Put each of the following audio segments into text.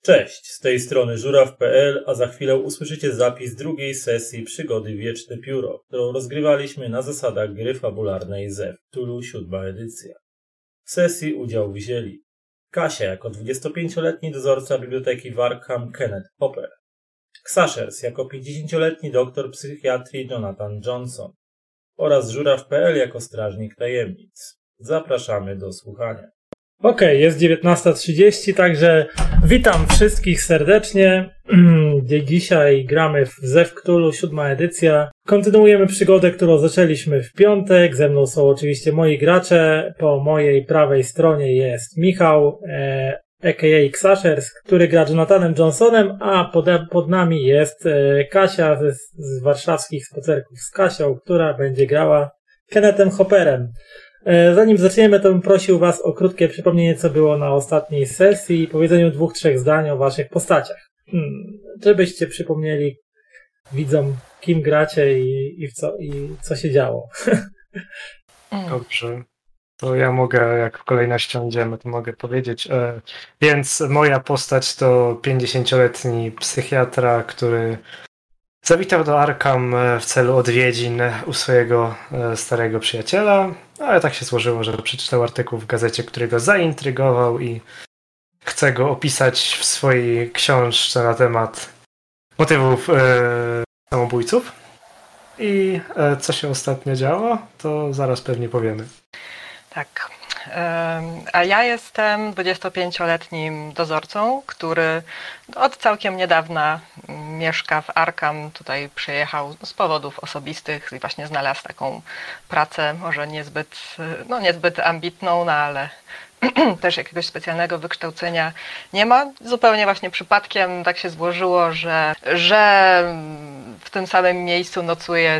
Cześć, z tej strony żuraw.pl, a za chwilę usłyszycie zapis drugiej sesji przygody Wieczne Pióro, którą rozgrywaliśmy na zasadach gry fabularnej ZEW Cthulhu 7. edycja. W sesji udział wzięli Kasia jako 25-letni dozorca biblioteki w Arkham Kenneth Hopper, Xashers jako 50-letni doktor psychiatrii Jonathan Johnson oraz żuraw.pl jako strażnik tajemnic. Zapraszamy do słuchania. Okej, jest 19:30, także witam wszystkich serdecznie. Dzisiaj gramy w ZEW Cthulhu 7. edycja. Kontynuujemy przygodę, którą zaczęliśmy w piątek. Ze mną są oczywiście moi gracze. Po mojej prawej stronie jest Michał, a.k.a. Xashers, który gra Jonathanem Johnsonem, a pod nami jest Kasia z warszawskich spacerków z Kasią, która będzie grała Kennethem Hopperem. Zanim zaczniemy, to bym prosił Was o krótkie przypomnienie, co było na ostatniej sesji i powiedzeniu 2-3 zdań o Waszych postaciach. Żebyście przypomnieli widzom, kim gracie i co się działo. Dobrze. To ja mogę, jak w kolejnością idziemy, to mogę powiedzieć. Więc moja postać to 50-letni psychiatra, który zawitał do Arkham w celu odwiedzin u swojego starego przyjaciela, ale tak się złożyło, że przeczytał artykuł w gazecie, który go zaintrygował i chce go opisać w swojej książce na temat motywów samobójców. I co się ostatnio działo, to zaraz pewnie powiemy. Tak. A ja jestem 25-letnim dozorcą, który od całkiem niedawna mieszka w Arkham. Tutaj przyjechał z powodów osobistych i właśnie znalazł taką pracę, może niezbyt ambitną, ale też jakiegoś specjalnego wykształcenia nie ma. Zupełnie właśnie przypadkiem tak się złożyło, że w tym samym miejscu nocuje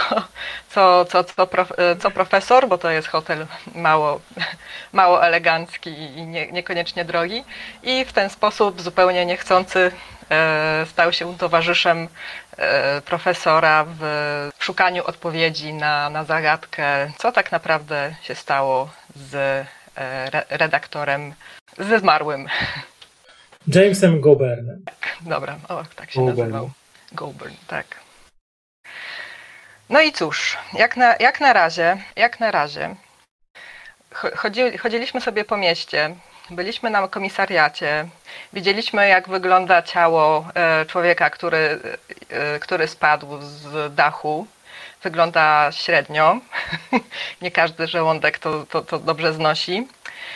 co profesor, bo to jest hotel mało elegancki i niekoniecznie drogi. I w ten sposób zupełnie niechcący stał się towarzyszem profesora w szukaniu odpowiedzi na zagadkę, co tak naprawdę się stało z redaktorem, ze zmarłym. Jamesem Gobernem. Dobra, tak się nazywał. Goburn, tak. No i cóż, jak na razie chodziliśmy sobie po mieście, byliśmy na komisariacie, widzieliśmy, jak wygląda ciało człowieka, który spadł z dachu. Wygląda średnio. Nie każdy żołądek to dobrze znosi.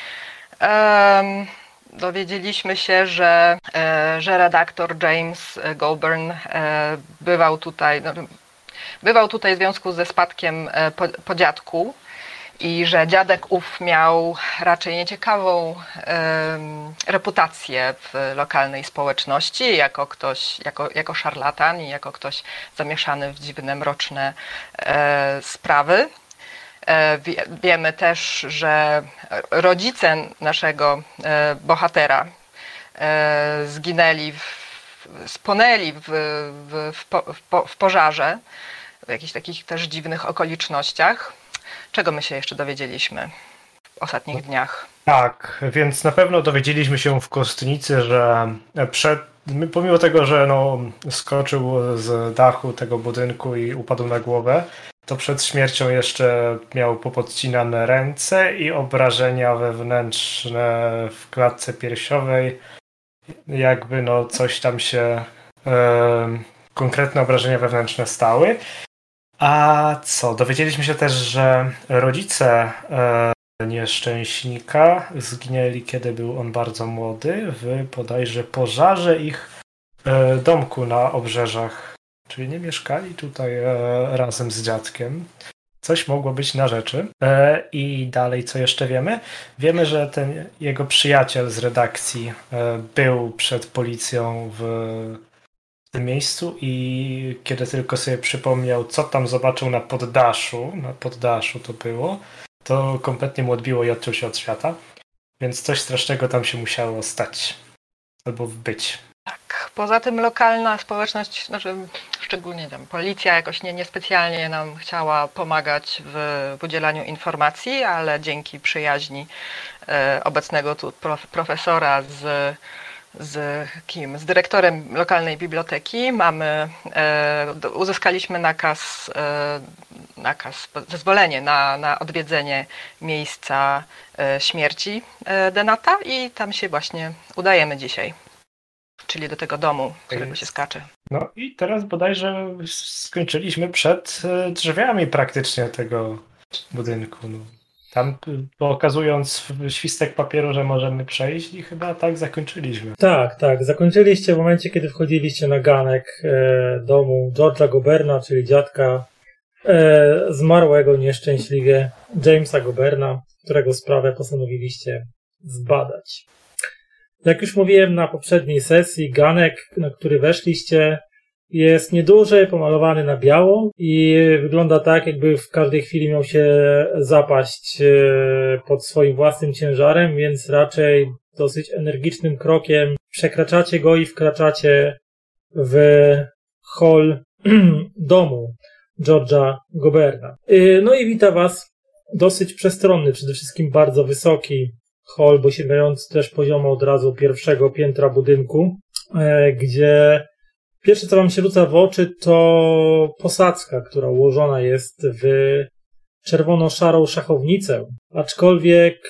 Dowiedzieliśmy się, że redaktor James Goburn bywał tutaj w związku ze spadkiem po dziadku i że dziadek ów miał raczej nieciekawą reputację w lokalnej społeczności jako szarlatan i jako ktoś zamieszany w dziwne, mroczne sprawy. Wiemy też, że rodzice naszego bohatera spłonęli w pożarze, w jakichś takich też dziwnych okolicznościach. Czego my się jeszcze dowiedzieliśmy w ostatnich dniach? Tak, więc na pewno dowiedzieliśmy się w Kostnicy, że pomimo tego, że skoczył z dachu tego budynku i upadł na głowę, to przed śmiercią jeszcze miał popodcinane ręce i obrażenia wewnętrzne w klatce piersiowej. Jakby coś tam się konkretne obrażenia wewnętrzne stały. A co? Dowiedzieliśmy się też, że rodzice nieszczęśnika zginęli, kiedy był on bardzo młody, w bodajże pożarze ich domku na Obrzeżach. Czyli nie mieszkali tutaj razem z dziadkiem. Coś mogło być na rzeczy. I dalej, co jeszcze wiemy? Wiemy, że ten jego przyjaciel z redakcji był przed policją w tym miejscu i kiedy tylko sobie przypomniał, co tam zobaczył na poddaszu to było, to kompletnie mu odbiło i odciął się od świata. Więc coś strasznego tam się musiało stać. Albo być. Tak, poza tym lokalna społeczność, szczególnie policja jakoś niespecjalnie nam chciała pomagać w udzielaniu informacji, ale dzięki przyjaźni obecnego tu profesora z kim? Z dyrektorem lokalnej biblioteki. Uzyskaliśmy zezwolenie na odwiedzenie miejsca śmierci Denata i tam się właśnie udajemy dzisiaj. Czyli do tego domu, którego się skacze. No i teraz bodajże skończyliśmy przed drzwiami praktycznie tego budynku. No. Tam pokazując świstek papieru, że możemy przejść i chyba tak zakończyliśmy. Tak. Zakończyliście w momencie, kiedy wchodziliście na ganek domu George'a Goberna, czyli dziadka zmarłego nieszczęśliwie Jamesa Goberna, którego sprawę postanowiliście zbadać. Jak już mówiłem na poprzedniej sesji, ganek, na który weszliście, jest nieduży, pomalowany na biało i wygląda tak, jakby w każdej chwili miał się zapaść pod swoim własnym ciężarem, więc raczej dosyć energicznym krokiem przekraczacie go i wkraczacie w hol domu George'a Goberna. No i wita was dosyć przestronny, przede wszystkim bardzo wysoki hol, bo sięgający też poziomo od razu pierwszego piętra budynku, gdzie pierwsze, co wam się rzuca w oczy, to posadzka, która ułożona jest w czerwono-szarą szachownicę, aczkolwiek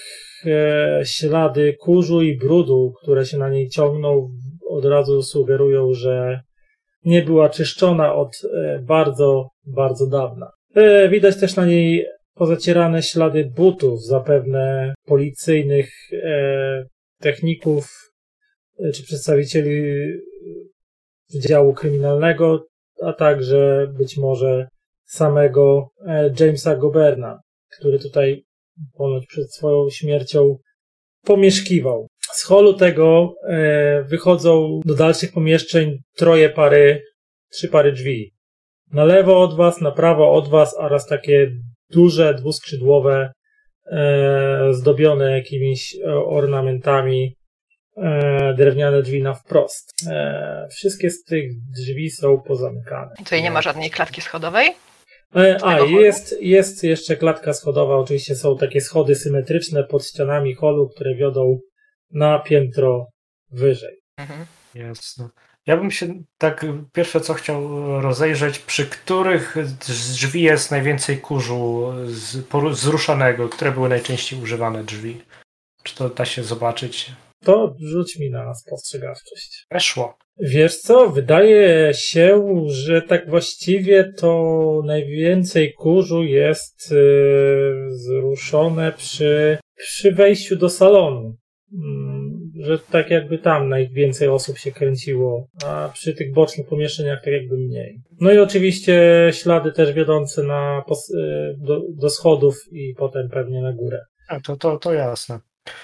ślady kurzu i brudu, które się na niej ciągną, od razu sugerują, że nie była czyszczona od bardzo, bardzo dawna. Widać też na niej pozacierane ślady butów, zapewne policyjnych techników czy przedstawicieli Wydziału Kryminalnego, a także być może samego Jamesa Goberna, który tutaj ponoć przed swoją śmiercią pomieszkiwał. Z holu tego wychodzą do dalszych pomieszczeń trzy pary drzwi. Na lewo od was, na prawo od was oraz takie duże, dwuskrzydłowe, zdobione jakimiś ornamentami drewniane drzwi na wprost. Wszystkie z tych drzwi są pozamykane. Tutaj nie ma żadnej klatki schodowej? Jest jeszcze klatka schodowa. Oczywiście są takie schody symetryczne pod ścianami holu, które wiodą na piętro wyżej. Mhm. Jasne. Ja bym się tak pierwsze co chciał rozejrzeć, przy których z drzwi jest najwięcej kurzu zruszanego, które były najczęściej używane drzwi. Czy to da się zobaczyć? To rzuć mi na spostrzegawczość. Weszło. Wiesz co, wydaje się, że tak właściwie to najwięcej kurzu jest zruszone przy wejściu do salonu. Że tak jakby tam najwięcej osób się kręciło, a przy tych bocznych pomieszczeniach tak jakby mniej. No i oczywiście ślady też wiodące do schodów i potem pewnie na górę. A to jasne.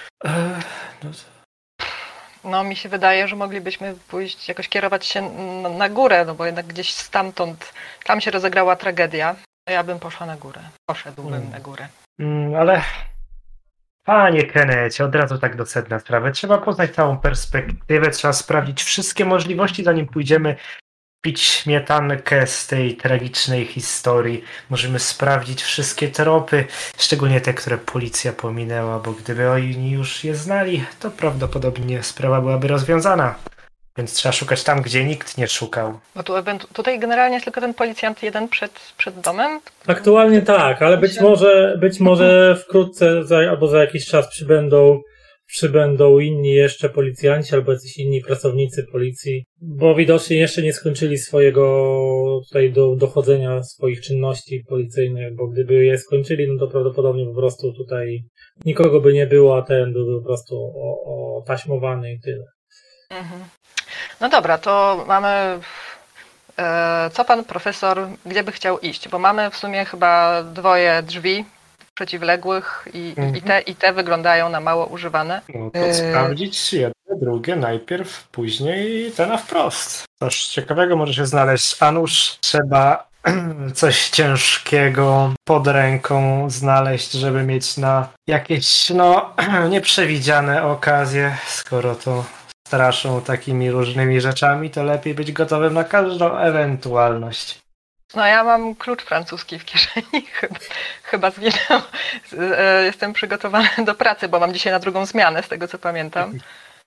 No mi się wydaje, że moglibyśmy pójść, jakoś kierować się na górę, no bo jednak gdzieś stamtąd, tam się rozegrała tragedia. Ja bym poszła na górę. Poszedłbym na górę. Ale panie Kennecie, od razu tak do sedna sprawy. Trzeba poznać całą perspektywę, trzeba sprawdzić wszystkie możliwości, zanim pójdziemy pić śmietankę z tej tragicznej historii. Możemy sprawdzić wszystkie tropy, szczególnie te, które policja pominęła, bo gdyby oni już je znali, to prawdopodobnie sprawa byłaby rozwiązana. Więc trzeba szukać tam, gdzie nikt nie szukał. Bo tutaj generalnie jest tylko ten policjant jeden przed domem? Aktualnie tak, ale być może wkrótce albo za jakiś czas przybędą inni jeszcze policjanci albo jacyś inni pracownicy policji, bo widocznie jeszcze nie skończyli swojego tutaj dochodzenia swoich czynności policyjnych, bo gdyby je skończyli, no to prawdopodobnie po prostu tutaj nikogo by nie było, a ten byłby po prostu otaśmowany i tyle. Mhm. No dobra, to mamy... Co pan profesor, gdzie by chciał iść? Bo mamy w sumie chyba 2 drzwi przeciwległych i te wyglądają na mało używane. No to sprawdzić jedno, drugie najpierw, później te na wprost. Coś ciekawego może się znaleźć. A nuż trzeba coś ciężkiego pod ręką znaleźć, żeby mieć na jakieś nieprzewidziane okazje. Skoro to straszą takimi różnymi rzeczami, to lepiej być gotowym na każdą ewentualność. No ja mam klucz francuski w kieszeni, chyba zwinęło. Jestem przygotowany do pracy, bo mam dzisiaj na drugą zmianę, z tego co pamiętam.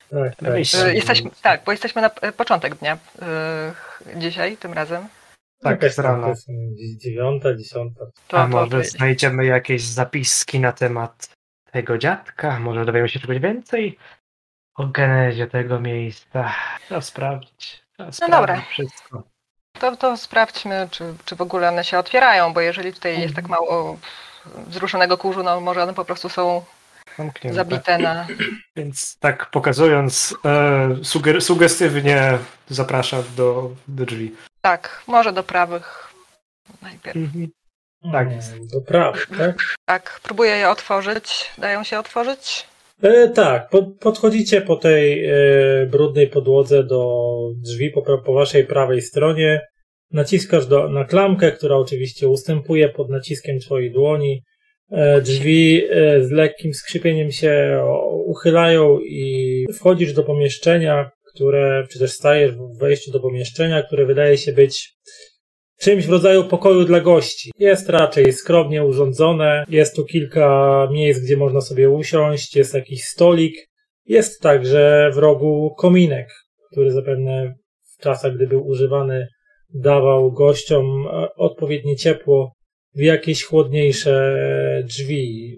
Tak, bo jesteśmy na początek dnia dzisiaj, tym razem. Tak, z rana. 9, 10. A może znajdziemy jakieś zapiski na temat tego dziadka? Może dowiemy się czegoś więcej o genezie tego miejsca? Trzeba sprawdzić. Dobra. Wszystko. To sprawdźmy, czy w ogóle one się otwierają, bo jeżeli tutaj jest tak mało wzruszonego kurzu, no może one po prostu są zabite na... Więc tak pokazując, sugestywnie zapraszam do drzwi. Tak, może do prawych najpierw. Tak. Do prawych, tak? Tak, próbuję je otworzyć. Dają się otworzyć? Tak, podchodzicie po tej brudnej podłodze do drzwi po waszej prawej stronie. Naciskasz na klamkę, która oczywiście ustępuje pod naciskiem twojej dłoni. Drzwi z lekkim skrzypieniem się uchylają i wchodzisz do pomieszczenia, czy też stajesz w wejściu do pomieszczenia, które wydaje się być czymś w rodzaju pokoju dla gości. Jest raczej skromnie urządzone, jest tu kilka miejsc, gdzie można sobie usiąść, jest jakiś stolik, jest także w rogu kominek, który zapewne w czasach, gdy był używany, dawał gościom odpowiednie ciepło w jakieś chłodniejsze drzwi.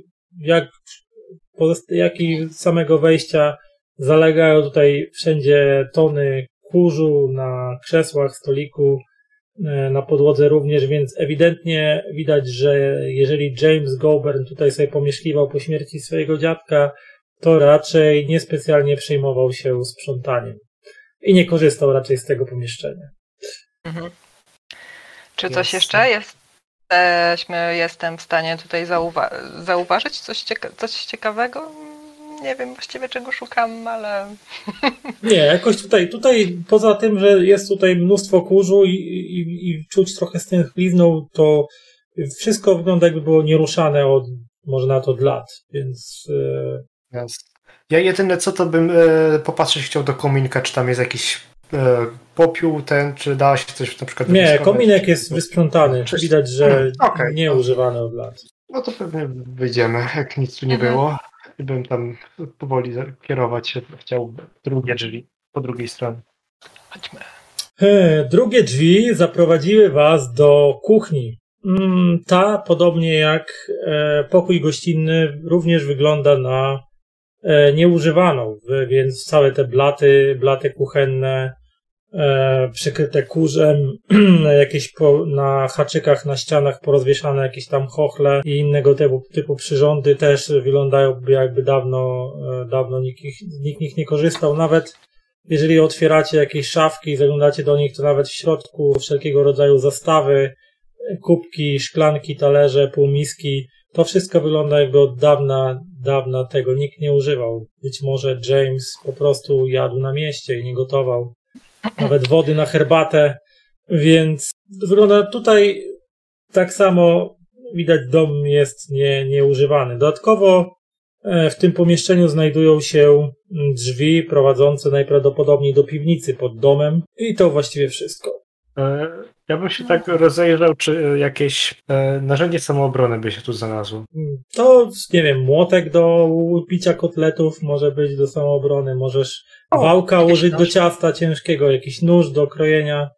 Jak i samego wejścia zalegają tutaj wszędzie tony kurzu na krzesłach, stoliku, na podłodze również, więc ewidentnie widać, że jeżeli James Goburn tutaj sobie pomieszkiwał po śmierci swojego dziadka, to raczej niespecjalnie przejmował się sprzątaniem i nie korzystał raczej z tego pomieszczenia. Mhm. Czy coś jeszcze jestem w stanie tutaj zauważyć coś ciekawego? Nie wiem właściwie czego szukam, ale... Nie, jakoś tutaj poza tym, że jest tutaj mnóstwo kurzu i czuć trochę stęchlizną, to wszystko wygląda jakby było nieruszane może nawet od lat, więc... Ja jedyne co to bym popatrzeć chciał do kominka, czy tam jest jakiś popiół czy da się coś na przykład... Nie, kominek jest wysprzątany, widać, że nie używany od lat. No to pewnie wyjdziemy, jak nic tu nie było. I bym tam powoli kierować się chciał drugie drzwi po drugiej stronie. Chodźmy. Drugie drzwi zaprowadziły was do kuchni. Ta, podobnie jak pokój gościnny, również wygląda na nieużywaną, więc całe te blaty kuchenne, przykryte kurzem, jakieś na haczykach na ścianach porozwieszane jakieś tam chochle i innego typu przyrządy też wyglądają jakby dawno nikt nich nie korzystał. Nawet jeżeli otwieracie jakieś szafki i zaglądacie do nich, to nawet w środku wszelkiego rodzaju zastawy, kubki, szklanki, talerze, półmiski, to wszystko wygląda jakby od dawna tego nikt nie używał. Być może James po prostu jadł na mieście i nie gotował nawet wody na herbatę, więc wygląda tutaj tak samo, widać dom jest nieużywany. Dodatkowo w tym pomieszczeniu znajdują się drzwi prowadzące najprawdopodobniej do piwnicy pod domem i to właściwie wszystko. Ja bym się tak rozejrzał, czy jakieś narzędzie samoobrony by się tu znalazło. To, nie wiem, młotek do picia kotletów może być do samoobrony, możesz wałka użyć do ciasta ciężkiego, jakiś nóż do krojenia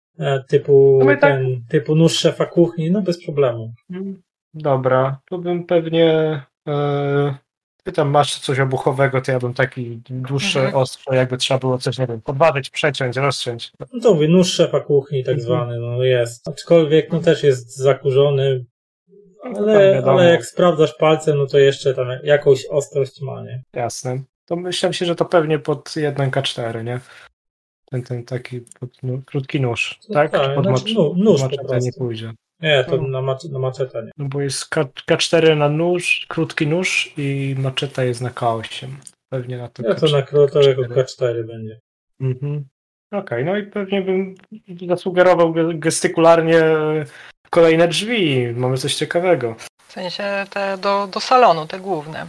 typu nóż szefa kuchni, no bez problemu. Dobra, to bym pewnie ty tam masz coś obuchowego, to ja bym taki dłuższy ostrze, jakby trzeba było coś, nie wiem, podważyć, przeciąć, rozciąć. No to mówię, nóż szefa kuchni tak zwany, no jest. Aczkolwiek no też jest zakurzony, ale jak sprawdzasz palcem, no to jeszcze tam jakąś ostrość ma, nie? Jasne. To myślałem się, że to pewnie pod 1K4, nie? Ten taki krótki nóż, tak? Tak, nóż po prostu. Nie pójdzie. Nie, to na maczetę nie. No bo jest K4 na nóż, krótki nóż i maczeta jest na K8. Pewnie na to K4. Ja to jako K4 będzie. Okej, no i pewnie bym zasugerował gestykularnie kolejne drzwi. Mamy coś ciekawego. W sensie te do salonu, te główne.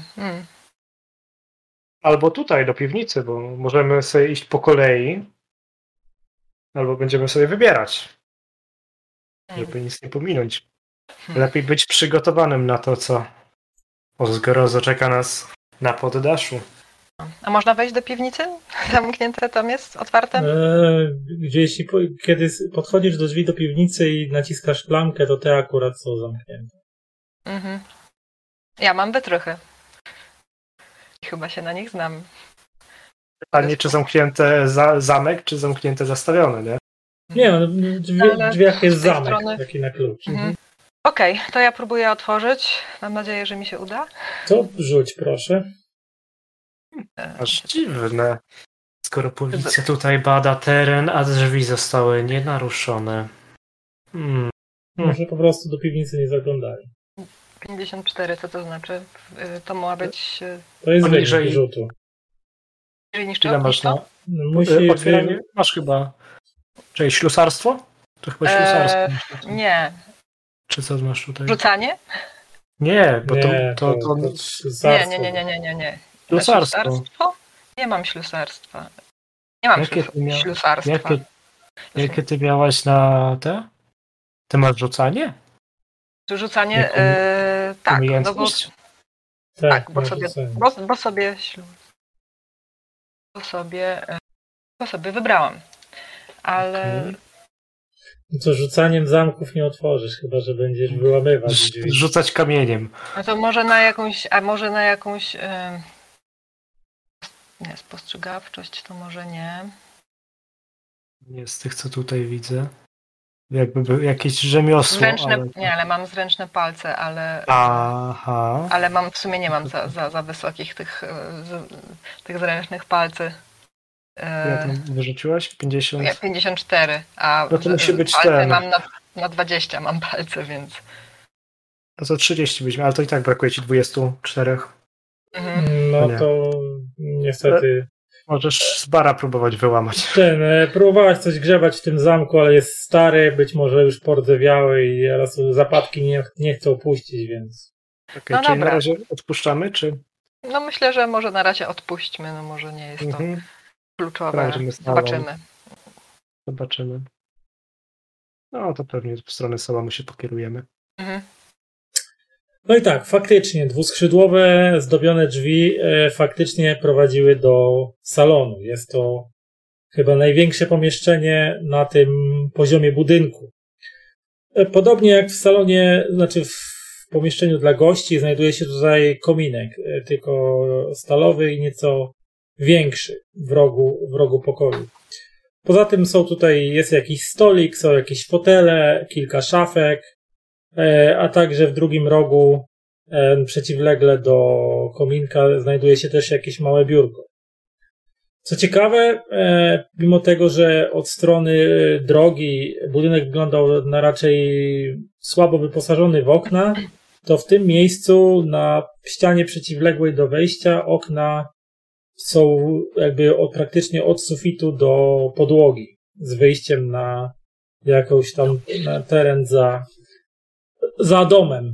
Albo tutaj, do piwnicy, bo możemy sobie iść po kolei. Albo będziemy sobie wybierać. Żeby nic nie pominąć. Lepiej być przygotowanym na to, co o zgrozo czeka nas na poddaszu. A można wejść do piwnicy? Zamknięte tam jest? Otwarte? Kiedy podchodzisz do drzwi do piwnicy i naciskasz klamkę, to te akurat są zamknięte. Mhm. Ja mam wytrychy. I chyba się na nich znam. Pytanie, czy zamknięte zamek, czy zamknięte zastawione, nie? Nie, no, w drzwiach jest zamek, strony... taki na klucz. Mhm. Okej, to ja próbuję otworzyć. Mam nadzieję, że mi się uda. To rzuć, proszę. Aż dziwne. Skoro policja tutaj bada teren, a drzwi zostały nienaruszone. Może po prostu do piwnicy nie zaglądali. 54, co to znaczy? To ma być... To jest Poniżej- wynik rzutu. niż Ile masz na Musi otwieranie? Masz chyba... Czyli ślusarstwo? To chyba ślusarstwo. Nie. Czy co masz tutaj? Rzucanie? Nie, bo Nie, to ślusarstwo. Nie. Ślusarstwo. Nie mam ślusarstwa. Nie mam ślusarstwa. Jakie ty miałaś na te? Ty masz rzucanie? Rzucanie, tak, no bo, Tak, bo sobie wybrałam. Ale... Okay. To rzucaniem zamków nie otworzysz, chyba że będziesz wyłamywać drzwi. Rzucać kamieniem. No to może na jakąś nie, spostrzegawczość to może nie. Nie z tych, co tutaj widzę. Jakby był jakieś rzemiosło. Nie, ale mam zręczne palce, ale... Aha. Ale nie mam za wysokich tych zręcznych palcy. Ja tam wyrzuciłaś? 50? Nie, 54, a no to musi być palce ten. mam na 20 mam palce, więc... No to 30 byśmy, ale to i tak brakuje ci 24. Mhm. No to niestety... Możesz z bara próbować wyłamać. Próbowałaś coś grzebać w tym zamku, ale jest stary, być może już pordzewiały i teraz zapadki nie chcą puścić, więc... Okay, no czyli dobra. na razie odpuszczamy, czy? No myślę, że może na razie odpuśćmy, no może nie jest to kluczowe. Zobaczymy. No to pewnie w stronę salonu się pokierujemy. Mhm. No i tak, faktycznie dwuskrzydłowe, zdobione drzwi faktycznie prowadziły do salonu. Jest to chyba największe pomieszczenie na tym poziomie budynku. Podobnie jak w salonie, znaczy w pomieszczeniu dla gości znajduje się tutaj kominek, tylko stalowy i nieco większy w rogu pokoju. Poza tym jest jakiś stolik, są jakieś fotele, kilka szafek, a także w drugim rogu, przeciwlegle do kominka, znajduje się też jakieś małe biurko. Co ciekawe, mimo tego, że od strony drogi budynek wyglądał na raczej słabo wyposażony w okna, to w tym miejscu na ścianie przeciwległej do wejścia okna są jakby praktycznie od sufitu do podłogi, z wyjściem na jakąś tam na teren za domem.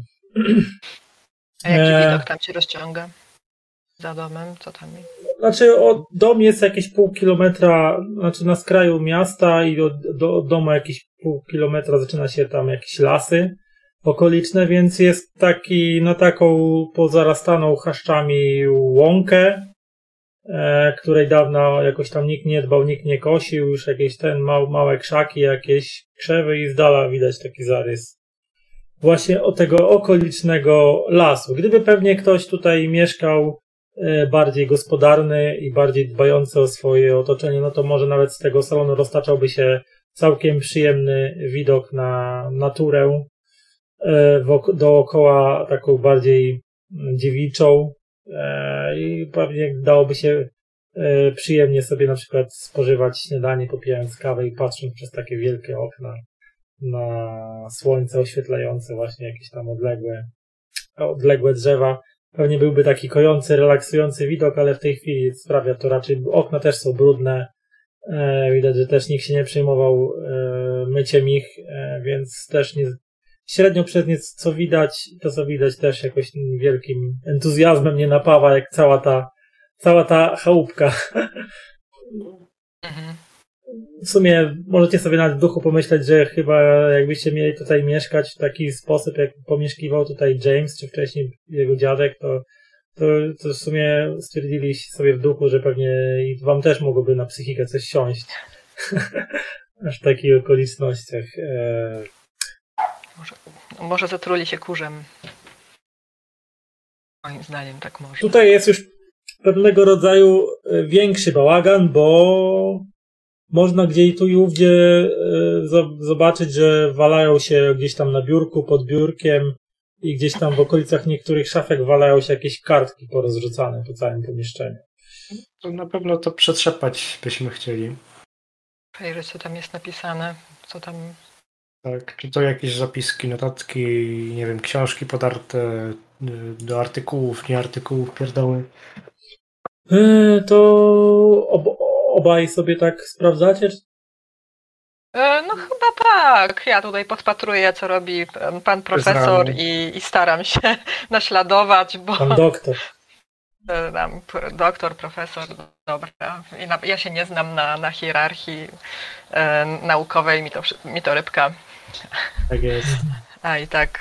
A jaki widok tam się rozciąga? Za domem? Co tam jest? Znaczy dom jest jakieś pół kilometra, znaczy na skraju miasta i do domu jakieś pół kilometra zaczyna się tam jakieś lasy okoliczne, więc jest taki na taką pozarastaną chaszczami łąkę, której dawno jakoś tam nikt nie dbał, nikt nie kosił, już jakieś małe krzaki, jakieś krzewy i z dala widać taki zarys właśnie od tego okolicznego lasu. Gdyby pewnie ktoś tutaj mieszkał bardziej gospodarny i bardziej dbający o swoje otoczenie, no to może nawet z tego salonu roztaczałby się całkiem przyjemny widok na naturę dookoła, taką bardziej dziewiczą i pewnie dałoby się przyjemnie sobie na przykład spożywać śniadanie, popijając kawę i patrząc przez takie wielkie okna na słońce oświetlające właśnie jakieś tam odległe drzewa. Pewnie byłby taki kojący, relaksujący widok, ale w tej chwili sprawia to raczej, okna też są brudne, widać, że też nikt się nie przejmował myciem ich, więc też średnio przez nie co widać też jakoś wielkim entuzjazmem nie napawa, jak cała ta chałupka. Mhm. W sumie możecie sobie nawet w duchu pomyśleć, że chyba jakbyście mieli tutaj mieszkać w taki sposób, jak pomieszkiwał tutaj James, czy wcześniej jego dziadek, to To w sumie stwierdziliście sobie w duchu, że pewnie i wam też mogłoby na psychikę coś siąść. Aż w takich okolicznościach. Może zatruli się kurzem. Moim zdaniem tak może. Tutaj jest już pewnego rodzaju większy bałagan, bo można gdzieś tu i ówdzie zobaczyć, że walają się gdzieś tam na biurku, pod biurkiem i gdzieś tam w okolicach niektórych szafek walają się jakieś kartki porozrzucane po całym pomieszczeniu. To na pewno to przetrzepać byśmy chcieli. Przejrzeć, co tam jest napisane, co tam... Tak, czy to jakieś zapiski, notatki, nie wiem, książki podarte do artykułów, nie artykułów, pierdoły. To obaj sobie tak sprawdzacie? No chyba tak. Ja tutaj podpatruję, co robi pan profesor i staram się naśladować, bo... Pan doktor. Doktor, profesor, dobra. Ja się nie znam na hierarchii naukowej, mi to rybka. Tak jest. A i tak...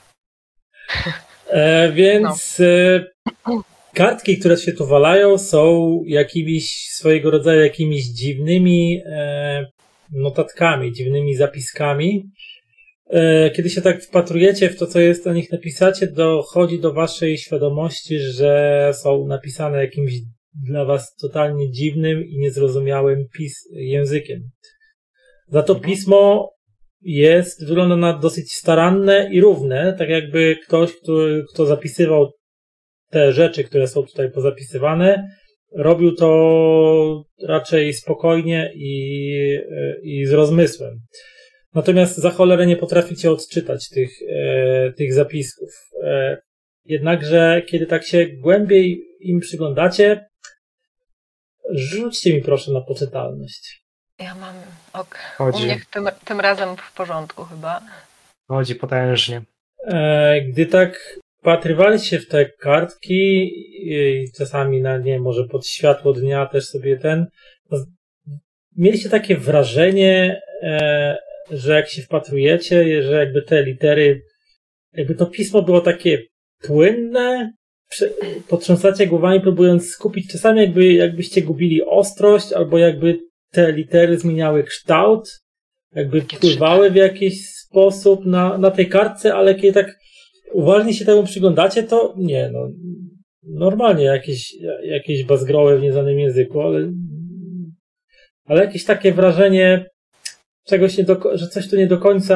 Więc kartki, które się tu walają, są swojego rodzaju jakimiś dziwnymi notatkami, dziwnymi zapiskami. Kiedy się tak wpatrujecie w to, co jest na nich napisacie, dochodzi do waszej świadomości, że są napisane jakimś dla was totalnie dziwnym i niezrozumiałym językiem. Za to pismo wygląda na dosyć staranne i równe, tak jakby ktoś, kto zapisywał te rzeczy, które są tutaj pozapisywane, robił to raczej spokojnie i z rozmysłem. Natomiast za cholerę nie potraficie odczytać tych zapisków. Jednakże, kiedy tak się głębiej im przyglądacie, rzućcie mi proszę na poczytalność. Ja mam... Chodzi. U mnie tym razem w porządku chyba. Chodzi potężnie. Gdy tak wpatrywaliście się w te kartki i czasami może pod światło dnia też sobie mieliście takie wrażenie, że jak się wpatrujecie, że jakby te litery, jakby to pismo było takie płynne, potrząsacie głowami, próbując skupić, czasami jakbyście gubili ostrość, albo jakby te litery zmieniały kształt, jakby wpływały w jakiś sposób na tej kartce, ale kiedy tak uważnie się temu przyglądacie, to nie, normalnie jakieś bazgroły w nieznanym języku, ale jakieś takie wrażenie że coś tu nie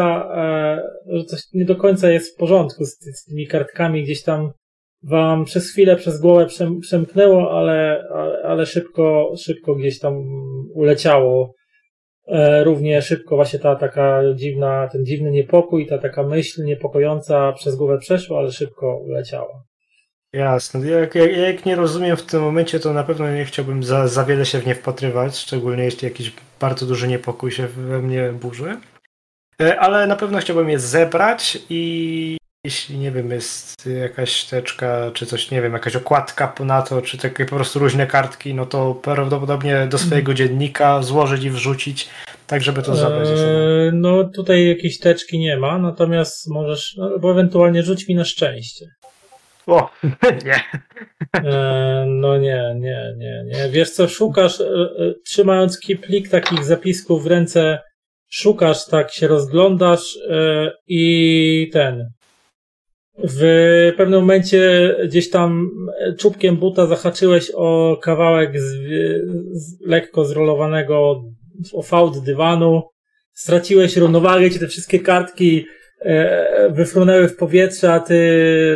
do końca jest w porządku z tymi kartkami, gdzieś tam wam przez chwilę przez głowę przemknęło, ale szybko gdzieś tam uleciało. Równie szybko właśnie ten dziwny niepokój, ta taka myśl niepokojąca przez głowę przeszła, ale szybko uleciała. Jasne. Jak nie rozumiem w tym momencie, to na pewno nie chciałbym za wiele się w nie wpatrywać, szczególnie jeśli jakiś bardzo duży niepokój się we mnie burzy. Ale na pewno chciałbym je zebrać i jeśli, nie wiem, jest jakaś teczka, czy coś, nie wiem, jakaś okładka na to, czy takie po prostu różne kartki, no to prawdopodobnie do swojego dziennika złożyć i wrzucić, tak żeby to zabrać ze sobą. No tutaj jakiejś teczki nie ma, natomiast możesz, albo ewentualnie rzuć mi na szczęście. O, nie. No nie. Wiesz co, szukasz, trzymając plik takich zapisków w ręce, szukasz, tak się rozglądasz i w pewnym momencie gdzieś tam czubkiem buta zahaczyłeś o kawałek lekko zrolowanego o fałd dywanu, straciłeś równowagę, ci te wszystkie kartki wyfrunęły w powietrze, a ty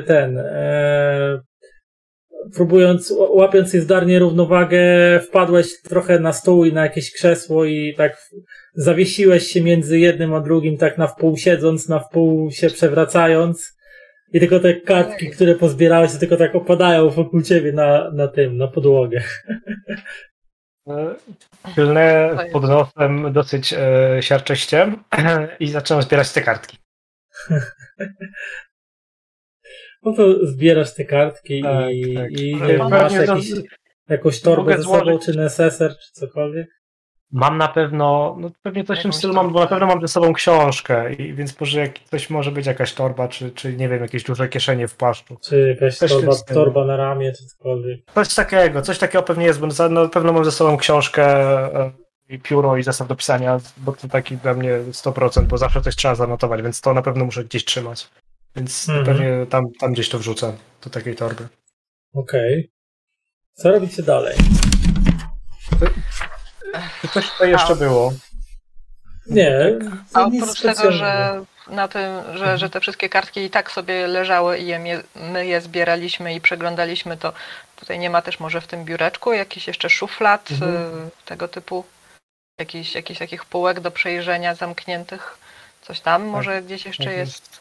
łapiąc je zdarnie równowagę, wpadłeś trochę na stół i na jakieś krzesło i tak zawiesiłeś się między jednym a drugim, tak na wpół siedząc, na wpół się przewracając i tylko te kartki, które pozbierałeś, to tylko tak opadają wokół ciebie na podłogę. Tylne pod nosem dosyć siarczeście i zacząłem zbierać te kartki. No to zbierasz te kartki tak. i masz jakąś torbę ze sobą, czy neseser, czy cokolwiek? Mam na pewno, no pewnie coś w tym Jakąś stylu mam, bo na torbę. pewno mam ze sobą książkę, więc może coś może być jakaś torba, czy nie wiem, jakieś duże kieszenie w płaszczu. Czy jakaś Coś w tym stylu. torba na ramię, czy cokolwiek. Coś takiego pewnie jest, bo na pewno mam ze sobą książkę i pióro i zestaw do pisania, bo to taki dla mnie 100%, bo zawsze coś trzeba zanotować, więc to na pewno muszę gdzieś trzymać. Więc pewnie tam gdzieś to wrzucę, do takiej torby. Okej. Co robicie dalej? Czy coś tutaj jeszcze było? Nie. A nic oprócz tego, specjalnego. że te wszystkie kartki i tak sobie leżały i my je zbieraliśmy i przeglądaliśmy, to tutaj nie ma też może w tym biureczku jakichś jeszcze szuflad tego typu, jakichś takich półek do przejrzenia zamkniętych? Coś tam może gdzieś jeszcze jest?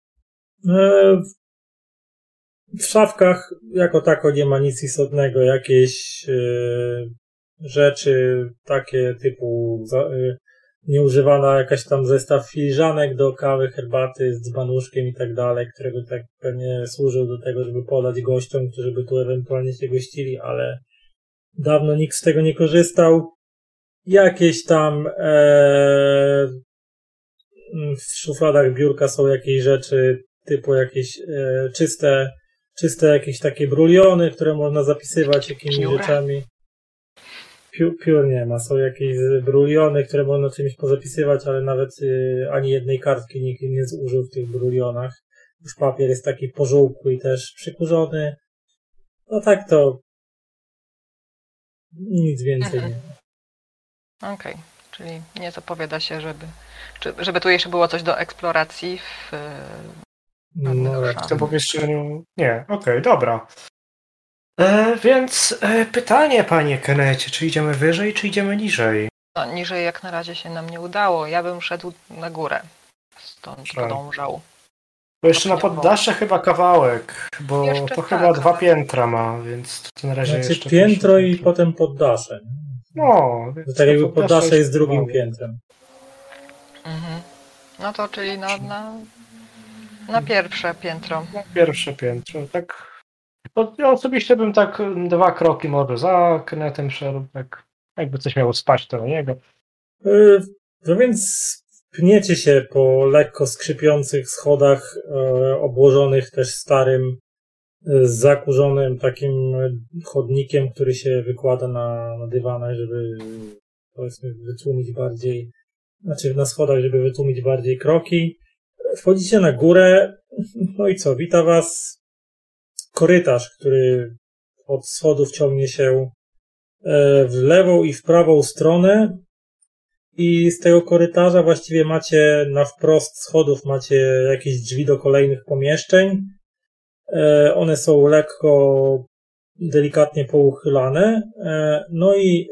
W szafkach jako tako nie ma nic istotnego. Jakieś rzeczy takie typu nieużywana jakaś tam zestaw filiżanek do kawy, herbaty z dzbanuszkiem i tak dalej, którego tak pewnie służył do tego, żeby podać gościom, którzy by tu ewentualnie się gościli, ale dawno nikt z tego nie korzystał. Jakieś tam w szufladach biurka są jakieś rzeczy typu jakieś czyste jakieś takie bruliony, które można zapisywać jakimiś rzeczami. Piór nie ma. Są jakieś bruliony, które można czymś pozapisywać, ale nawet ani jednej kartki nikt nie zużył w tych brulionach. Już papier jest taki pożółkły i też przykurzony. No tak to nic więcej nie ma. Okej, czyli nie zapowiada się, żeby tu jeszcze było coś do eksploracji W tym pomieszczeniu. Nie, okej, dobra. Więc pytanie, panie Kenecie, czy idziemy wyżej, czy idziemy niżej? No, niżej jak na razie się nam nie udało. Ja bym szedł na górę. Stąd podążał. Bo jeszcze na poddasze chyba kawałek, bo Jeszcze to tak, chyba 2 ale- piętra ma, więc to na razie Znaczy jeszcze... piętro i potem poddasze. No, To więc tak jakby poddasze poddasze jest drugim kawałek. piętrem. No to czyli na pierwsze piętro. Pierwsze piętro, tak. No, ja osobiście bym tak 2 kroki może za Kenetem szedł, tak jakby coś miało spaść to na niego. No więc pniecie się po lekko skrzypiących schodach obłożonych też starym, zakurzonym takim chodnikiem, który się wykłada na dywanach, żeby powiedzmy wytłumić bardziej, znaczy na schodach, żeby wytłumić bardziej kroki. Wchodzicie na górę, no i co, wita was korytarz, który od schodów ciągnie się w lewą i w prawą stronę i z tego korytarza właściwie macie na wprost schodów macie jakieś drzwi do kolejnych pomieszczeń. One są lekko, delikatnie pouchylane. No i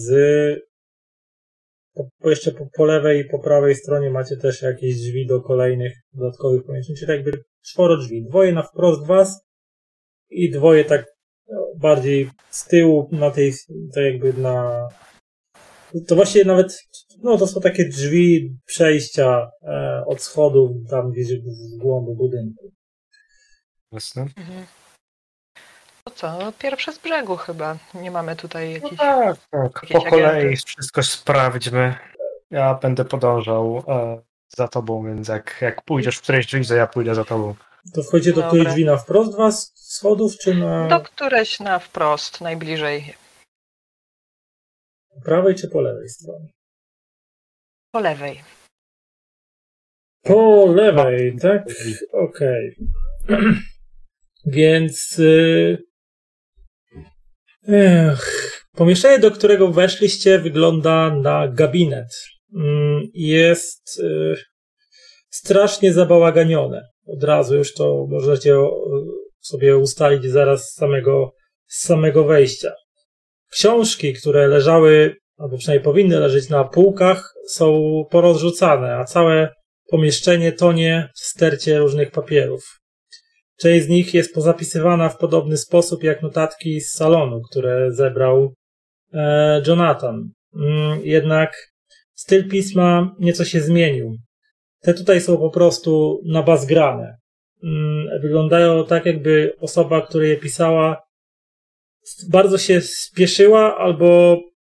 jeszcze po lewej i po prawej stronie macie też jakieś drzwi do kolejnych dodatkowych pomieszczeń, czyli jakby 4 drzwi. 2 na wprost was i 2 tak bardziej z tyłu na tej, tak jakby na... To właściwie nawet, no to są takie drzwi, przejścia od schodów tam gdzieś w głąbu budynku. Jasne. To co? No, pierwsze z brzegu chyba. Nie mamy tutaj No jakichś... tak. jakieś Po kolei agenty. wszystko sprawdźmy. Ja będę podążał za tobą, więc jak pójdziesz w któreś drzwi, to ja pójdę za tobą. To wchodzicie do której drzwi na wprost was schodów, czy na Do któreś na wprost, najbliżej. prawej, czy po lewej stronie? Po lewej. Po lewej, tak? Okej. Więc pomieszczenie, do którego weszliście, wygląda na gabinet. Jest strasznie zabałaganione. Od razu już to możecie sobie ustalić zaraz z samego wejścia. Książki, które leżały, albo przynajmniej powinny leżeć na półkach, są porozrzucane, a całe pomieszczenie tonie w stercie różnych papierów. Część z nich jest pozapisywana w podobny sposób jak notatki z salonu, które zebrał Jonathan. Jednak styl pisma nieco się zmienił. Te tutaj są po prostu nabazgrane. Wyglądają tak, jakby osoba, która je pisała, bardzo się spieszyła albo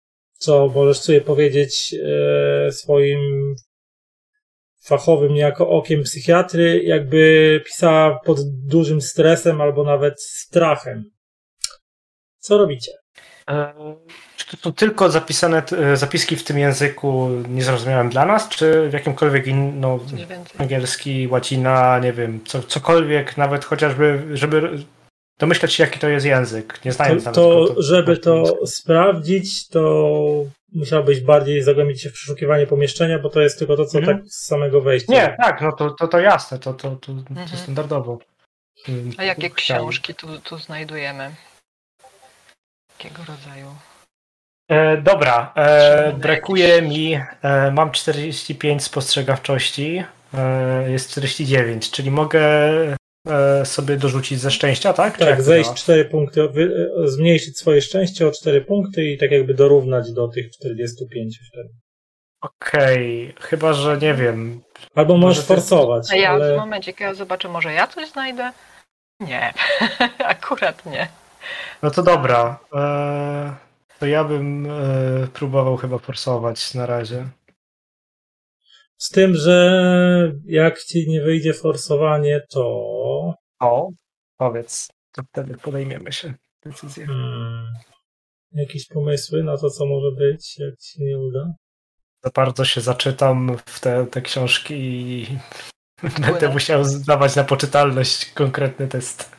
co możesz sobie powiedzieć swoim fachowym niejako okiem psychiatry, jakby pisała pod dużym stresem albo nawet strachem. Co robicie? Czy to są tylko zapisane zapiski w tym języku niezrozumiałym dla nas, czy w jakimkolwiek innym, angielski, łacina, nie wiem, cokolwiek, nawet chociażby, żeby domyślać się, jaki to jest język, nie znając nawet to żeby to sprawdzić, to musiałbyś bardziej zagłębić się w przeszukiwanie pomieszczenia, bo to jest tylko to, co tak z samego wejścia. Nie, tak, no to jasne, to standardowo. A jakie książki tu znajdujemy? Jakiego rodzaju? Dobra, brakuje mi, mam 45 spostrzegawczości, jest 49, czyli mogę sobie dorzucić ze szczęścia, tak? Tak, zejść 4 punkty, zmniejszyć swoje szczęście o 4 punkty i tak jakby dorównać do tych 45 wtedy. Okej, chyba że nie wiem. Albo możesz forsować. A ja ale... w momencie, kiedy ja zobaczę, może ja coś znajdę? Nie, akurat nie. No to dobra, to ja bym próbował chyba forsować na razie. Z tym, że jak ci nie wyjdzie forsowanie, to... O, powiedz, to wtedy podejmiemy się decyzję. Jakieś pomysły na to, co może być, jak ci się nie uda? Za bardzo się zaczytam w te książki i będę musiał zdawać na poczytalność konkretny test.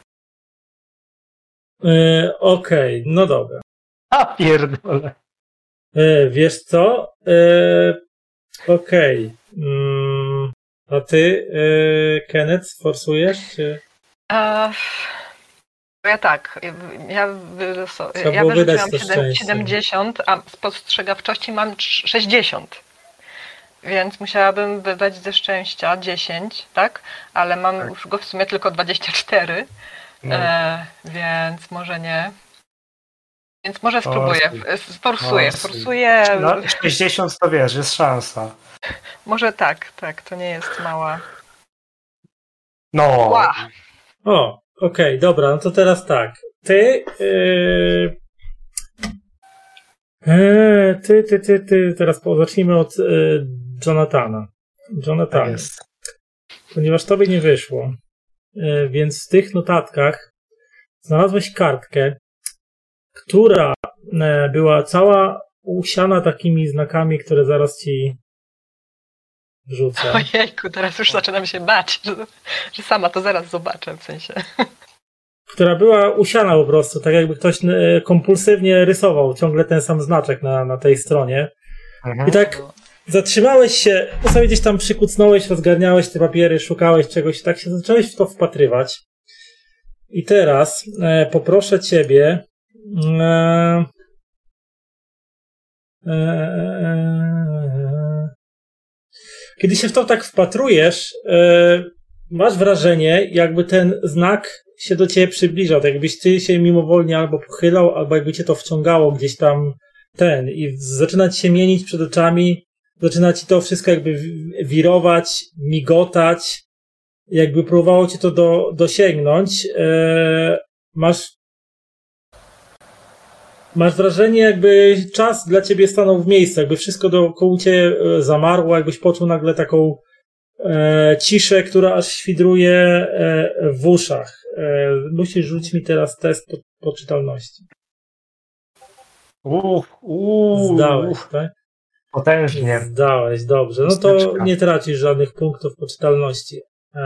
Okej, no dobra. A pierdolę. Wiesz co? Okej. A ty, Kenneth, forsujesz? Czy... Ja tak. Ja wyrzuciłam 70, a spostrzegawczości mam 60. Więc musiałabym wydać ze szczęścia 10, tak? Ale mam już go w sumie tylko 24. No. Więc może nie. Więc może spróbuję. Forsuję. No, 60 to wiesz, jest szansa. Może tak, to nie jest mała. No. Wow. O, okej, dobra, no to teraz tak. Ty, teraz zacznijmy od Jonathana. Tak jest. Ponieważ tobie nie wyszło, więc w tych notatkach znalazłeś kartkę, która była cała usiana takimi znakami, które zaraz ci wrzucę. Ojejku, teraz już zaczynam się bać, że sama to zaraz zobaczę, w sensie. Która była usiana po prostu, tak jakby ktoś kompulsywnie rysował ciągle ten sam znaczek na tej stronie. I tak zatrzymałeś się, sobie gdzieś tam przykucnąłeś, rozgarniałeś te papiery, szukałeś czegoś, tak się zacząłeś w to wpatrywać. I teraz poproszę ciebie kiedy się w to tak wpatrujesz, masz wrażenie, jakby ten znak się do ciebie przybliżał, tak jakbyś ty się mimowolnie albo pochylał, albo jakby cię to wciągało gdzieś tam i zaczyna ci się mienić przed oczami, zaczyna ci to wszystko jakby wirować, migotać, jakby próbowało cię to dosięgnąć. Masz wrażenie, jakby czas dla ciebie stanął w miejscu, jakby wszystko dookoła ciebie zamarło, jakbyś poczuł nagle taką ciszę, która aż świdruje w uszach. Musisz rzucić mi teraz test poczytalności. Zdałeś, tak? Potężnie. Zdałeś, dobrze. No to nie tracisz żadnych punktów poczytalności.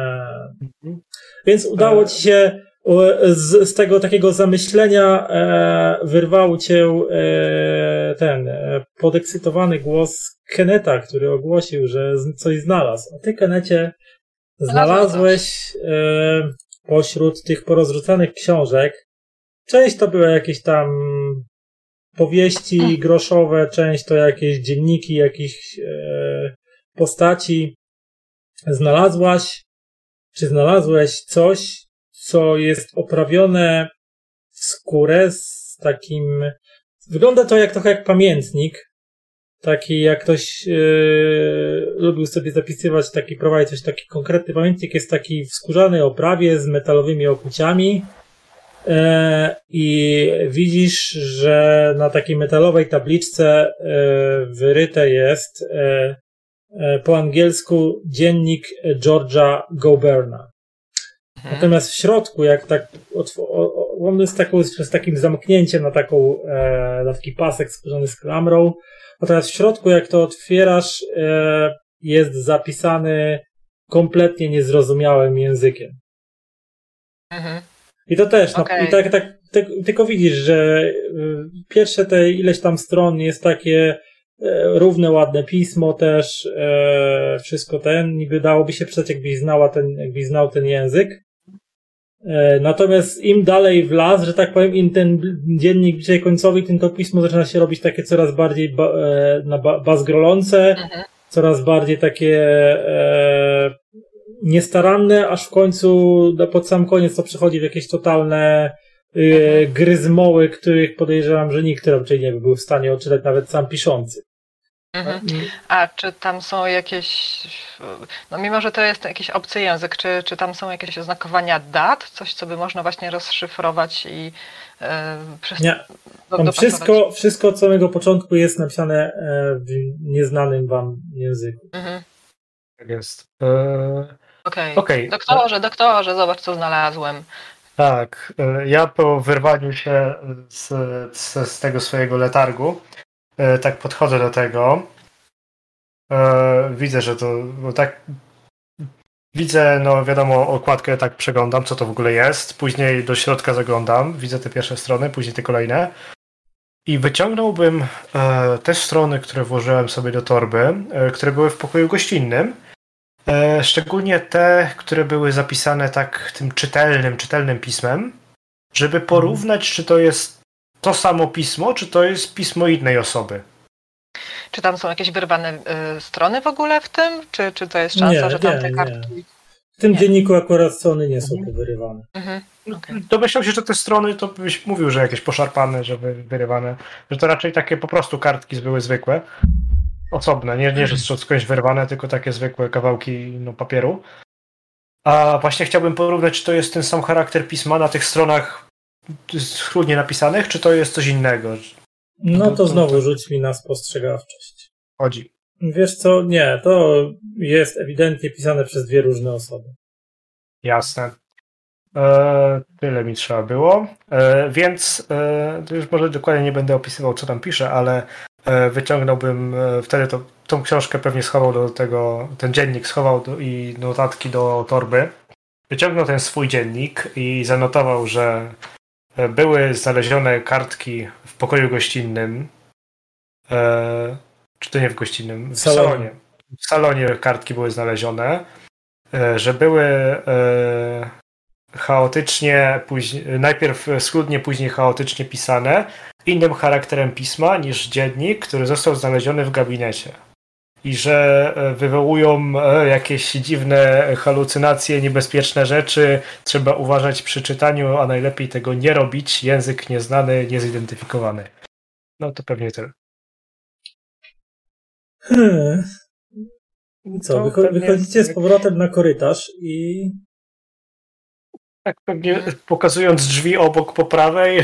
Więc udało ci się z tego takiego zamyślenia wyrwał cię ten podekscytowany głos Kenneta, który ogłosił, że coś znalazł. A ty, Kennecie, znalazłeś pośród tych porozrzucanych książek, część to były jakieś tam powieści groszowe, część to jakieś dzienniki, jakieś postaci. Znalazłeś coś, co jest oprawione w skórę z takim... Wygląda to trochę jak pamiętnik. Taki, jak ktoś lubił sobie zapisywać, prowadzić coś, taki konkretny pamiętnik jest taki w skórzanej oprawie z metalowymi okuciami. i widzisz, że na takiej metalowej tabliczce wyryte jest po angielsku dziennik George'a Goberna. Natomiast w środku, jak tak on jest z takim zamknięciem na taki pasek skórzany z klamrą, natomiast w środku, jak to otwierasz, jest zapisany kompletnie niezrozumiałym językiem. I to też, i tylko widzisz, że pierwsze te ileś tam stron jest takie równe, ładne pismo też, wszystko niby dałoby się przeczytać, jakbyś znał ten język. Natomiast im dalej w las, że tak powiem, im ten dziennik bliżej końcowy, tym to pismo zaczyna się robić takie coraz bardziej bazgrolące, coraz bardziej takie niestaranne, aż w końcu pod sam koniec to przechodzi w jakieś totalne gryzmoły, których podejrzewam, że nikt raczej nie był w stanie odczytać, nawet sam piszący. A czy tam są jakieś, no mimo że to jest jakiś obcy język, czy tam są jakieś oznakowania dat? Coś, co by można właśnie rozszyfrować i Nie. Tam wszystko od samego początku jest napisane w nieznanym wam języku. Tak jest. Okej. Doktorze, zobacz, co znalazłem. Tak, ja po wyrwaniu się z tego swojego letargu tak podchodzę do tego. Widzę, że to tak. Widzę, no wiadomo, okładkę tak przeglądam, co to w ogóle jest. Później do środka zaglądam, widzę te pierwsze strony, później te kolejne. I wyciągnąłbym te strony, które włożyłem sobie do torby, które były w pokoju gościnnym. Szczególnie te, które były zapisane tak tym czytelnym pismem, żeby porównać, czy to jest to samo pismo, czy to jest pismo innej osoby. Czy tam są jakieś wyrwane strony w ogóle w tym? Czy to jest szansa, że tam te kartki... Nie. W tym dzienniku akurat strony nie są powyrywane. Okay. Domyślał się, że te strony, to byś mówił, że jakieś poszarpane, że wyrywane, że to raczej takie po prostu kartki były zwykłe, osobne, nie że skądś wyrwane, tylko takie zwykłe kawałki papieru. A właśnie chciałbym porównać, czy to jest ten sam charakter pisma na tych stronach schludnie napisanych, czy to jest coś innego. No to znowu rzuć mi na spostrzegawczość. Chodzi. Wiesz co? Nie, to jest ewidentnie pisane przez dwie różne osoby. Jasne. Tyle mi trzeba było. Więc to już może dokładnie nie będę opisywał, co tam pisze, ale wyciągnąłbym wtedy tą książkę pewnie schował do tego, ten dziennik schował i notatki do torby. Wyciągnął ten swój dziennik i zanotował, że były znalezione kartki w pokoju gościnnym. Czy to nie w gościnnym? W salonie. W salonie kartki były znalezione, że były chaotycznie, najpierw schludnie, później chaotycznie pisane, innym charakterem pisma niż dziennik, który został znaleziony w gabinecie. I że wywołują jakieś dziwne halucynacje, niebezpieczne rzeczy. Trzeba uważać przy czytaniu, a najlepiej tego nie robić. Język nieznany, niezidentyfikowany. No to pewnie tyle. I co, wychodzicie z powrotem na korytarz i... Tak, pewnie pokazując drzwi obok po prawej,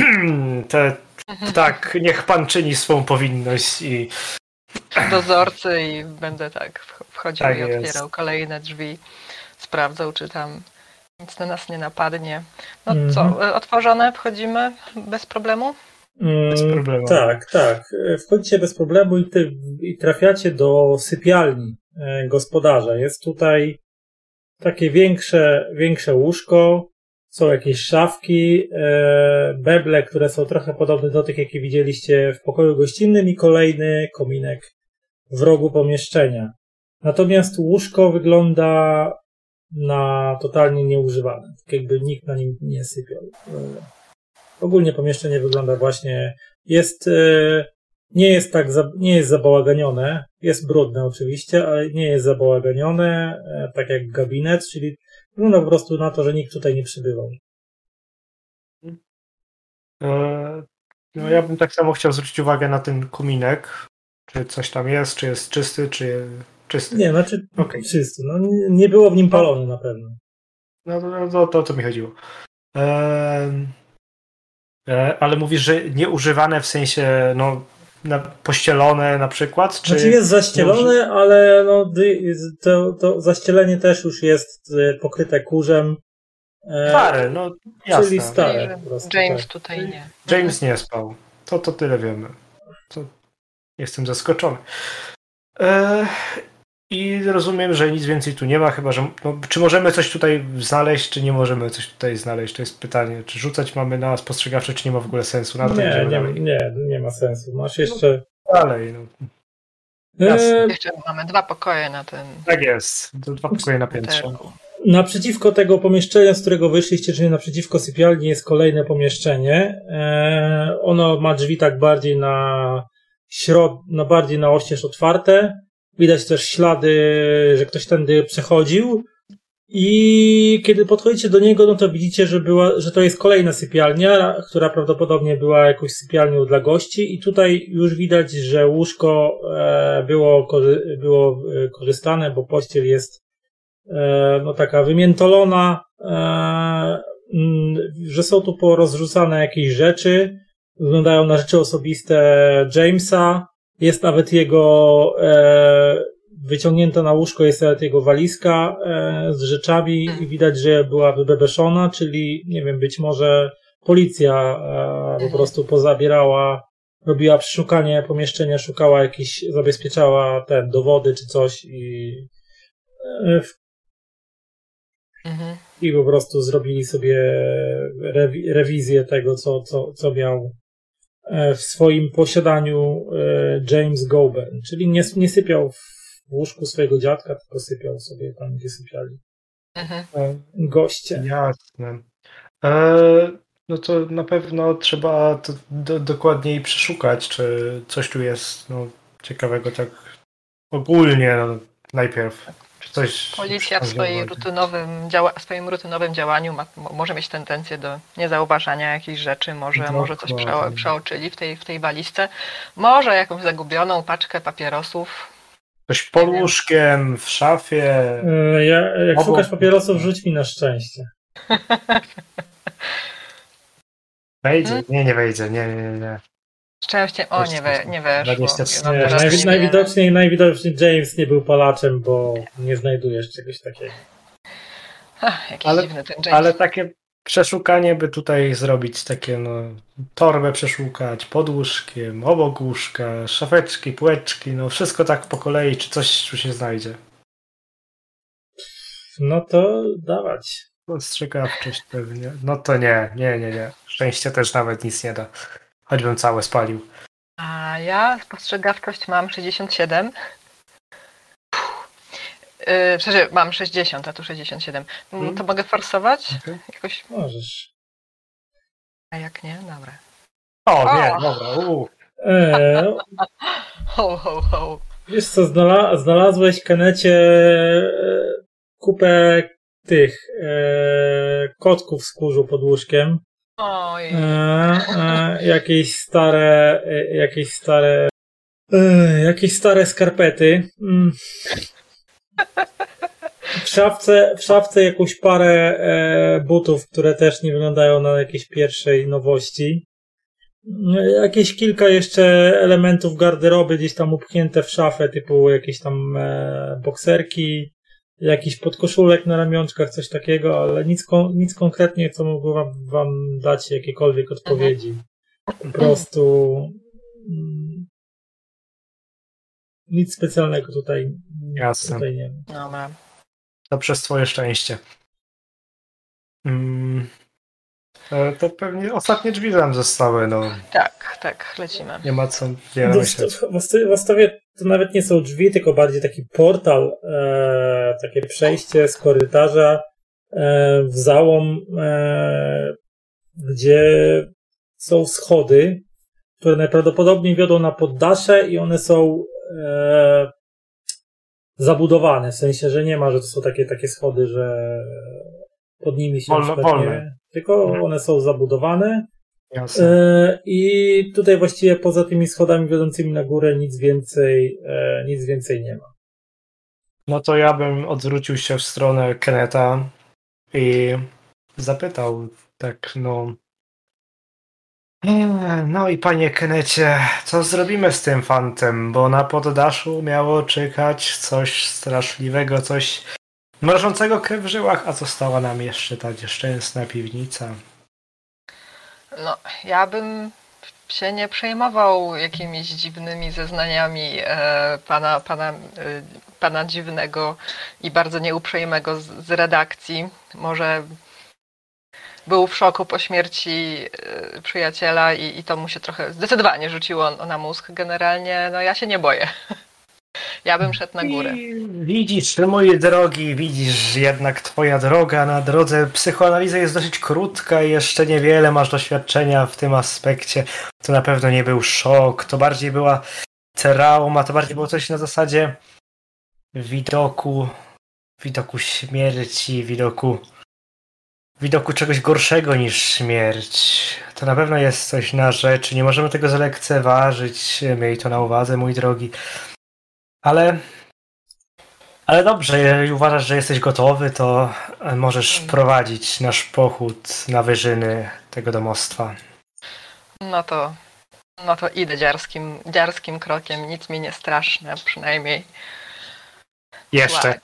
tak, niech pan czyni swą powinność i... Dozorcy i będę wchodził tak i jest. otwierał kolejne drzwi, sprawdzał, czy tam nic na nas nie napadnie. No co, otworzone, wchodzimy bez problemu? Bez problemu. Tak. Wchodzicie bez problemu i trafiacie do sypialni gospodarza. Jest tutaj takie większe łóżko, są jakieś szafki, meble, które są trochę podobne do tych, jakie widzieliście w pokoju gościnnym i kolejny kominek w rogu pomieszczenia. Natomiast łóżko wygląda na totalnie nieużywane, tak jakby nikt na nim nie sypiał. Ogólnie pomieszczenie wygląda właśnie, nie jest zabałaganione, jest brudne oczywiście, ale nie jest zabałaganione, tak jak gabinet, czyli wygląda po prostu na to, że nikt tutaj nie przybywał. No ja bym tak samo chciał zwrócić uwagę na ten kominek, czy coś tam jest, czy jest czysty, czy czysty. Nie, czysty, nie było w nim palony na pewno. No to o to mi chodziło. Ale mówisz, że nieużywane w sensie pościelone na przykład? Czy Znaczy jest zaścielone, ale no, to zaścielenie też już jest pokryte kurzem. Stare, no jasne. Czyli stare. Że Po prostu, James tak. tutaj nie. James nie spał. To tyle wiemy. To jestem zaskoczony. I rozumiem, że nic więcej tu nie ma, chyba że. Czy możemy coś tutaj znaleźć, czy nie możemy coś tutaj znaleźć? To jest pytanie. Czy rzucać mamy na spostrzegawcze, czy nie ma w ogóle sensu? Nie ma sensu. Masz jeszcze. Dalej. No. Jasne. Jeszcze mamy 2 pokoje na tym. Tak jest. 2 pokoje na piętrze. terku. Naprzeciwko tego pomieszczenia, z którego wyszliście, czyli naprzeciwko sypialni, jest kolejne pomieszczenie. Ono ma drzwi tak bardziej bardziej na oścież otwarte. Widać też ślady, że ktoś tędy przechodził. I kiedy podchodzicie do niego, no to widzicie, że to jest kolejna sypialnia, która prawdopodobnie była jakąś sypialnią dla gości. I tutaj już widać, że łóżko było korzystane, bo pościel jest taka wymiętolona, że są tu porozrzucane jakieś rzeczy, wyglądają na rzeczy osobiste Jamesa, jest nawet jego wyciągnięta na łóżko, jest nawet jego walizka z rzeczami i widać, że była wybebeszona, czyli nie wiem, być może policja po prostu pozabierała, robiła przeszukanie pomieszczenia, szukała jakieś, zabezpieczała te dowody czy coś i po prostu zrobili sobie rewizję tego, co miał w swoim posiadaniu James Goben. Czyli nie sypiał w łóżku swojego dziadka, tylko sypiał sobie tam, gdzie sypiali goście. Jasne. No to na pewno trzeba to dokładniej przeszukać, czy coś tu jest ciekawego tak ogólnie najpierw. Policja w swoim rutynowym działaniu może mieć tendencję do niezauważania jakichś rzeczy, może coś przeoczyli w tej walizce, może jakąś zagubioną paczkę papierosów. Coś pod łóżkiem, w szafie. Jak szukasz papierosów, rzuć mi na szczęście. Wejdzie? Nie wejdzie, nie. Szczęście, nie weszło. Najwidoczniej James nie był palaczem, bo nie znajdujesz czegoś takiego. Dziwny ten James. Ale takie przeszukanie by tutaj zrobić, takie torbę przeszukać, pod łóżkiem, obok łóżka, szafeczki, półeczki, wszystko tak po kolei, czy coś tu się znajdzie. No to dawać. Spostrzegawczość pewnie. No to nie. Szczęście też nawet nic nie da. Choćbym całe spalił. A ja spostrzegawczość mam 67. Mam 60, a tu 67. To mogę forsować? Okay. Jakoś... Możesz. A jak nie? Dobra. Dobra. Ho. Wiesz co, znalazłeś w Kenecie kupę tych kotków z kurzu pod łóżkiem. Oj. Jakieś stare skarpety. W szafce jakąś parę butów, które też nie wyglądają na jakieś pierwszej nowości. Jakieś kilka jeszcze elementów garderoby gdzieś tam upchnięte w szafę, typu jakieś tam bokserki, jakiś podkoszulek na ramionczkach, coś takiego, ale nic konkretnie, co mogło wam dać jakiekolwiek odpowiedzi. Po prostu nic specjalnego tutaj nie ma. Dobra. To przez twoje szczęście. To pewnie ostatnie drzwi tam zostały, Tak, lecimy. Nie ma co wiele myśleć. Właściwie to nawet nie są drzwi, tylko bardziej taki portal, takie przejście z korytarza w załom, gdzie są schody, które najprawdopodobniej wiodą na poddasze i one są zabudowane, w sensie, że nie ma, że to są takie schody, że pod nimi się wolne. Tylko one są zabudowane. Jasne. I tutaj właściwie poza tymi schodami wiodącymi na górę nic więcej nie ma. No to ja bym odwrócił się w stronę Kenneta i zapytał, Tak, no. No i panie Kenecie, co zrobimy z tym fantem? Bo na poddaszu miało czekać coś straszliwego, coś mrożącego krew w żyłach, a została nam jeszcze ta nieszczęsna piwnica. No, ja bym się nie przejmował jakimiś dziwnymi zeznaniami pana dziwnego i bardzo nieuprzejmego z redakcji. Może był w szoku po śmierci przyjaciela i to mu się trochę zdecydowanie rzuciło na mózg. Generalnie, no ja się nie boję. Ja bym szedł na górę. Widzisz, mój drogi, widzisz, jednak twoja droga na drodze psychoanalizy jest dosyć krótka i jeszcze niewiele masz doświadczenia w tym aspekcie. To na pewno nie był szok, to bardziej była trauma, to bardziej było coś na zasadzie widoku śmierci, widoku czegoś gorszego niż śmierć. To na pewno jest coś na rzeczy, nie możemy tego zlekceważyć, miej to na uwadze, mój drogi. Ale dobrze, jeżeli uważasz, że jesteś gotowy, to możesz prowadzić nasz pochód na wyżyny tego domostwa. No to idę dziarskim krokiem, nic mi nie straszne, przynajmniej. Jeszcze.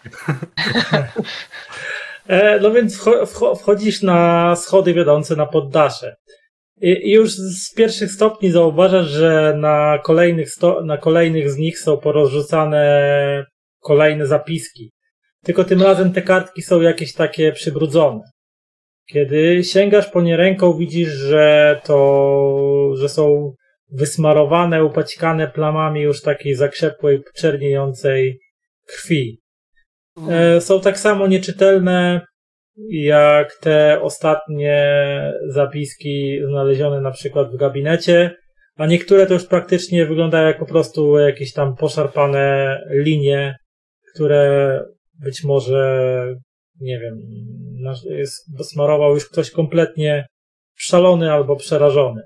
No więc wchodzisz na schody wiodące na poddasze. I już z pierwszych stopni zauważasz, że na kolejnych z nich są porozrzucane kolejne zapiski. Tylko tym razem te kartki są jakieś takie przybrudzone. Kiedy sięgasz po nie ręką, widzisz, że są wysmarowane, upaćkane plamami już takiej zakrzepłej, czerniejącej krwi. Są tak samo nieczytelne jak te ostatnie zapiski znalezione na przykład w gabinecie, a niektóre to już praktycznie wyglądają jak po prostu jakieś tam poszarpane linie, które być może, nie wiem, smarował już ktoś kompletnie szalony albo przerażony.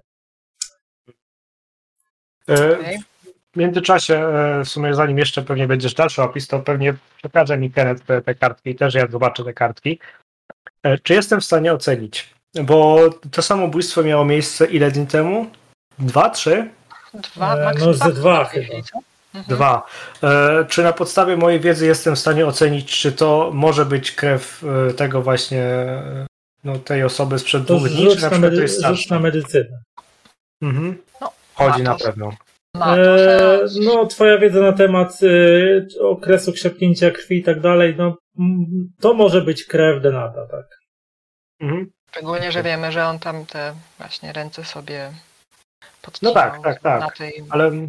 Okay. W międzyczasie, w sumie zanim jeszcze pewnie będziesz dalszy opis, to pewnie przekaże mi Kenneth te kartki i też ja zobaczę te kartki. Czy jestem w stanie ocenić? Bo to samobójstwo miało miejsce ile dni temu? 2, 3? 2, no ze 2 chyba. 2. Czy na podstawie mojej wiedzy jestem w stanie ocenić, czy to może być krew tego właśnie, no, tej osoby sprzed 2 dni, czy na przykład to jest rzuć na medycynę. Mhm. No, chodzi na pewno. No, twoja wiedza na temat okresu krzepnięcia krwi i tak dalej, no to może być krew Denata, tak. Mhm. Szczególnie, że wiemy, że on tam te właśnie ręce sobie No podcinał. tak. Na tej...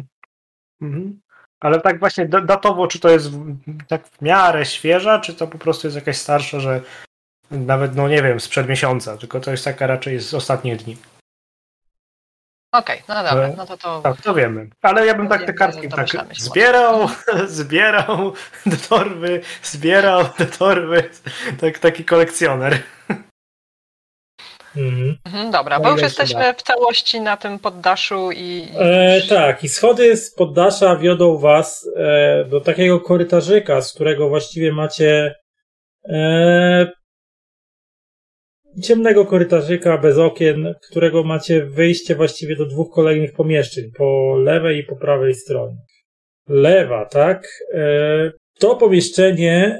Ale tak właśnie datowo, czy to jest tak w miarę świeża, czy to po prostu jest jakaś starsza, że nawet, no nie wiem, sprzed miesiąca, tylko to jest taka raczej z ostatnich dni. Okej, no dobra, no to... Tak, to wiemy. Ale ja bym tak te kartki tak zbierał do torby, taki kolekcjoner. Dobra, bo już jesteśmy w całości na tym poddaszu i... Tak, i schody z poddasza wiodą was do takiego korytarzyka, z którego właściwie macie ciemnego korytarzyka bez okien, którego macie wyjście właściwie do 2 kolejnych pomieszczeń, po lewej i po prawej stronie. Lewa, tak? To pomieszczenie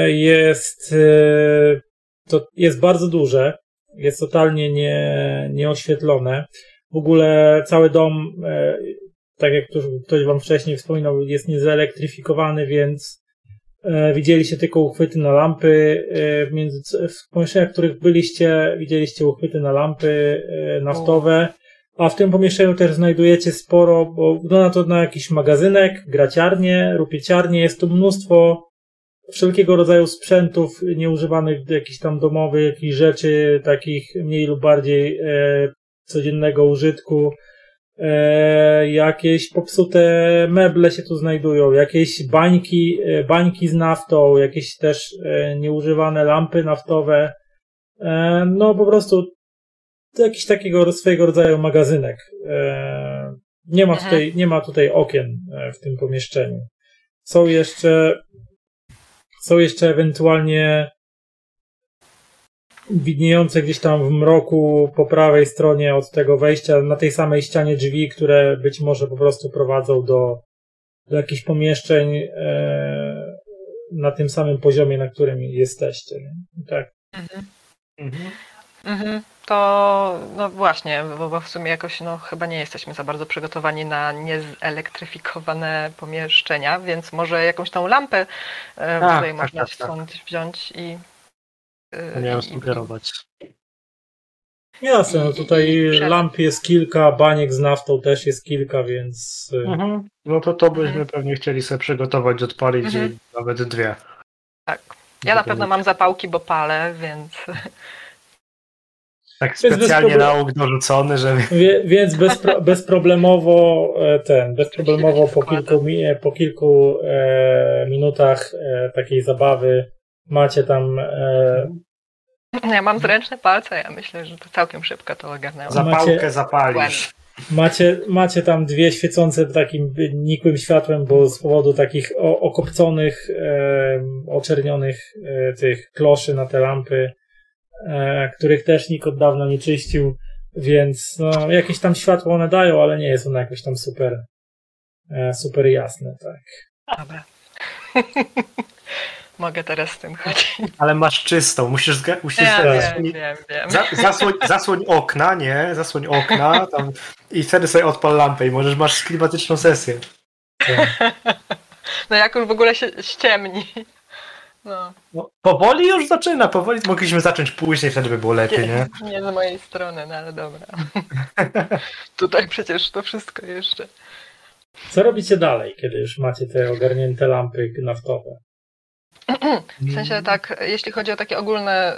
jest bardzo duże, jest totalnie nieoświetlone. W ogóle cały dom, tak jak ktoś wam wcześniej wspominał, jest niezelektryfikowany, więc widzieliście tylko uchwyty na lampy. W pomieszczeniach, w których byliście, widzieliście uchwyty na lampy naftowe, a w tym pomieszczeniu też znajdujecie sporo, bo wygląda to na jakiś magazynek, graciarnię, rupieciarnię. Jest tu mnóstwo wszelkiego rodzaju sprzętów nieużywanych, jakichś tam domowych, jakichś rzeczy takich mniej lub bardziej codziennego użytku. Jakieś popsute meble się tu znajdują, jakieś bańki z naftą, jakieś też nieużywane lampy naftowe. No po prostu jakiś takiego swojego rodzaju magazynek. Nie ma tutaj okien w tym pomieszczeniu. Są jeszcze ewentualnie widniejące gdzieś tam w mroku po prawej stronie od tego wejścia, na tej samej ścianie drzwi, które być może po prostu prowadzą do jakichś pomieszczeń na tym samym poziomie, na którym jesteście. Nie? Tak. To no właśnie, bo w sumie jakoś chyba nie jesteśmy za bardzo przygotowani na niezelektryfikowane pomieszczenia, więc może jakąś tą lampę tutaj można stąd wziąć i miałem sugerować. Jasne, no tutaj lamp jest kilka, baniek z naftą też jest kilka, więc... No to byśmy pewnie chcieli sobie przygotować, odpalić i nawet 2. Tak. Ja na pewno mam zapałki, bo palę, więc... Tak specjalnie nauk dorzucony, żeby... Więc bezproblemowo po kilku minutach takiej zabawy macie tam... Ja mam zręczne palce, ja myślę, że to całkiem szybko to ogarnęło. Zapałkę zapalisz. Macie tam 2 świecące takim nikłym światłem, bo z powodu takich okopconych, oczernionych tych kloszy na te lampy, których też nikt od dawna nie czyścił, więc no, jakieś tam światło one dają, ale nie jest ono jakoś tam super jasne, tak. Dobra. Mogę teraz z tym chodzić. Ale masz czystą, musisz wiem. Zasłoń okna, nie? Zasłoń okna tam, i wtedy sobie odpal lampę i masz klimatyczną sesję. No jak już w ogóle się ściemni. No, powoli już zaczyna, powoli. Mogliśmy zacząć później, wtedy by było lepiej, nie? Nie z mojej strony, no ale dobra. Tutaj przecież to wszystko jeszcze. Co robicie dalej, kiedy już macie te ogarnięte lampy naftowe? W sensie tak, jeśli chodzi o takie ogólne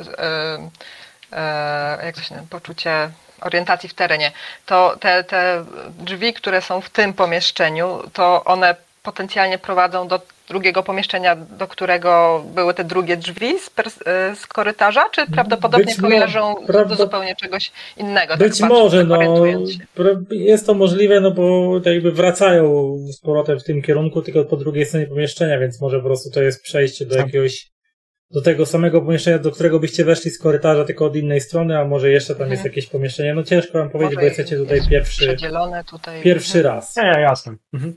jak to się nazywa, poczucie orientacji w terenie, to te drzwi, które są w tym pomieszczeniu, to one potencjalnie prowadzą do drugiego pomieszczenia, do którego były te drugie drzwi z korytarza, czy prawdopodobnie kojarzą do zupełnie czegoś innego? Być tak może, jest to możliwe, no bo jakby wracają z powrotem w tym kierunku, tylko po drugiej stronie pomieszczenia, więc może po prostu to jest przejście do tego samego pomieszczenia, do którego byście weszli z korytarza, tylko od innej strony, a może jeszcze tam jest jakieś pomieszczenie. No ciężko wam powiedzieć, bo jesteście tutaj pierwszy raz. Nie, jasne.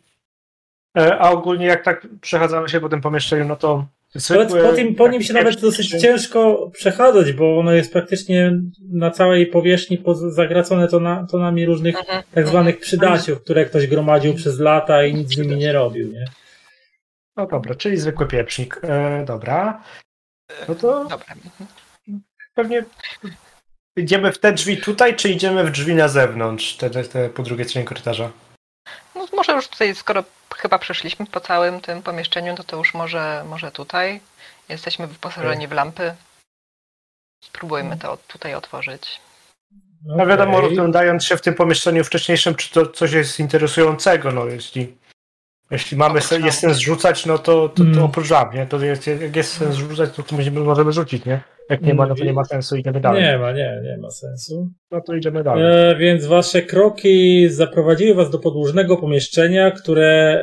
A ogólnie jak tak przechadzamy się po tym pomieszczeniu, no to... Po nim się nawet dosyć ciężko przechadzać, bo ono jest praktycznie na całej powierzchni zagracone tonami różnych tak zwanych przydaciów, które ktoś gromadził przez lata i nic z nimi nie robił, nie? No dobra, czyli zwykły pieprznik. Dobra. No to pewnie idziemy w te drzwi tutaj, czy idziemy w drzwi na zewnątrz, te po drugiej stronie korytarza? No może już tutaj, skoro chyba przeszliśmy po całym tym pomieszczeniu, to już może tutaj. Jesteśmy wyposażeni w lampy. Spróbujmy to tutaj otworzyć. No wiadomo, rozglądając się w tym pomieszczeniu wcześniejszym, czy to coś jest interesującego, no jeśli mamy jest sens rzucać, no to oprócz nie? To jak jest sens rzucać, to możemy rzucić, nie? Jak nie ma, no to nie ma sensu, idziemy dalej. Nie ma sensu. No to idziemy dalej. Więc wasze kroki zaprowadziły was do podłużnego pomieszczenia, które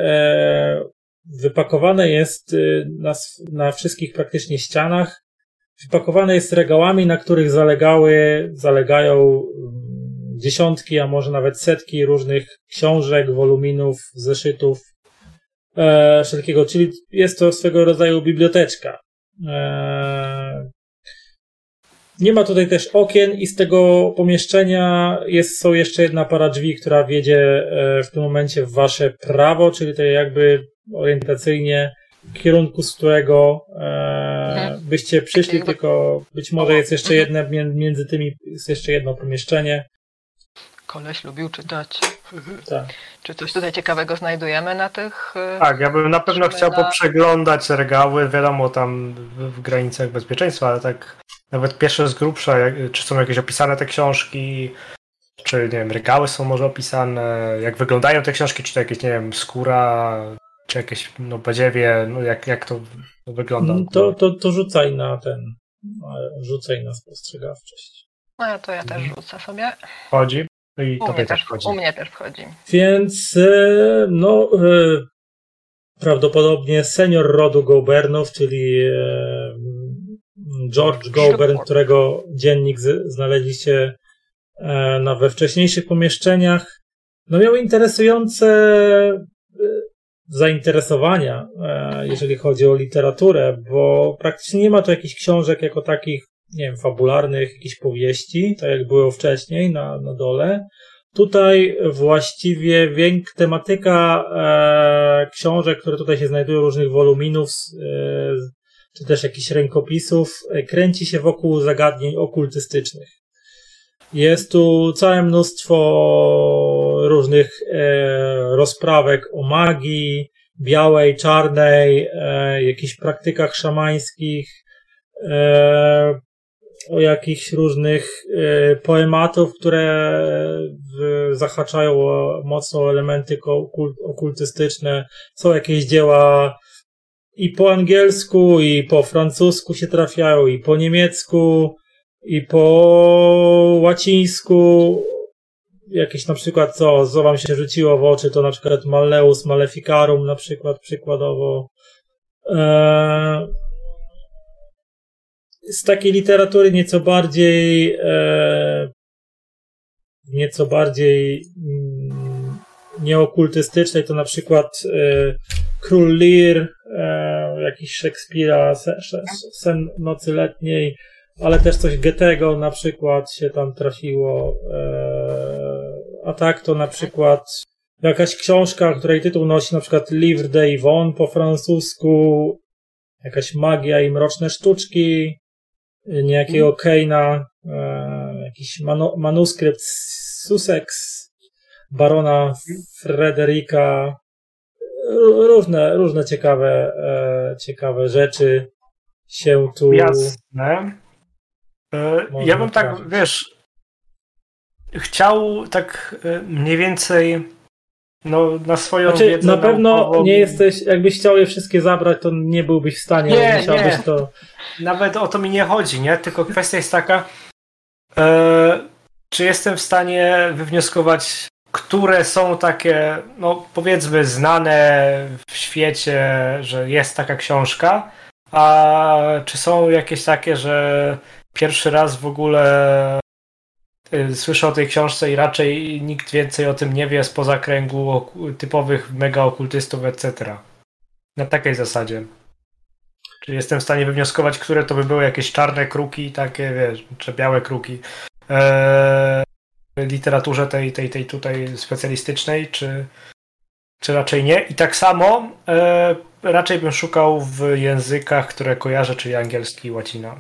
wypakowane jest na wszystkich praktycznie ścianach. Wypakowane jest regałami, na których zalegają dziesiątki, a może nawet setki różnych książek, woluminów, zeszytów, wszelkiego, czyli jest to swego rodzaju biblioteczka. Nie ma tutaj też okien i z tego pomieszczenia są jeszcze jedna para drzwi, która wiedzie w tym momencie w wasze prawo, czyli to jakby orientacyjnie w kierunku, z którego byście przyszli, tylko być może jest jeszcze jedno, między tymi jest jeszcze jedno pomieszczenie. Koleś lubił czytać. Tak. Czy coś tutaj ciekawego znajdujemy na tych... Tak, ja bym na pewno chciał poprzeglądać regały, wiadomo, tam w granicach bezpieczeństwa, ale tak nawet pierwsze z grubsza, czy są jakieś opisane te książki, czy nie wiem, regały są może opisane, jak wyglądają te książki, czy to jakieś, nie wiem, skóra, czy jakieś badziewie, jak to wygląda. To rzucaj na spostrzegawczość. No to ja też rzucę sobie. Wchodzi. I tobie też wchodzi. U mnie też wchodzi. Więc prawdopodobnie senior rodu Gobernów, czyli George Goulburn, którego dziennik znaleźliście we wcześniejszych pomieszczeniach, no miał interesujące zainteresowania, jeżeli chodzi o literaturę, bo praktycznie nie ma tu jakichś książek jako takich, nie wiem, fabularnych, jakichś powieści, tak jak było wcześniej na dole. Tutaj właściwie tematyka książek, które tutaj się znajdują, różnych woluminów, czy też jakichś rękopisów, kręci się wokół zagadnień okultystycznych. Jest tu całe mnóstwo różnych rozprawek o magii, białej, czarnej, jakichś praktykach szamańskich, o jakichś różnych poematów, które zahaczają mocno elementy okultystyczne. Są jakieś dzieła i po angielsku, i po francusku się trafiają, i po niemiecku, i po łacińsku. Jakieś na przykład, co wam się rzuciło w oczy, to na przykład Malleus Maleficarum, na przykład, przykładowo. Z takiej literatury nieco bardziej nieokultystycznej, to na przykład Król Lear, jakiś Szekspira, Sen nocy letniej, ale też coś Goethego na przykład się tam trafiło. A tak to na przykład jakaś książka, której tytuł nosi na przykład Livre de Yvonne po francusku, jakaś magia i mroczne sztuczki, niejakiego Kane'a, jakiś manuskrypt Sussex, barona Frederika, różne ciekawe rzeczy się tu... Jasne. Ja bym tak, chciał tak mniej więcej na swoją wiedzę na pewno naukową... nie jesteś, jakbyś chciał je wszystkie zabrać, to nie byłbyś w stanie, nie. to... Nawet o to mi nie chodzi, nie? Tylko kwestia jest taka, czy jestem w stanie wywnioskować, które są takie, powiedzmy znane w świecie, że jest taka książka, a czy są jakieś takie, że pierwszy raz w ogóle słyszę o tej książce i raczej nikt więcej o tym nie wie spoza kręgu typowych mega okultystów, etc. Na takiej zasadzie. Czyli jestem w stanie wywnioskować, które to by były jakieś czarne kruki, takie, czy białe kruki w literaturze tej tutaj specjalistycznej, czy raczej nie. I tak samo raczej bym szukał w językach, które kojarzę, czyli angielski i łacina.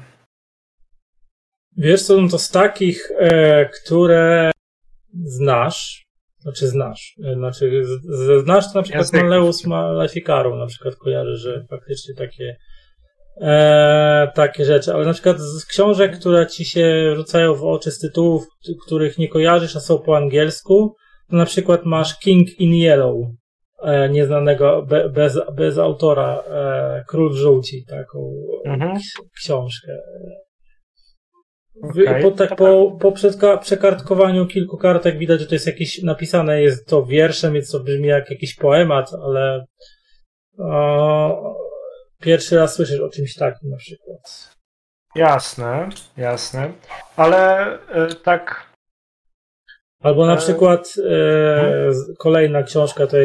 Wiesz co, to z takich, które znasz, znasz to na przykład Malleus Maleficarum, na przykład kojarzę, że faktycznie takie rzeczy, ale na przykład z książek, które ci się rzucają w oczy z tytułów, których nie kojarzysz, a są po angielsku, to na przykład masz King in Yellow, nieznanego, bez autora, Król w żółci, taką książkę. Okay. Po przekartkowaniu kilku kartek widać, że to jest jakieś, napisane jest to wierszem, więc to brzmi jak jakiś poemat, ale pierwszy raz słyszysz o czymś takim na przykład. Jasne. Ale tak... Albo na przykład kolejna książka to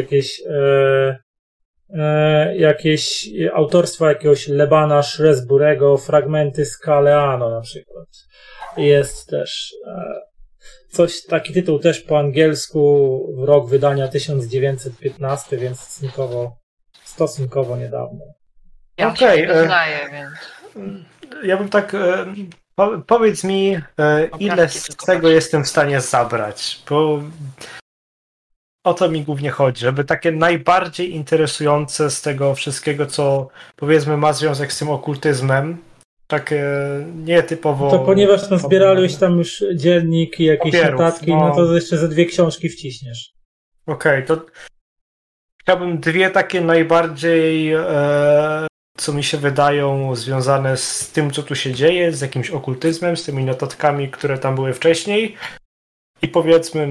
jakieś autorstwa jakiegoś Lebana Shrewsburego, Fragmenty z Kaleano na przykład. Jest też taki tytuł też po angielsku, rok wydania 1915, więc stosunkowo niedawno. Ja się przyznaję, więc... Ja bym tak... Powiedz mi, ile z tego jestem w stanie zabrać, bo o to mi głównie chodzi, żeby takie najbardziej interesujące z tego wszystkiego, co powiedzmy ma związek z tym okultyzmem, takie nietypowo... To ponieważ zbierałeś tam już dziennik i jakieś notatki, no to jeszcze ze 2 książki wciśniesz. Okej, to chciałbym 2 takie najbardziej... co mi się wydają związane z tym, co tu się dzieje, z jakimś okultyzmem, z tymi notatkami, które tam były wcześniej i powiedzmy,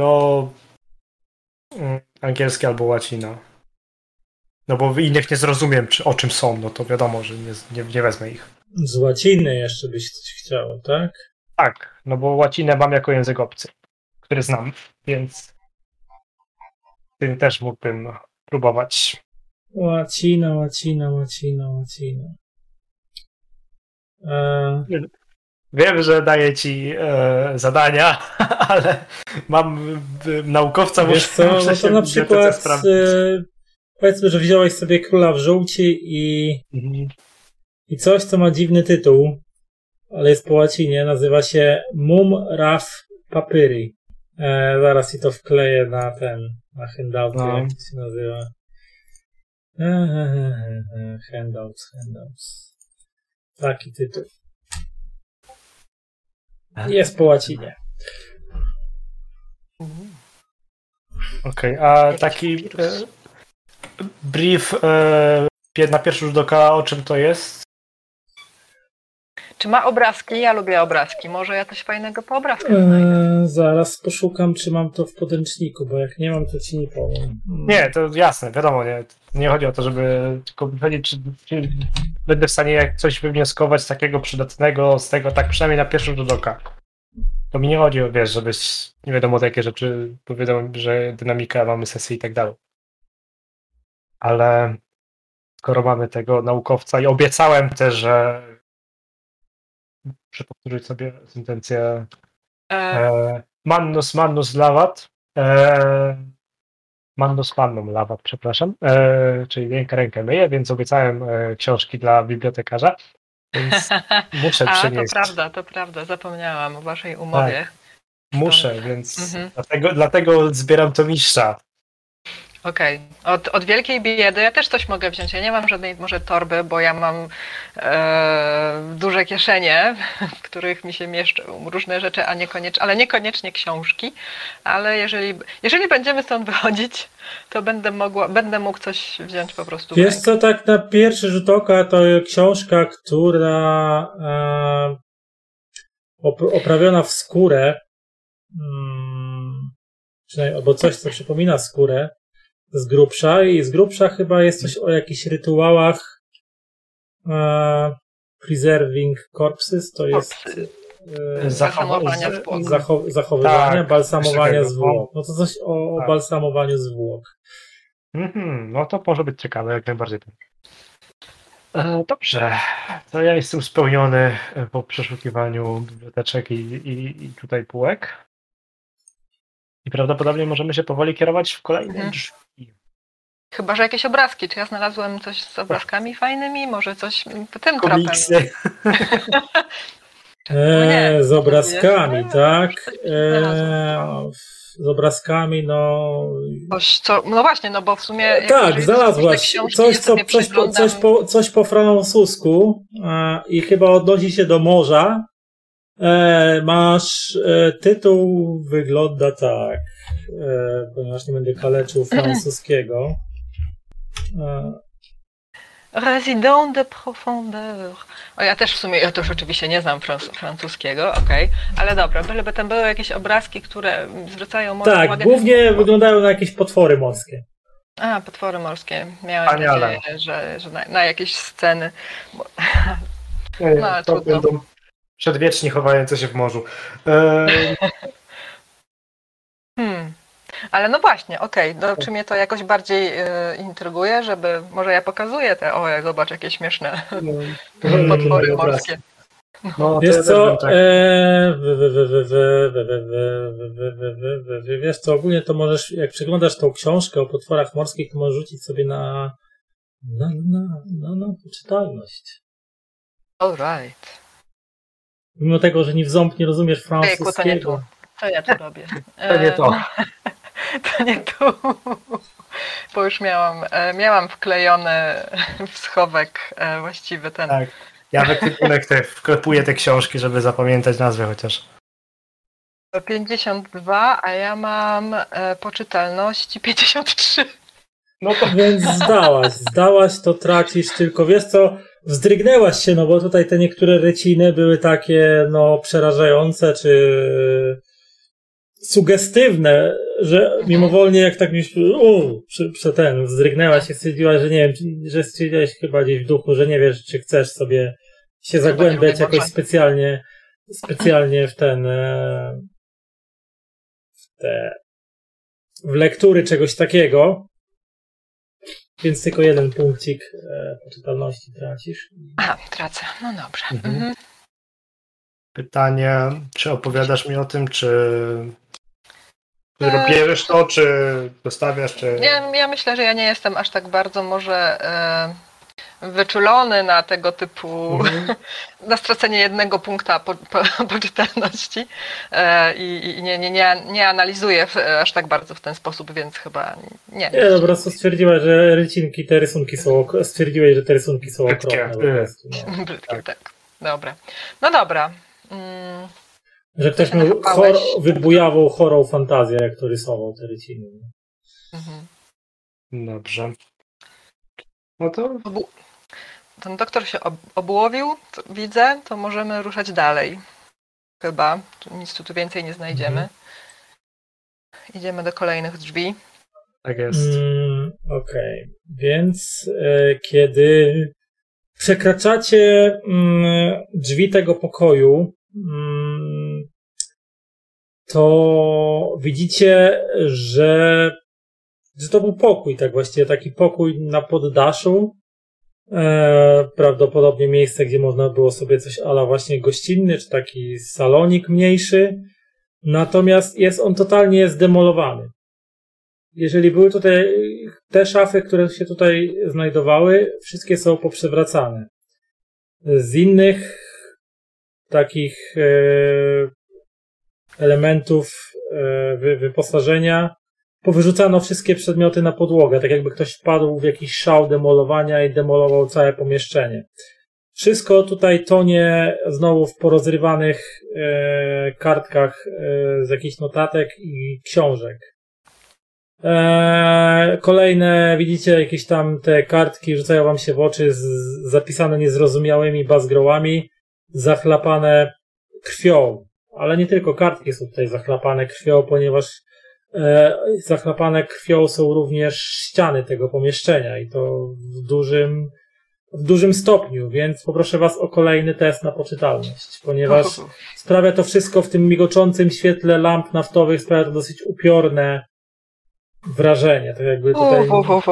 angielskie albo łacina. No bo innych nie zrozumiem, o czym są, no to wiadomo, że nie wezmę ich. Z łaciny jeszcze byś coś chciał, tak? Tak, no bo łacinę mam jako język obcy, który znam, więc tym też mógłbym próbować. Łacina. Wiem, że daję ci zadania, ale mam naukowca, Wiesz co, muszę no się to na w bibliotece przykład sprawdzić. powiedzmy, że wziąłeś sobie Króla w żółci i coś, co ma dziwny tytuł, ale jest po łacinie, nazywa się Mum Raf Papyri. Zaraz ci to wkleję na handouty, No. jak to się nazywa. Handouts. Taki tytuł. Jest po łacinie. Okej, a taki brief na pierwszy rzut oka, o czym to jest? Czy ma obrazki? Ja lubię obrazki. Może ja coś fajnego po obrazkach Mhm. znajdę. Zaraz poszukam, czy mam to w podręczniku, bo jak nie mam, to ci nie powiem. Nie, to jasne, wiadomo, nie chodzi o to, żeby tylko powiedzieć, czy będę w stanie jak coś wywnioskować z takiego przydatnego, z tego tak przynajmniej na pierwszy rzut oka. To mi nie chodzi o, wiesz, żebyś nie wiadomo takie rzeczy, bo wiadomo, że dynamika, mamy sesję i tak dalej. Ale skoro mamy tego naukowca i obiecałem też, że muszę powtórzyć sobie sentencję Mannus Lavat, Mannum Lavat, przepraszam, czyli rękę myję, więc obiecałem książki dla bibliotekarza, więc muszę przynieść. To prawda, zapomniałam o waszej umowie. Tak, muszę, więc Mhm. dlatego zbieram to mistrza. Okej. Od wielkiej biedy ja też coś mogę wziąć. Ja nie mam żadnej może torby, bo ja mam duże kieszenie, w których mi się mieszczą różne rzeczy, ale niekoniecznie książki. Ale jeżeli będziemy stąd wychodzić, to będę mógł coś wziąć po prostu. Wiesz co, tak na pierwszy rzut oka to książka, która oprawiona w skórę, przynajmniej, albo coś, co przypomina skórę, z grubsza i z grubsza chyba jest coś o jakichś rytuałach preserving corpses, to jest Balsamowania zwłok. zachowywania, Tak, balsamowania coś zwłok. No to coś o Tak. balsamowaniu zwłok. No to może być ciekawe, jak najbardziej. Dobrze, to ja jestem spełniony po przeszukiwaniu biblioteczek i tutaj półek. I prawdopodobnie możemy się powoli kierować w kolejne drzwi. Chyba że jakieś obrazki. Czy ja znalazłem coś z obrazkami fajnymi? Może coś tym tropem. Komiksy. Z obrazkami, tak? Z obrazkami, no... No właśnie, no bo w sumie... Tak, znalazłaś coś po francusku i chyba odnosi się do morza. Masz tytuł, wygląda tak, ponieważ nie będę kaleczył francuskiego. Résident de profondeur. O, ja też w sumie, ja też oczywiście nie znam francuskiego, okej, ale dobra, byleby tam były jakieś obrazki, które zwracają moją uwagę. Tak, głównie wyglądają na jakieś potwory morskie. Potwory morskie. Miałem nadzieję, że na jakieś sceny. To trudno. Będą przedwieczni chowające się w morzu. Ale no właśnie, czy mnie to jakoś bardziej intryguje, żeby może ja pokazuję zobacz, jakie śmieszne potwory morskie. No, wiesz co, wiesz co, ogólnie to możesz, jak przeglądasz tą książkę o potworach morskich, to możesz rzucić sobie na poczytalność. Alright. Mimo tego, że ni w ząb nie rozumiesz francuskiego. To ja tu robię. To nie to. To nie tu. Bo już miałam wklejony w schowek właściwy ten. Tak. Ja w ekwipunek wklepuję te książki, żeby zapamiętać nazwę chociaż. 52, a ja mam poczytalności 53. No to więc zdałaś, to tracisz tylko, wiesz co, wzdrygnęłaś się, no bo tutaj te niektóre ryciny były takie, no, przerażające, czy sugestywne, że mimowolnie jak tak wzdrygnęłaś się, stwierdziłaś, że nie wiem, że stwierdziłaś chyba gdzieś w duchu, że nie wiesz, czy chcesz sobie się Chyba zagłębiać nie lubię jakoś Boże. specjalnie w lektury czegoś takiego. Więc tylko jeden punkcik poczytalności tracisz. Aha, tracę. No dobrze. Mhm. Pytanie, czy opowiadasz mi o tym, czy bierzesz to, czy zostawiasz, czy... Ja myślę, że ja nie jestem aż tak bardzo może wyczulony na tego typu, na stracenie jednego punkta poczytalności i nie analizuję aż tak bardzo w ten sposób, więc chyba nie. Nie, no po prostu stwierdziłeś, że te rysunki są stwierdziłeś, że te rysunki są Brzydkie. okropne po prostu. No. Brzydkie, tak. Dobra. No dobra. Że ktoś miał wybujawą, chorą fantazję, jak to rysował te ryciny. Dobrze. No to... Ten doktor się obłowił, widzę, to możemy ruszać dalej. Chyba. Nic tu więcej nie znajdziemy. Idziemy do kolejnych drzwi. Tak jest. Okej. Więc kiedy przekraczacie drzwi tego pokoju, to widzicie, że to był pokój, tak właściwie taki pokój na poddaszu. Prawdopodobnie miejsce, gdzie można było sobie coś a la właśnie gościnny, czy taki salonik mniejszy. Natomiast jest on totalnie zdemolowany. Jeżeli były tutaj te szafy, które się tutaj znajdowały, wszystkie są poprzewracane. Z innych takich elementów wyposażenia powyrzucano wszystkie przedmioty na podłogę, tak jakby ktoś wpadł w jakiś szał demolowania i demolował całe pomieszczenie. Wszystko tutaj tonie znowu w porozrywanych kartkach z jakichś notatek i książek. Kolejne, widzicie, jakieś tam te kartki rzucają wam się w oczy, zapisane niezrozumiałymi bazgrołami, zachlapane krwią. Ale nie tylko kartki są tutaj zachlapane krwią, ponieważ zachlapane krwią są również ściany tego pomieszczenia i to w dużym stopniu, więc poproszę was o kolejny test na poczytalność, ponieważ sprawia to wszystko w tym migoczącym świetle lamp naftowych, sprawia to dosyć upiorne wrażenie, tak jakby tutaj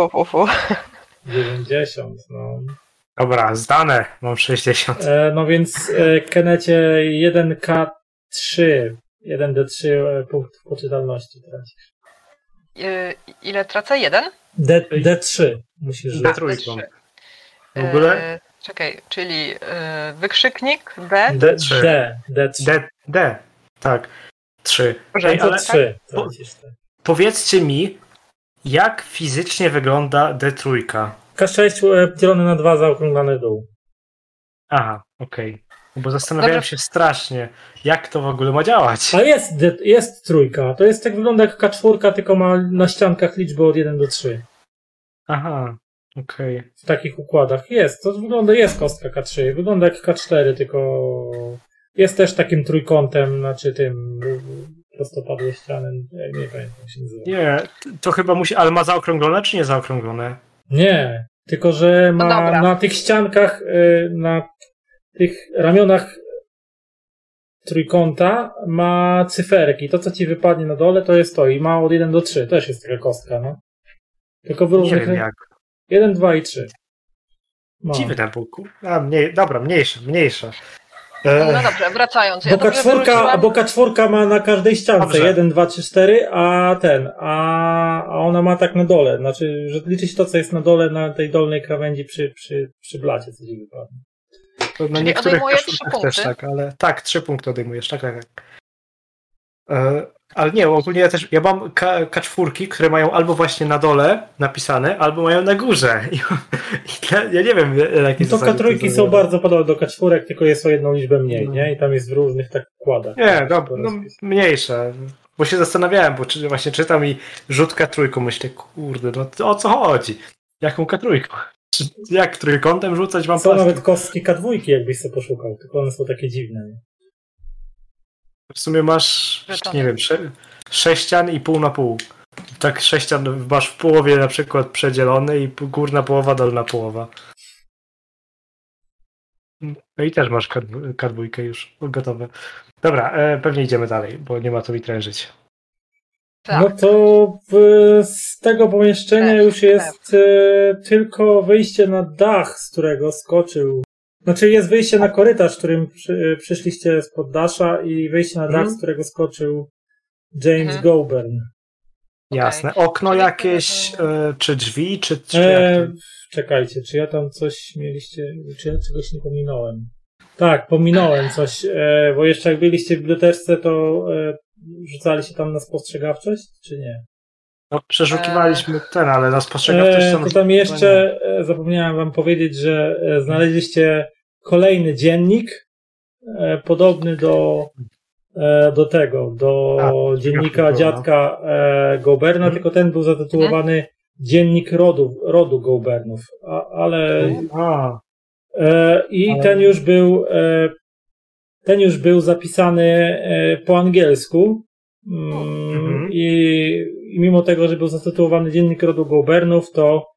90, no. Dobra, zdane, mam 60. No więc Kenecie 1K3, 1D3 punktów poczytalności tracisz. Ile tracę? 1? D3 musisz rzucić. D3. W ogóle? Czekaj, czyli wykrzyknik D3. D3. D. Tak. 3. Ej, ale 3 tracisz. Powiedzcie mi, jak fizycznie wygląda D3? K6 dzielone na 2 zaokrąglane w dół. Aha, okej. Bo zastanawiałem się strasznie, jak to w ogóle ma działać. A jest trójka. To jest tak, wygląda jak K4, tylko ma na ściankach liczby od 1 do 3. Aha, okej. W takich układach jest. To wygląda, jest kostka K3. Wygląda jak K4, tylko jest też takim trójkątem, znaczy tym prostopadłe ściany. Nie pamiętam, jak się nazywa. Nie, to chyba musi, ale ma zaokrąglone czy nie zaokrąglone? Nie, tylko że ma na tych ściankach, na tych ramionach trójkąta ma cyferki. To, co ci wypadnie na dole, to jest to. I ma od 1 do 3. Też jest taka kostka, no. Tylko w różnych... Nie wiem jak. 1, 2 i 3. No. Dziwne buku. Dobra, mniejsza. No dobrze, wracając. Bo K4 ma na każdej ściance 1, 2, 3, 4, a ona ma tak na dole. Znaczy, że liczy się to, co jest na dole, na tej dolnej krawędzi przy blacie, co ci wypadnie. To na niektórych koszulkach też tak, ale tak, 3 punkty odejmujesz, tak. Ale nie, ogólnie ja mam K4, które mają albo właśnie na dole napisane, albo mają na górze. I ja nie wiem, jakie to K3 są bardzo podobne do K4, tylko jest o jedną liczbę mniej, nie? I tam jest w różnych tak układach. Nie, dobra, mniejsze. Bo się zastanawiałem, bo właśnie czytam i rzut K3, myślę, kurde, no o co chodzi? Jaką K3? Jak trójkątem rzucać wam Są nawet kostki K2, jakbyś sobie poszukał, tylko one są takie dziwne. W sumie masz, nie wiem, 6 ścian i pół na pół. Tak 6 ścian masz w połowie na przykład przedzielone i górna połowa, dolna połowa. No i też masz K2 już gotowe. Dobra, pewnie idziemy dalej, bo nie ma co mi trężyć. Tak. No to z tego pomieszczenia już jest tylko wyjście na dach, z którego skoczył. Znaczy jest wyjście na korytarz, którym przyszliście z poddasza i wyjście na dach, z którego skoczył James Goburn. Jasne. Okno Czyli jakieś, czy drzwi, czy Czekajcie, czy ja tam coś mieliście, czy ja czegoś nie pominąłem? Tak, pominąłem coś, bo jeszcze jak byliście w bibliotece, to rzucaliście tam na spostrzegawczość, czy nie? No, przeszukiwaliśmy ale na spostrzegawczość to tam jeszcze zapomniałem wam powiedzieć, że znaleźliście kolejny dziennik podobny do dziennika dziadka Goburna, tylko ten był zatytułowany Dziennik rodu Goburnów, i ten już był zapisany po angielsku i mimo tego, że był zatytułowany Dziennik rodu Goburnów, to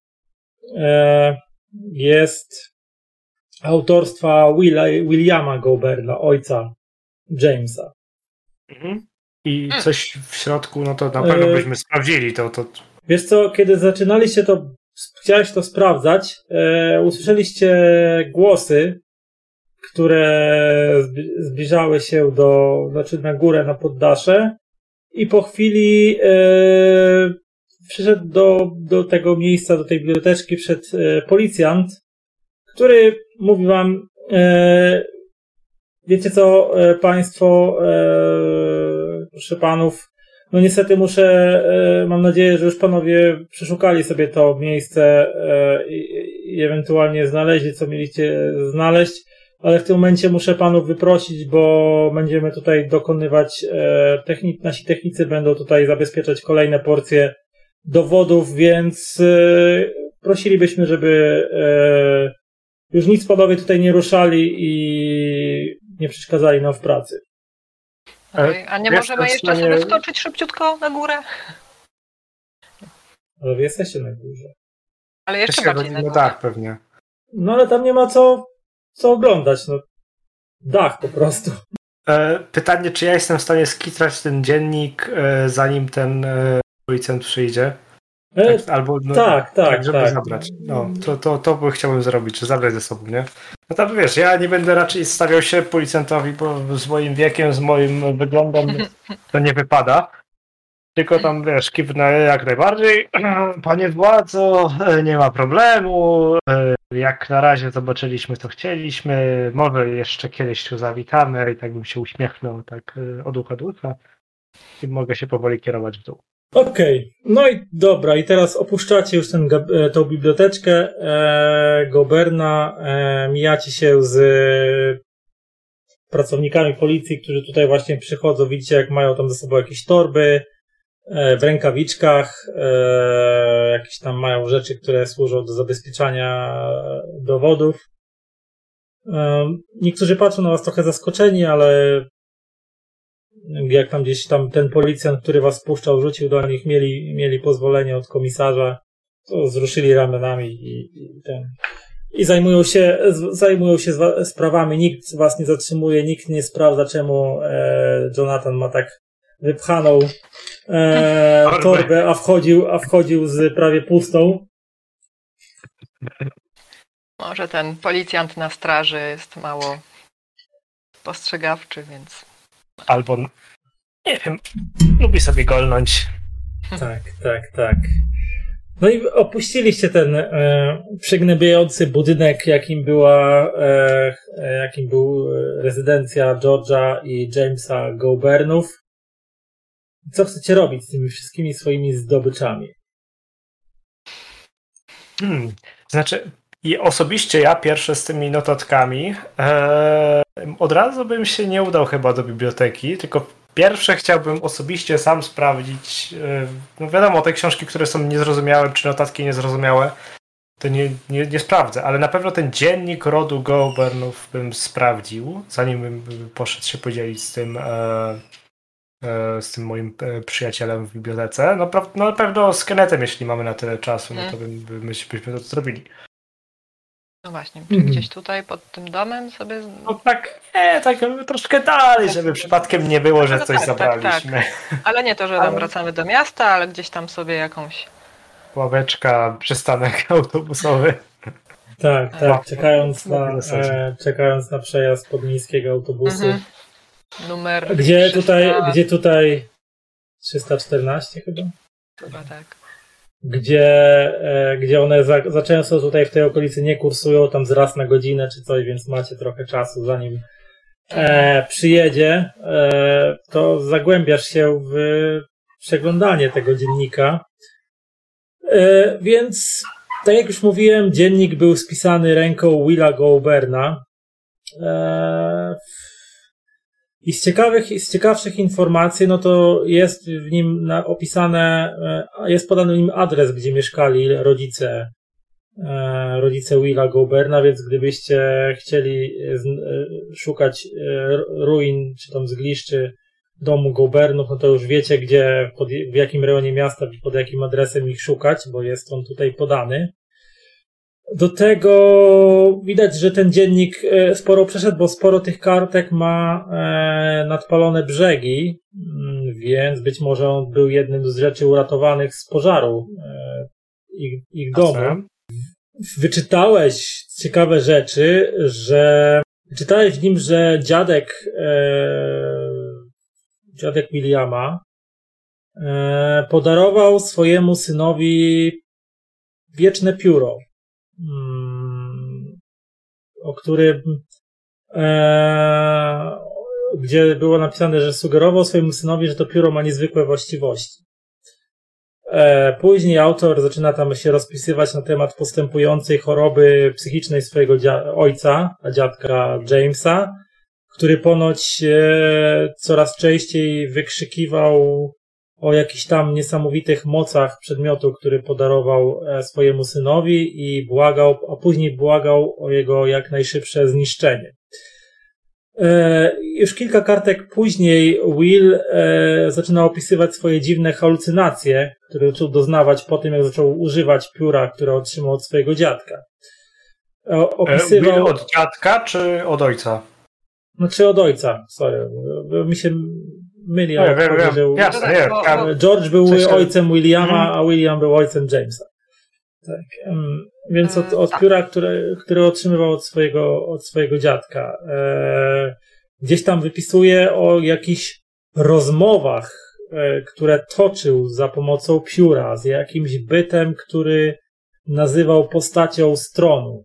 jest autorstwa Williama Goburna, ojca Jamesa. I coś w środku, no to na pewno byśmy sprawdzili to. Wiesz co, kiedy zaczynaliście to, chciałeś to sprawdzać, usłyszeliście głosy, które zbliżały się na górę, na poddasze i po chwili przyszedł do tego miejsca, do tej biblioteczki policjant, który mówi wam, wiecie co, państwo, proszę panów, no niestety mam nadzieję, że już panowie przeszukali sobie to miejsce i ewentualnie znaleźli, co mieliście znaleźć, ale w tym momencie muszę panów wyprosić, bo będziemy tutaj dokonywać, nasi technicy będą tutaj zabezpieczać kolejne porcje dowodów, więc prosilibyśmy, żeby już nic panowie tutaj nie ruszali i nie przeszkadzali nam w pracy. Okay. A nie możemy jeszcze sobie skoczyć szybciutko na górę? Ale wy jesteście na górze. Ale jeszcze bardziej na górę. Tak, pewnie. No ale tam nie ma co oglądać. No. Dach po prostu. Pytanie, czy ja jestem w stanie skitrać ten dziennik, zanim ten policjant przyjdzie? Albo tak, żeby zabrać. No, to chciałbym zrobić, zabrać ze sobą, nie? No tam wiesz, ja nie będę raczej stawiał się policjantowi, bo z moim wiekiem, z moim wyglądem to nie wypada. Tylko tam, wiesz, kiwnę jak najbardziej. Panie władzo, nie ma problemu. Jak na razie zobaczyliśmy, co chcieliśmy. Może jeszcze kiedyś tu zawitamy i tak bym się uśmiechnął tak od ucha do ucha. I mogę się powoli kierować w dół. Okej, no i dobra, i teraz opuszczacie już tą biblioteczkę Goburna, mijacie się z pracownikami policji, którzy tutaj właśnie przychodzą, widzicie jak mają tam ze sobą jakieś torby, w rękawiczkach, jakieś tam mają rzeczy, które służą do zabezpieczania dowodów. Niektórzy patrzą na was trochę zaskoczeni, ale jak tam gdzieś tam ten policjant, który was wpuszczał, rzucił do nich, mieli pozwolenie od komisarza, to wzruszyli ramionami i zajmują się sprawami. Nikt was nie zatrzymuje, nikt nie sprawdza, czemu Jonathan ma tak wypchaną torbę, a wchodził z prawie pustą. Może ten policjant na straży jest mało spostrzegawczy, więc... Albo, nie wiem, lubi sobie golnąć. Tak. No i opuściliście ten przygnębiający budynek, jakim był rezydencja George'a i Jamesa Goburnów. Co chcecie robić z tymi wszystkimi swoimi zdobyczami? Znaczy, i osobiście ja pierwsze z tymi notatkami od razu bym się nie udał chyba do biblioteki, tylko pierwsze chciałbym osobiście sam sprawdzić, no wiadomo, te książki, które są niezrozumiałe, czy notatki niezrozumiałe, to nie sprawdzę, ale na pewno ten dziennik rodu Goburnów bym sprawdził, zanim bym poszedł się podzielić z tym moim przyjacielem w bibliotece. No na pewno z Kennethem, jeśli mamy na tyle czasu, no to byśmy to zrobili. No właśnie, czy gdzieś tutaj pod tym domem sobie... No tak, tak troszkę dalej, żeby przypadkiem nie było, że coś zabraliśmy. Tak. Ale nie to, że tam wracamy do miasta, ale gdzieś tam sobie jakąś... Ławeczka, przystanek autobusowy. Tak, czekając na przejazd podmiejskiego autobusu. Numer Gdzie tutaj 314 chyba? Chyba tak. Gdzie one za często tutaj w tej okolicy nie kursują, tam z raz na godzinę czy coś, więc macie trochę czasu zanim przyjedzie, to zagłębiasz się w przeglądanie tego dziennika. Więc tak jak już mówiłem, dziennik był spisany ręką Willa Goulburna. I z ciekawszych informacji, no to jest w nim jest podany w nim adres, gdzie mieszkali rodzice Willa Goulburna, więc gdybyście chcieli szukać ruin, czy tam zgliszczy domu Goulburnów, no to już wiecie, w jakim rejonie miasta, pod jakim adresem ich szukać, bo jest on tutaj podany. Do tego widać, że ten dziennik sporo przeszedł, bo sporo tych kartek ma nadpalone brzegi, więc być może on był jednym z rzeczy uratowanych z pożaru ich domu. Wyczytałeś ciekawe rzeczy, że czytałeś w nim, że dziadek Williama podarował swojemu synowi wieczne pióro, o którym gdzie było napisane, że sugerował swojemu synowi, że to pióro ma niezwykłe właściwości. Później autor zaczyna tam się rozpisywać na temat postępującej choroby psychicznej swojego ojca, dziadka Jamesa, który ponoć coraz częściej wykrzykiwał o jakichś tam niesamowitych mocach przedmiotu, który podarował swojemu synowi i a później błagał o jego jak najszybsze zniszczenie. Już kilka kartek później Will zaczyna opisywać swoje dziwne halucynacje, które zaczął doznawać po tym, jak zaczął używać pióra, które otrzymał od swojego dziadka. Will od dziadka czy od ojca? Znaczy od ojca, sorry, mi się myli. Jasne, George był ojcem Williama, a William był ojcem Jamesa. Tak. Więc od pióra, które otrzymywał od swojego dziadka. Gdzieś tam wypisuje o jakichś rozmowach, które toczył za pomocą pióra z jakimś bytem, który nazywał postacią z tronu.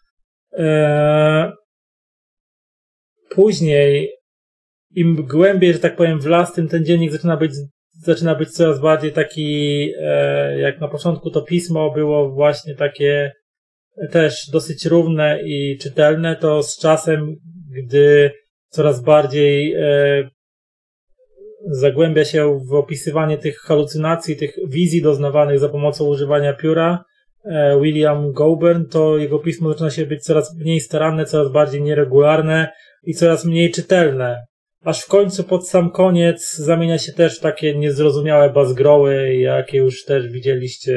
Później, im głębiej, że tak powiem, w las, tym ten dziennik zaczyna być coraz bardziej taki, jak na początku to pismo było właśnie takie też dosyć równe i czytelne, to z czasem, gdy coraz bardziej zagłębia się w opisywanie tych halucynacji, tych wizji doznawanych za pomocą używania pióra, William Goulburn, to jego pismo zaczyna się być coraz mniej staranne, coraz bardziej nieregularne i coraz mniej czytelne. Aż w końcu pod sam koniec zamienia się też w takie niezrozumiałe bazgroły, jakie już też widzieliście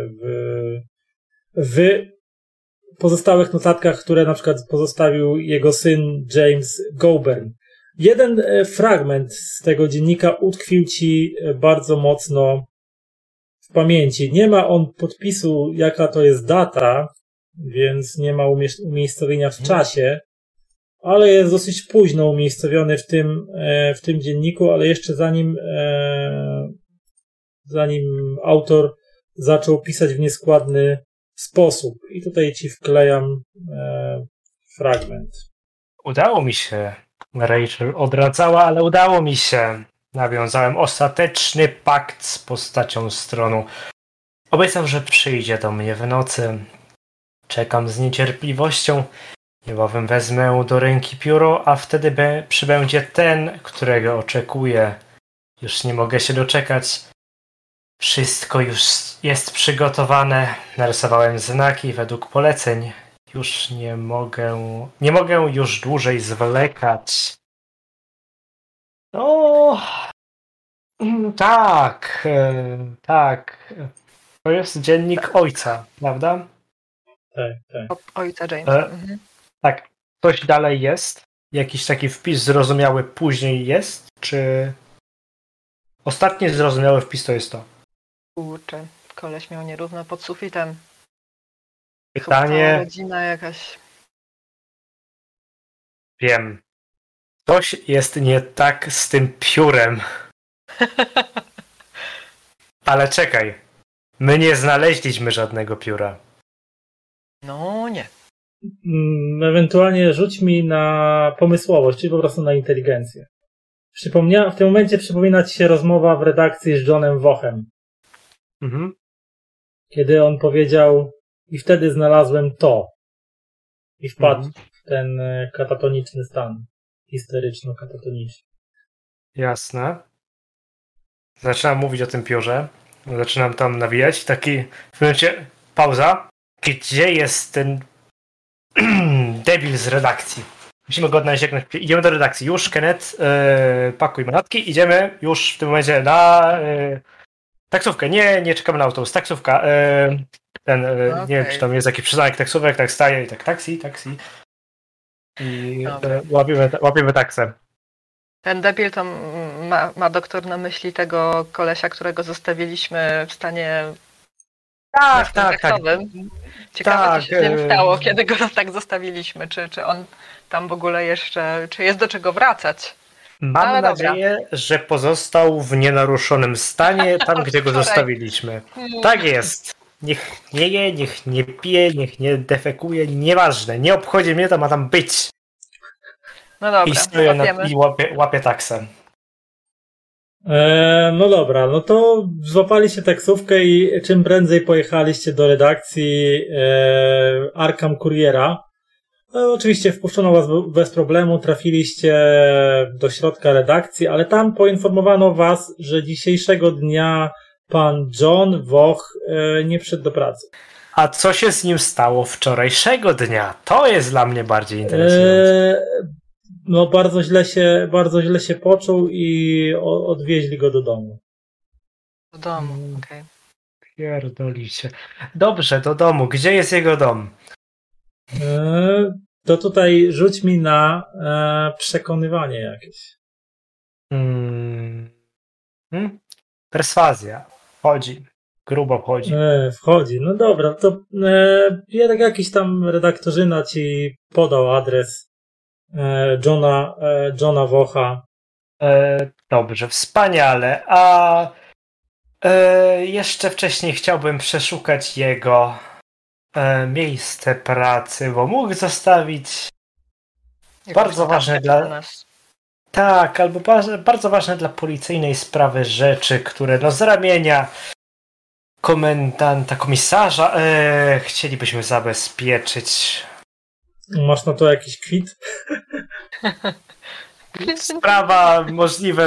w pozostałych notatkach, które na przykład pozostawił jego syn James Goulburn. Jeden fragment z tego dziennika utkwił ci bardzo mocno w pamięci. Nie ma on podpisu, jaka to jest data, więc nie ma umiejscowienia w czasie, ale jest dosyć późno umiejscowiony w tym dzienniku, ale jeszcze zanim autor zaczął pisać w nieskładny sposób. I tutaj ci wklejam fragment. Udało mi się. Rachel odradzała, ale udało mi się. Nawiązałem ostateczny pakt z postacią z tronu. Obiecał, że przyjdzie do mnie w nocy. Czekam z niecierpliwością. Niebawem wezmę do ręki pióro, a wtedy przybędzie ten, którego oczekuję. Już nie mogę się doczekać. Wszystko już jest przygotowane. Narysowałem znaki według poleceń. Już nie mogę już dłużej zwlekać. No, tak. To jest dziennik ojca, prawda? Tak. Ojca Jamesa. Tak, coś dalej jest? Jakiś taki wpis zrozumiały później jest? Czy ostatni zrozumiały wpis to jest to? Kurczę, koleś miał nierówno pod sufitem. Pytanie... Cała godzina jakaś. Wiem. Coś jest nie tak z tym piórem. Ale czekaj. My nie znaleźliśmy żadnego pióra. No nie. Ewentualnie rzuć mi na pomysłowość, czyli po prostu na inteligencję. W tym momencie przypomina ci się rozmowa w redakcji z Johnem Wochem. Mhm. Kiedy on powiedział i wtedy znalazłem to. I wpadł w ten katatoniczny stan. Histeryczno-katatoniczny. Jasne. Zaczynam mówić o tym piórze. Zaczynam tam nawijać. Taki w momencie pauza. Gdzie jest ten debil z redakcji? Musimy go odnaleźć jak najszybciej. Idziemy do redakcji. Już, Kenneth, pakuj manatki. Idziemy już w tym momencie na taksówkę. Nie czekamy na autobus. Taksówka. Nie wiem, czy tam jest jakiś przystanek taksówek. Tak staje i tak taksi. I łapiemy taksę. Ten debil to ma doktor na myśli tego kolesia, którego zostawiliśmy w stanie Tak. Ciekawe, co się z nim stało, kiedy go tak zostawiliśmy. Czy on tam w ogóle jeszcze, czy jest do czego wracać? Mam nadzieję, że pozostał w nienaruszonym stanie, tam gdzie go zostawiliśmy. Tak jest. Niech nie je, niech nie pije, niech nie defekuje, nieważne. Nie obchodzi mnie, to ma tam być. No dobra, i stoję i łapie taksę. No dobra, no to złapaliście taksówkę i czym prędzej pojechaliście do redakcji Arkham Kuriera. No, oczywiście wpuszczono was bez problemu, trafiliście do środka redakcji, ale tam poinformowano was, że dzisiejszego dnia pan John Woch nie przyszedł do pracy. A co się z nim stało wczorajszego dnia? To jest dla mnie bardziej interesujące. No bardzo źle się poczuł i odwieźli go do domu. Do domu, okej. Pierdolicie. Dobrze, do domu. Gdzie jest jego dom? To tutaj rzuć mi na przekonywanie jakieś. Perswazja. Wchodzi. Grubo wchodzi. Wchodzi. No dobra, to jakiś tam redaktorzyna ci podał adres Johna Wocha. Dobrze, wspaniale. A jeszcze wcześniej chciałbym przeszukać jego miejsce pracy, bo mógł zostawić bardzo ważne dla nas. Tak, albo bardzo ważne dla policyjnej sprawy rzeczy, które z ramienia komendanta, komisarza chcielibyśmy zabezpieczyć. Masz na to jakiś kwit? Sprawa możliwe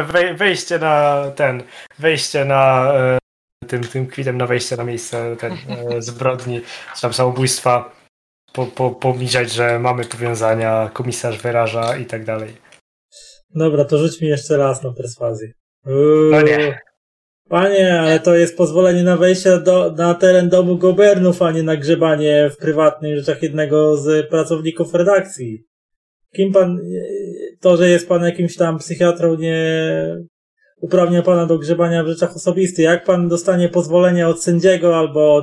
wejście na tym kwitem na wejście na miejsce zbrodni, czy tam samobójstwa, pomijać, że mamy powiązania, komisarz wyraża i tak dalej. Dobra, to rzuć mi jeszcze raz na perswazję. No nie. Panie, ale to jest pozwolenie na wejście na teren domu Gobernów, a nie na grzebanie w prywatnych rzeczach jednego z pracowników redakcji. Kim pan, to, że jest pan jakimś tam psychiatrą, nie uprawnia pana do grzebania w rzeczach osobistych. Jak pan dostanie pozwolenie od sędziego albo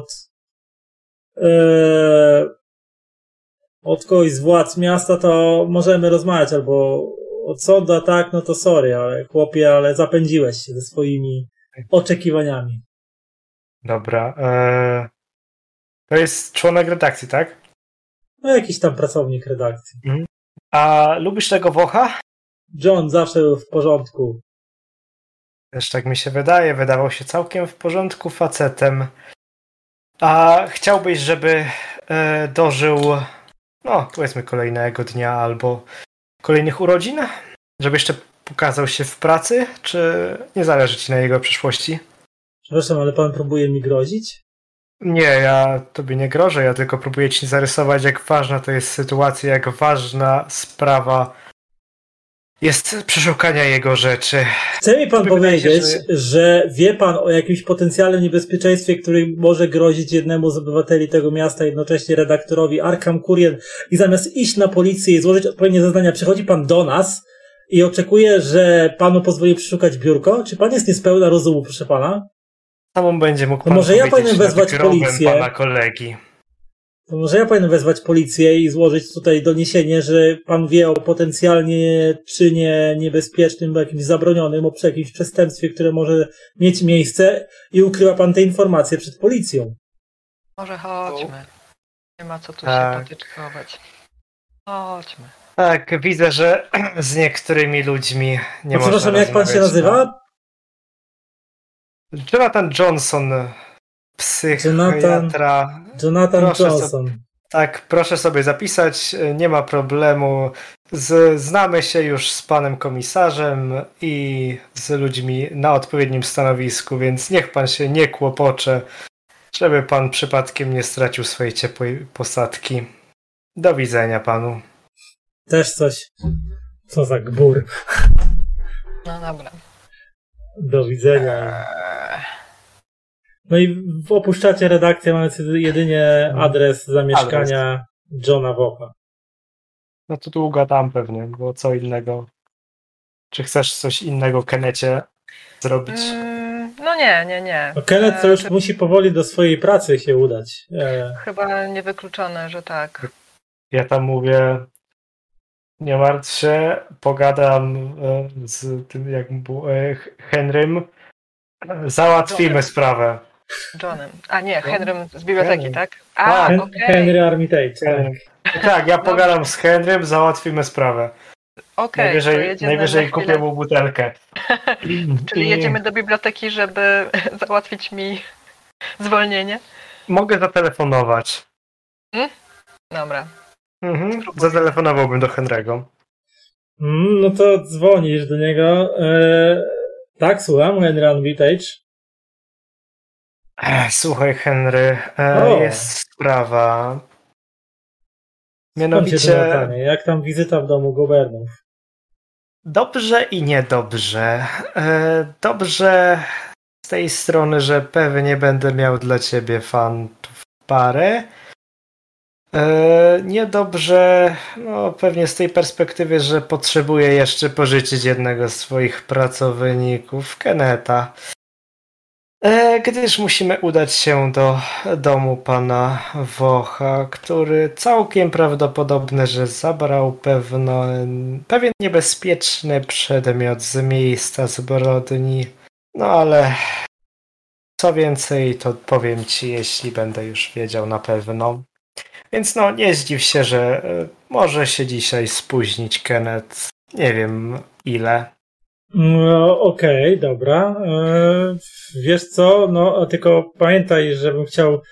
od kogoś z władz miasta, to możemy rozmawiać, albo od sądu, tak, no to sorry, ale chłopie, ale zapędziłeś się ze swoimi oczekiwaniami. Dobra. To jest członek redakcji, tak? No jakiś tam pracownik redakcji. A lubisz tego Wocha? John zawsze był w porządku. Też tak mi się wydaje. Wydawał się całkiem w porządku facetem. A chciałbyś, żeby dożył, powiedzmy kolejnego dnia albo kolejnych urodzin? Żeby jeszcze pokazał się w pracy? Czy nie zależy ci na jego przyszłości? Przepraszam, ale pan próbuje mi grozić? Nie, ja tobie nie grożę, ja tylko próbuję ci zarysować, jak ważna to jest sytuacja, jak ważna sprawa jest przeszukania jego rzeczy. Chce mi pan powiedzieć, że wie pan o jakimś potencjalnym niebezpieczeństwie, który może grozić jednemu z obywateli tego miasta, jednocześnie redaktorowi Arkham Courier, i zamiast iść na policję i złożyć odpowiednie zeznania, przychodzi pan do nas i oczekuje, że panu pozwoli przeszukać biurko? Czy pan jest niespełna rozumu, proszę pana? Samą będzie mógł pan może ja powinienem wezwać nad grobem policję. pana kolegi. To może ja powinienem wezwać policję i złożyć tutaj doniesienie, że pan wie o potencjalnie czynie niebezpiecznym, jakimś zabronionym, o jakimś przestępstwie, które może mieć miejsce, i ukrywa pan te informacje przed policją. Może chodźmy. Nie ma co tu Tak. się potyczkować. Chodźmy. Tak, widzę, że z niektórymi ludźmi nie można Przepraszam, jak pan się nazywa? Jonathan Johnson, psychiatra. Jonathan Proszę Johnson. Tak, proszę sobie zapisać, nie ma problemu. Znamy się już z panem komisarzem i z ludźmi na odpowiednim stanowisku, więc niech pan się nie kłopocze, żeby pan przypadkiem nie stracił swojej ciepłej posadki. Do widzenia panu. Też coś. Co za gbur. No dobra. Do widzenia. No i opuszczacie redakcję, mając jedynie adres zamieszkania Johna Wocha. No to długo tam pewnie, bo co innego. Czy chcesz coś innego, Kennecie, zrobić? No nie. No Kenneth to już musi powoli do swojej pracy się udać. Chyba niewykluczone, że tak. Ja tam mówię, nie martw się, pogadam z tym, jak był Henrym, załatwimy sprawę. Johnem. A nie, Henrym z biblioteki, Henry. tak? Tak. Henry Armitage. Tak, ja pogadam z Henrym, załatwimy sprawę. Okej, to jedziemy najwyżej na chwilę. kupię mu butelkę. Czyli jedziemy do biblioteki, żeby załatwić mi zwolnienie? Mogę zatelefonować. Dobra. Zatelefonowałbym do Henry'ego. No to dzwonisz do niego. Tak, słucham, Henry Armitage. Słuchaj, Henry, jest sprawa. Mianowicie... Mianowicie... Jak tam wizyta w domu Gobernów? Dobrze i niedobrze. Dobrze z tej strony, że pewnie będę miał dla ciebie fantów parę. Niedobrze, no pewnie z tej perspektywy, że potrzebuję jeszcze pożyczyć jednego z swoich pracowników, Kenneta. Gdyż musimy udać się do domu pana Wocha, który całkiem prawdopodobne, że zabrał pewien niebezpieczny przedmiot z miejsca zbrodni. No ale co więcej, to powiem ci, jeśli będę już wiedział na pewno. Więc no, nie zdziw się, że może się dzisiaj spóźnić Kenneth. Nie wiem ile. No, okej, dobra. Wiesz co, no tylko pamiętaj, żebym chciał,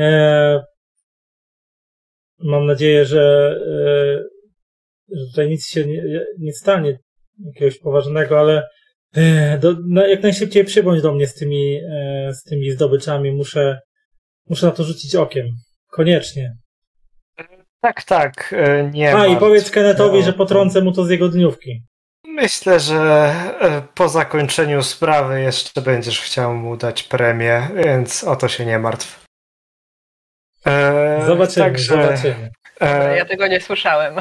mam nadzieję, że tutaj nic się nie stanie jakiegoś poważnego, ale jak najszybciej przybądź do mnie z tymi zdobyczami. Muszę na to rzucić okiem. Koniecznie. Tak, nie i martw powiedz Kennethowi, się że potrącę mu to z jego dniówki. Myślę, że po zakończeniu sprawy jeszcze będziesz chciał mu dać premię, więc o to się nie martw. Zobaczymy. Ja tego nie słyszałem.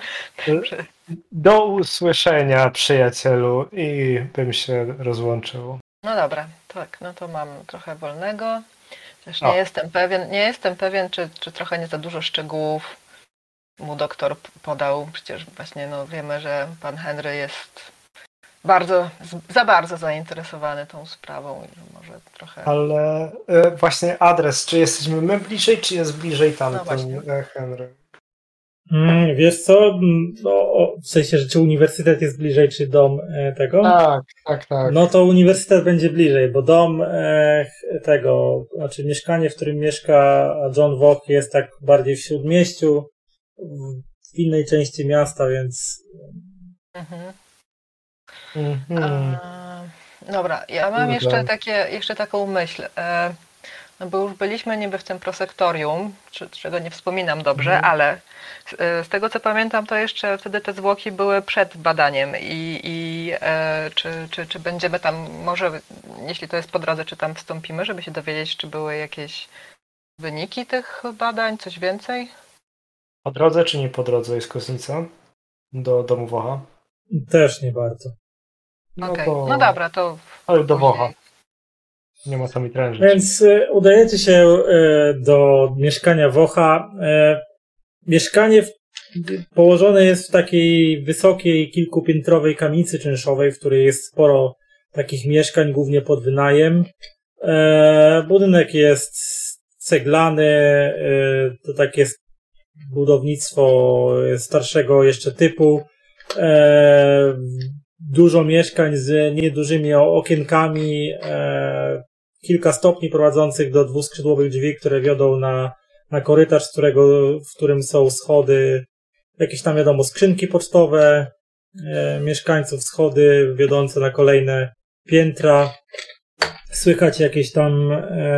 Do usłyszenia, przyjacielu, i bym się rozłączył. No dobra, tak, no to mam trochę wolnego. Też nie jestem pewien, czy trochę nie za dużo szczegółów mu doktor podał. Przecież właśnie no, wiemy, że pan Henry jest za bardzo zainteresowany tą sprawą i może trochę... Ale właśnie adres, czy jesteśmy my bliżej, czy jest bliżej tamten Henry? Wiesz co? No, w sensie, że czy uniwersytet jest bliżej, czy dom tego? Tak. No to uniwersytet będzie bliżej, bo dom tego, znaczy mieszkanie, w którym mieszka John Woch, jest tak bardziej w śródmieściu, w innej części miasta, więc... Dobra, ja mam jeszcze taką myśl. No bo już byliśmy niby w tym prosektorium, czego nie wspominam dobrze, ale z tego co pamiętam, to jeszcze wtedy te zwłoki były przed badaniem czy będziemy tam, może jeśli to jest po drodze, czy tam wstąpimy, żeby się dowiedzieć, czy były jakieś wyniki tych badań, coś więcej? Po drodze czy nie po drodze jest kosnica do domu Wocha? Też nie bardzo. Okej. No dobra, to Ale do później. Wocha. Nie ma co mi trężyć. Więc udajecie się do mieszkania Wocha. Mieszkanie położone jest w takiej wysokiej, kilkupiętrowej kamienicy czynszowej, w której jest sporo takich mieszkań, głównie pod wynajem. Budynek jest ceglany, to takie budownictwo starszego jeszcze typu. Dużo mieszkań z niedużymi okienkami, kilka stopni prowadzących do dwuskrzydłowych drzwi, które wiodą na korytarz, w którym są schody, jakieś tam wiadomo skrzynki pocztowe mieszkańców, schody wiodące na kolejne piętra. Słychać jakieś tam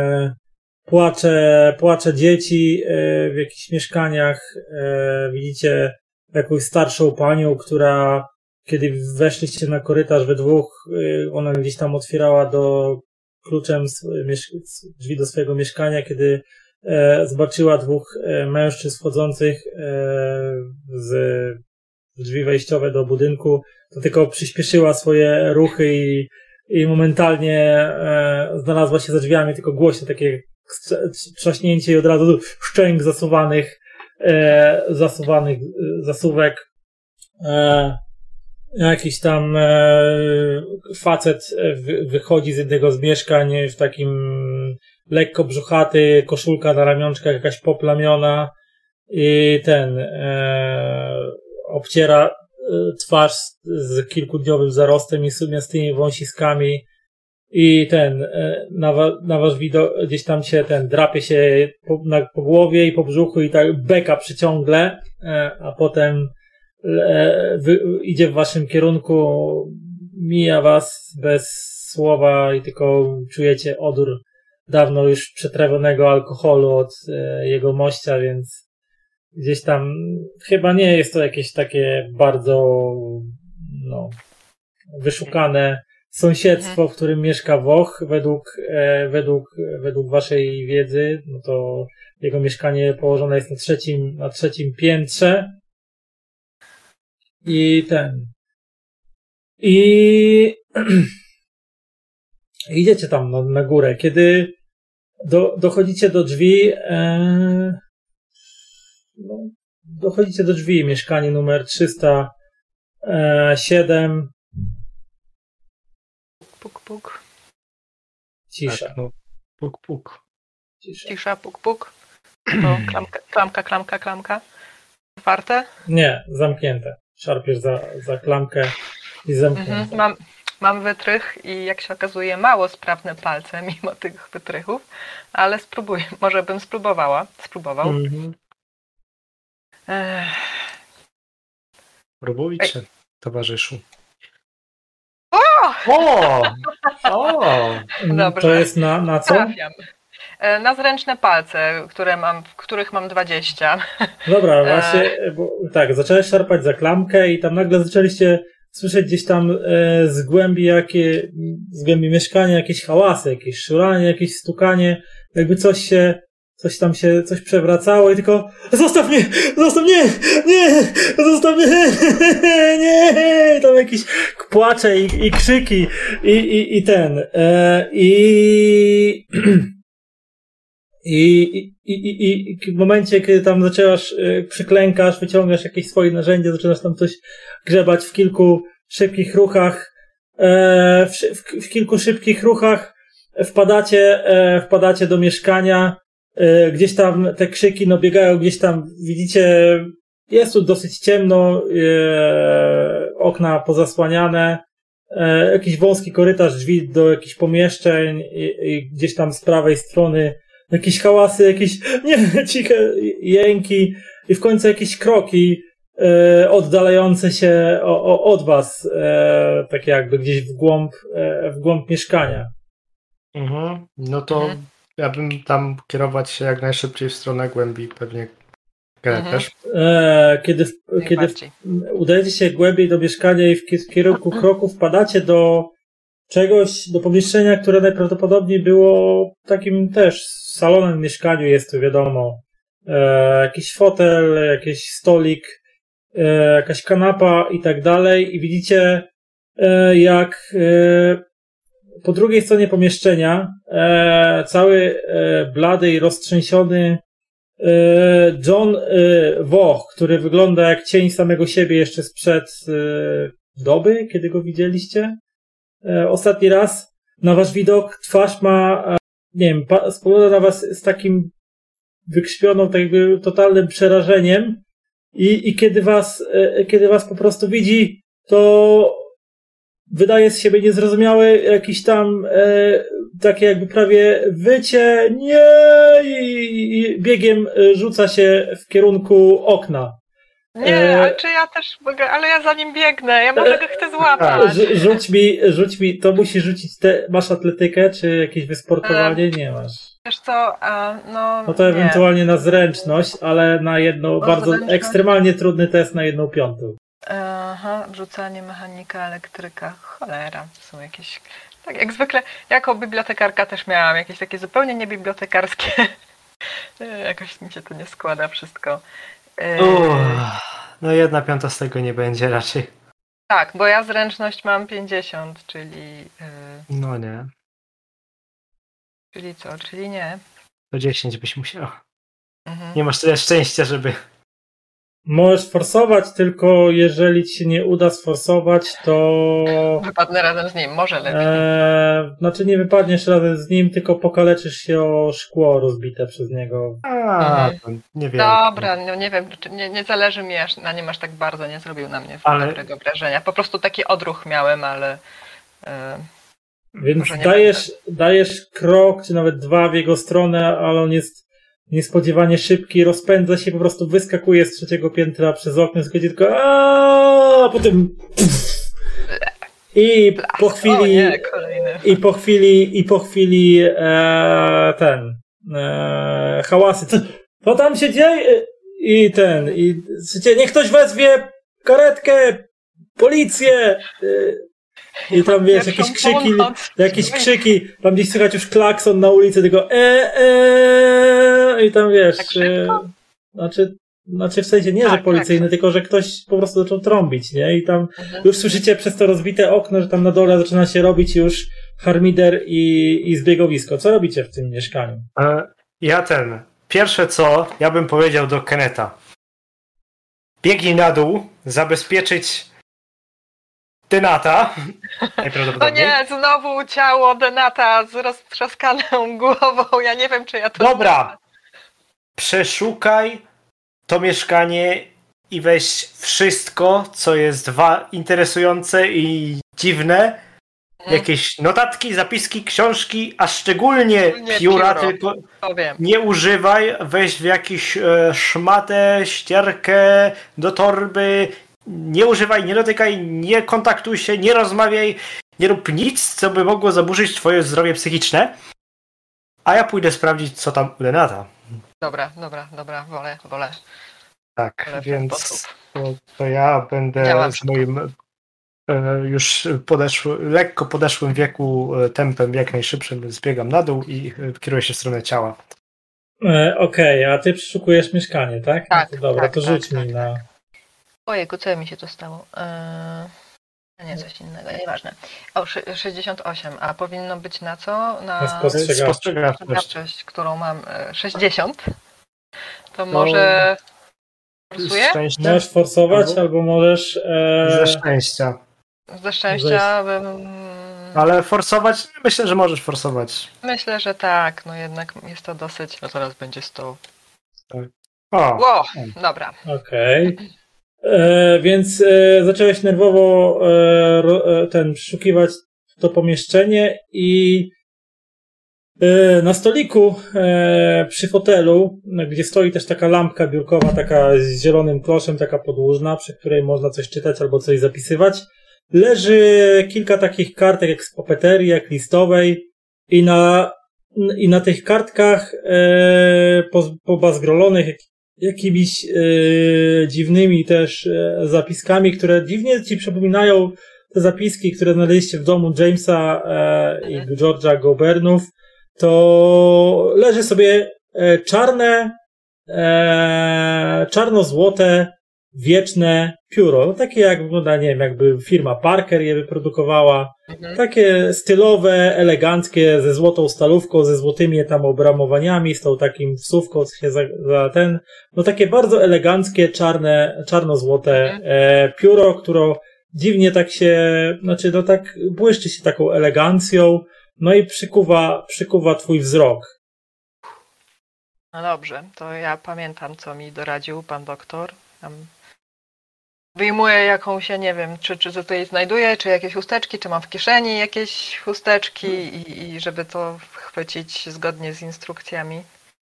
płacze dzieci w jakichś mieszkaniach. Widzicie jakąś starszą panią, która kiedy weszliście na korytarz we dwóch, ona gdzieś tam otwierała kluczem drzwi do swojego mieszkania, kiedy zobaczyła dwóch mężczyzn wchodzących z drzwi wejściowe do budynku, to tylko przyspieszyła swoje ruchy i momentalnie znalazła się za drzwiami, tylko głośno takie trzaśnięcie i od razu szczęk zasuwek. Jakiś tam facet wychodzi z jednego z mieszkań w takim lekko brzuchaty, koszulka na ramionczkach, jakaś poplamiona i obciera twarz z kilkudniowym zarostem i z tymi wąsiskami i na wasz widok gdzieś tam się drapie się po głowie i po brzuchu i tak beka przyciągle, a potem idzie w waszym kierunku, mija was bez słowa i tylko czujecie odór dawno już przetrawionego alkoholu od jego mościa, więc gdzieś tam chyba nie jest to jakieś takie bardzo wyszukane sąsiedztwo, w którym mieszka Woch według waszej wiedzy. No to jego mieszkanie położone jest na trzecim piętrze. I idziecie tam na górę. Kiedy dochodzicie do drzwi, mieszkanie numer 307. Puk, puk. Cisza. Tak, puk, puk. Cisza, puk, puk. To klamka. Otwarte? Nie, zamknięte. Szarpiesz za klamkę i zamknięte. Mam wytrych i jak się okazuje mało sprawne palce mimo tych wytrychów, ale spróbuję. Może bym spróbował. Próbujcie, towarzyszu. O! Dobrze. To jest na co? Trafiam. Na zręczne palce, których mam 20. Dobra, właśnie, tak, zacząłeś szarpać za klamkę i tam nagle zaczęliście słyszeć gdzieś tam z głębi mieszkania jakieś hałasy, jakieś szuranie, jakieś stukanie, jakby coś przewracało i tylko zostaw mnie, nie, tam jakieś płacze i krzyki I w momencie, kiedy tam przyklękasz, wyciągasz jakieś swoje narzędzie, zaczynasz tam coś grzebać w kilku szybkich ruchach, wpadacie do mieszkania, gdzieś tam te krzyki, biegają gdzieś tam, widzicie, jest tu dosyć ciemno, okna pozasłaniane, jakiś wąski korytarz, drzwi do jakichś pomieszczeń i gdzieś tam z prawej strony jakieś hałasy, jakieś ciche jęki i w końcu jakieś kroki oddalające się od was, tak jakby gdzieś w głąb mieszkania. No to Ja bym tam kierować się jak najszybciej w stronę głębi, pewnie też. Kiedy udajecie się głębiej do mieszkania i w kierunku kroku wpadacie do czegoś, do pomieszczenia, które najprawdopodobniej było takim też salonem w mieszkaniu, jest to wiadomo. Jakiś fotel, jakiś stolik, jakaś kanapa i tak dalej. I widzicie, jak po drugiej stronie pomieszczenia cały blady i roztrzęsiony John Vogt, który wygląda jak cień samego siebie jeszcze sprzed doby, kiedy go widzieliście ostatni raz. Na wasz widok twarz ma, nie wiem, spogląda na was z takim wykrzypioną, tak jakby totalnym przerażeniem i kiedy was po prostu widzi, to wydaje z siebie niezrozumiałe jakiś tam takie jakby prawie wycie, nie, i biegiem rzuca się w kierunku okna. Nie, a czy ja też mogę, ale ja za nim biegnę, ja może go chcę złapać. Rzuć mi, to musisz rzucić masz atletykę, czy jakieś wysportowanie? Nie masz. Wiesz co, no to ewentualnie na zręczność, ale na jedną, bardzo ekstremalnie trudny test na 1/5. Aha, rzucanie, mechanika, elektryka, cholera, to są jakieś, tak jak zwykle, jako bibliotekarka też miałam jakieś takie zupełnie niebibliotekarskie, jakoś mi się to nie składa wszystko. No 1/5 z tego nie będzie raczej. Tak, bo ja zręczność mam 50, czyli... No nie. Czyli co? Czyli nie? To 10 byś musiała. Nie masz tyle szczęścia, żeby... Możesz forsować, tylko jeżeli ci się nie uda sforsować, to... Wypadnę razem z nim, może lepiej. Znaczy nie wypadniesz razem z nim, tylko pokaleczysz się o szkło rozbite przez niego. Nie wiem. Dobra, no nie wiem, nie zależy mi na nim aż tak bardzo, nie zrobił na mnie dobrego wrażenia. Po prostu taki odruch miałem, ale... Więc dajesz krok, czy nawet 2 w jego stronę, ale on jest niespodziewanie szybki, rozpędza się, po prostu wyskakuje z 3. piętra przez okno, schodzi tylko a potem i po chwili hałasy. Co tam się dzieje? I niech ktoś wezwie karetkę, policję. I tam wiesz, jakieś krzyki, tam gdzieś słychać już klakson na ulicy, tylko i tam wiesz, znaczy w sensie nie, że policyjny, tylko że ktoś po prostu zaczął trąbić, nie? I tam już słyszycie przez to rozbite okno, że tam na dole zaczyna się robić już harmider i zbiegowisko. Co robicie w tym mieszkaniu? Pierwsze co, ja bym powiedział do Kenneta. Biegnij na dół, zabezpieczyć Denata. No nie, znowu ciało Denata z roztrzaskaną głową. Ja nie wiem, czy ja to... Dobra. Przeszukaj to mieszkanie i weź wszystko, co jest interesujące i dziwne. Jakieś notatki, zapiski, książki, a szczególnie pióra, tylko nie używaj. Weź w jakiś szmatę, ścierkę do torby. Nie używaj, nie dotykaj, nie kontaktuj się, nie rozmawiaj, nie rób nic, co by mogło zaburzyć twoje zdrowie psychiczne. A ja pójdę sprawdzić, co tam u Denata. Dobra, wolę. Tak, więc to ja będę z moim już lekko podeszłym wieku tempem jak najszybszym zbiegam na dół i kieruję się w stronę ciała. Okej, a ty przeszukujesz mieszkanie, tak? Tak. No to dobra, to rzuć mi na... Ojejku, co mi się to stało? Nie, coś innego, nieważne. 68, a powinno być na co? Na spostrzegawczość, którą mam 60. To może forsuję? Możesz forsować, albo możesz... Ze szczęścia. Ze szczęścia Ale forsować? Myślę, że możesz forsować. Myślę, że tak, no jednak jest to dosyć... A zaraz będzie 100. Tak. Dobra. Okej. Więc zacząłeś nerwowo przeszukiwać to pomieszczenie i na stoliku przy fotelu, gdzie stoi też taka lampka biurkowa, taka z zielonym kloszem, taka podłużna, przy której można coś czytać albo coś zapisywać, leży kilka takich kartek jak z papeterii, jak listowej i na i na tych kartkach pobazgrolonych jakimiś dziwnymi też zapiskami, które dziwnie ci przypominają te zapiski, które znaleźliście w domu Jamesa i George'a Gobernów, to leży sobie czarno-złote, wieczne pióro. No, takie jak wygląda, nie wiem, jakby firma Parker je wyprodukowała. Takie stylowe, eleganckie, ze złotą stalówką, ze złotymi tam obramowaniami, z tą takim wsówką, co się no takie bardzo eleganckie, czarno-złote pióro, które dziwnie tak się, znaczy no tak błyszczy się taką elegancją, no i przykuwa twój wzrok. No dobrze, to ja pamiętam, co mi doradził pan doktor. Tam wyjmuję jakąś, ja nie wiem, czy tutaj znajduję, czy jakieś chusteczki, czy mam w kieszeni jakieś chusteczki i żeby to chwycić zgodnie z instrukcjami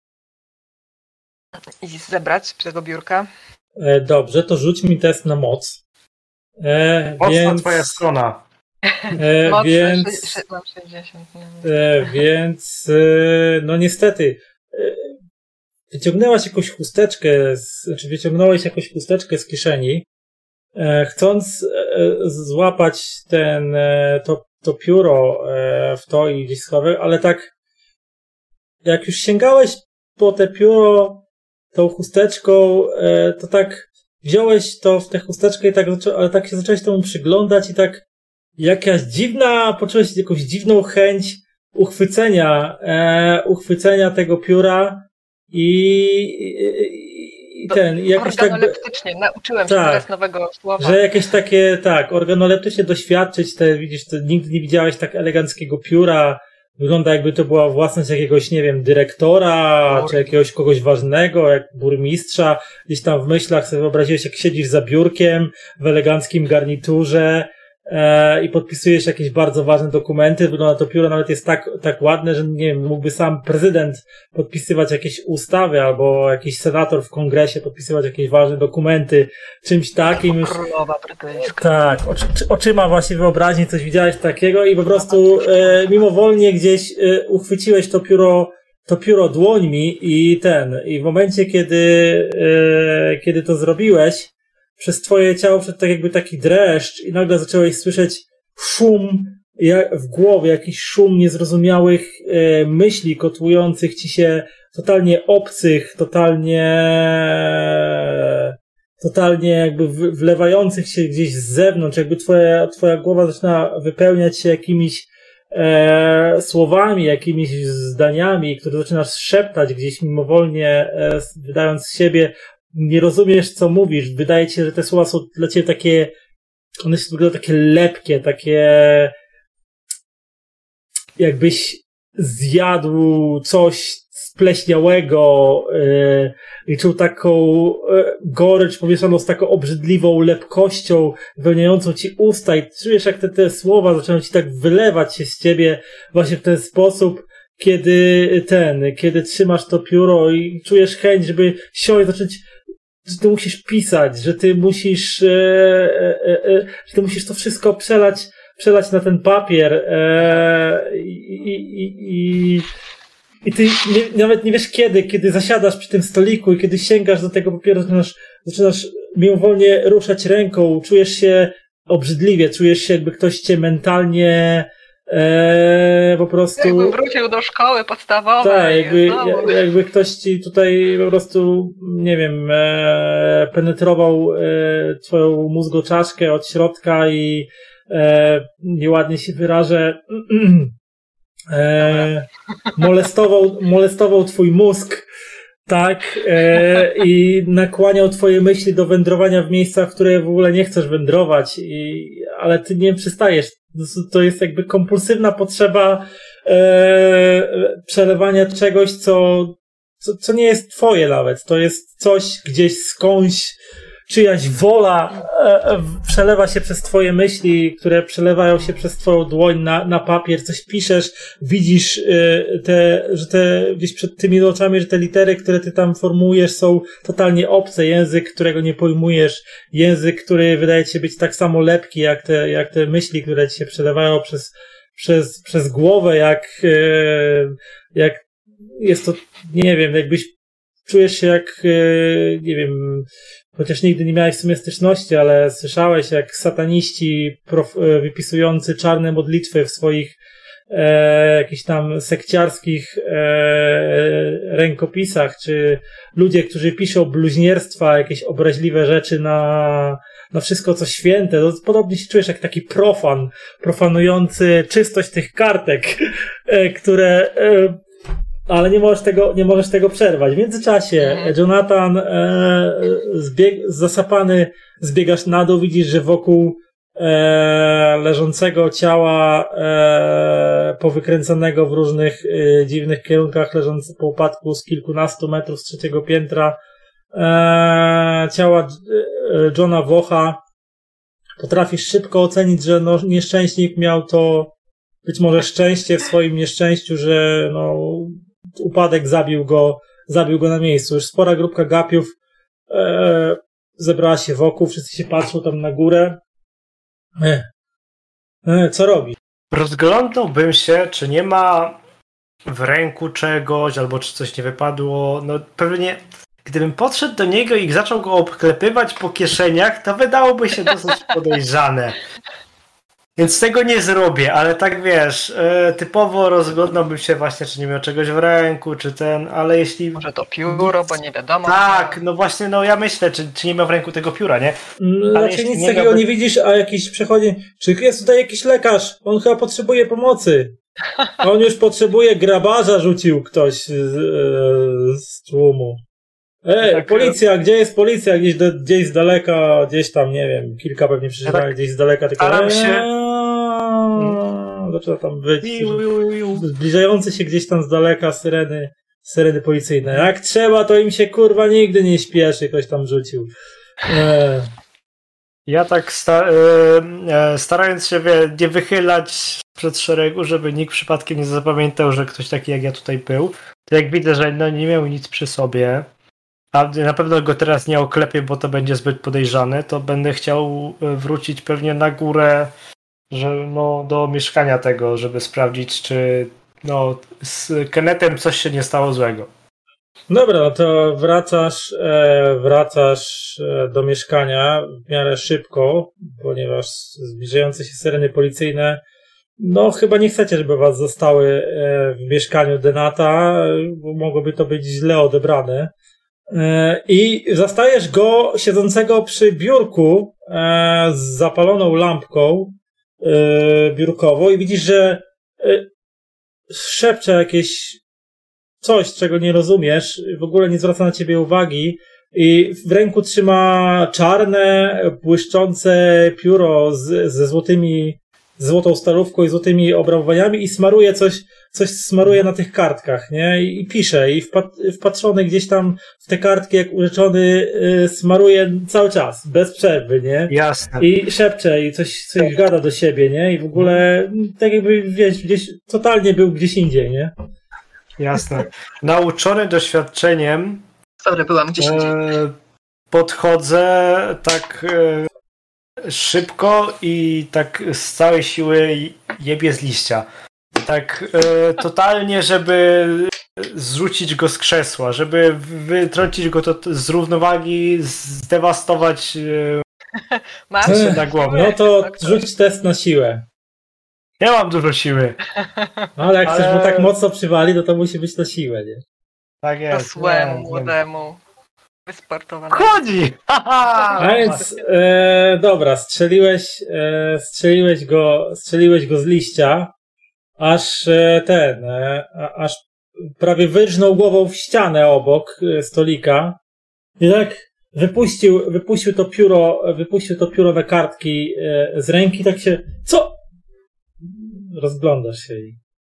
i zebrać z tego biurka. Dobrze, to rzuć mi test na moc. Mocna twoja strona. Więc, mam 60. więc no niestety wyciągnąłeś jakąś chusteczkę z kieszeni, chcąc złapać to pióro w to i gdzieś schować, ale tak jak już sięgałeś po te pióro tą chusteczką, to tak wziąłeś to w tę chusteczkę i tak, ale tak się zacząłeś temu przyglądać i tak poczułeś jakąś dziwną chęć uchwycenia tego pióra i jakoś tak organoleptycznie, nauczyłem się teraz nowego słowa. Że jakieś takie, organoleptycznie doświadczyć, widzisz, nigdy nie widziałeś tak eleganckiego pióra, wygląda jakby to była własność jakiegoś, nie wiem, dyrektora, czy jakiegoś kogoś ważnego, jak burmistrza, gdzieś tam w myślach sobie wyobraziłeś, jak siedzisz za biurkiem w eleganckim garniturze, i podpisujesz jakieś bardzo ważne dokumenty, wygląda to pióro nawet jest tak ładne, że nie wiem, mógłby sam prezydent podpisywać jakieś ustawy, albo jakiś senator w kongresie podpisywać jakieś ważne dokumenty, czymś takim. Królowa brytyjska. Tak, oczyma właśnie wyobraźni coś widziałeś takiego i po prostu mimowolnie gdzieś uchwyciłeś to pióro dłońmi i w momencie, kiedy to zrobiłeś, przez twoje ciało przed tak jakby taki dreszcz i nagle zacząłeś słyszeć szum w głowie, jakiś szum niezrozumiałych myśli kotłujących ci się, totalnie obcych, totalnie jakby wlewających się gdzieś z zewnątrz, jakby twoja głowa zaczyna wypełniać się jakimiś słowami, jakimiś zdaniami, które zaczynasz szeptać gdzieś mimowolnie, wydając z siebie. Nie rozumiesz, co mówisz. Wydaje ci się, że te słowa są dla ciebie takie, one się wyglądają takie lepkie, takie jakbyś zjadł coś spleśniałego i czuł taką gorycz pomieszaną z taką obrzydliwą lepkością wypełniającą ci usta i czujesz, jak te słowa zaczynają ci tak wylewać się z ciebie właśnie w ten sposób, kiedy trzymasz to pióro i czujesz chęć, żeby siąść, zacząć, że ty musisz pisać, że ty musisz to wszystko przelać na ten papier i ty nawet nie wiesz kiedy zasiadasz przy tym stoliku i kiedy sięgasz do tego papieru, zaczynasz mimowolnie ruszać ręką, czujesz się obrzydliwie, czujesz się jakby ktoś cię mentalnie po prostu... Jakbym wrócił do szkoły podstawowej. Tak, jakby ktoś ci tutaj po prostu, nie wiem, penetrował twoją mózgoczaszkę od środka i nieładnie się wyrażę, molestował twój mózg, tak, i nakłaniał twoje myśli do wędrowania w miejscach, w które w ogóle nie chcesz wędrować, ale ty nie przystajesz. To jest jakby kompulsywna potrzeba przelewania czegoś, co nie jest twoje nawet. To jest coś gdzieś skądś, czyjaś wola przelewa się przez twoje myśli, które przelewają się przez twoją dłoń na papier, coś piszesz, widzisz że gdzieś przed tymi oczami, że te litery, które ty tam formułujesz, są totalnie obce, język, którego nie pojmujesz, język, który wydaje ci się być tak samo lepki, jak te myśli, które ci się przelewają przez głowę, jak jest to, nie wiem, jakbyś czujesz się jak, nie wiem, chociaż nigdy nie miałeś w sumie styczności, ale słyszałeś, jak sataniści wypisujący czarne modlitwy w swoich jakichś tam sekciarskich rękopisach, czy ludzie, którzy piszą bluźnierstwa, jakieś obraźliwe rzeczy na wszystko, co święte. To podobnie się czujesz jak taki profanujący czystość tych kartek, które ale nie możesz tego przerwać. W międzyczasie Jonathan zasapany zbiegasz na dół, widzisz, że wokół leżącego ciała powykręcanego w różnych dziwnych kierunkach, leżący po upadku z kilkunastu metrów z trzeciego piętra ciała Johna Wocha. Potrafisz szybko ocenić, że nieszczęśnik miał to być może szczęście w swoim nieszczęściu, że upadek zabił go na miejscu. Już spora grupka gapiów zebrała się wokół, wszyscy się patrzą tam na górę. Co robi? Rozglądnąłbym się, czy nie ma w ręku czegoś, albo czy coś nie wypadło. No pewnie, gdybym podszedł do niego i zaczął go obklepywać po kieszeniach, to wydałoby się dosyć podejrzane. Więc tego nie zrobię, ale tak wiesz, typowo rozglądałbym się właśnie, czy nie miał czegoś w ręku, czy ale jeśli... Może to pióro, bo nie wiadomo. Tak, no właśnie, ja myślę, czy nie ma w ręku tego pióra, nie? Znaczy nic takiego nie widzisz, a jakiś przechodzi... Czy jest tutaj jakiś lekarz? On chyba potrzebuje pomocy. On już potrzebuje grabarza, rzucił ktoś z tłumu. Tak, policja, gdzie jest policja? Gdzieś z daleka, gdzieś tam, nie wiem, kilka pewnie przeczytałem, gdzieś z daleka, tylko zaczyna tam być zbliżające się gdzieś tam z daleka syreny policyjne. Jak trzeba, to im się kurwa nigdy nie śpieszy, ktoś tam rzucił. Ja tak starając się nie wychylać przed szeregu, żeby nikt przypadkiem nie zapamiętał, że ktoś taki jak ja tutaj był, to jak widzę, że nie miał nic przy sobie, a na pewno go teraz nie oklepię, bo to będzie zbyt podejrzane, to będę chciał wrócić pewnie na górę, do mieszkania tego, żeby sprawdzić, czy z Kennethem coś się nie stało złego. Dobra, no to wracasz do mieszkania w miarę szybko, ponieważ zbliżające się syreny policyjne chyba nie chcecie, żeby was zostały w mieszkaniu Denata, bo mogłoby to być źle odebrane. I zastajesz go siedzącego przy biurku z zapaloną lampką biurkową i widzisz, że szepcze jakieś coś, czego nie rozumiesz, w ogóle nie zwraca na ciebie uwagi i w ręku trzyma czarne, błyszczące pióro ze złotą stalówką i złotymi obrabowaniami i smaruje coś smaruje na tych kartkach, nie? I pisze i wpatrzony gdzieś tam w te kartki jak urzeczony smaruje cały czas, bez przerwy, nie? Jasne. I szepcze i coś gada do siebie, nie? I w ogóle tak jakby, wiesz, gdzieś totalnie był gdzieś indziej, nie? Jasne. Nauczony doświadczeniem byłam gdzieś indziej. Podchodzę tak szybko i tak z całej siły jebie z liścia. Tak totalnie, żeby zrzucić go z krzesła, żeby wytrącić go z równowagi, zdewastować się na głowę. No to rzuć test na siłę. Ja mam dużo siły. Ale jak chcesz mu tak mocno przywali, to musi być na siłę, nie? Tak jest. Rosłemu, młodemu, wysportowanemu. Chodzi! A więc, dobra, strzeliłeś go z liścia, aż aż prawie wyrżnął głową w ścianę obok stolika. I tak wypuścił to pióro na kartki z ręki, tak się, co? Rozglądasz się i...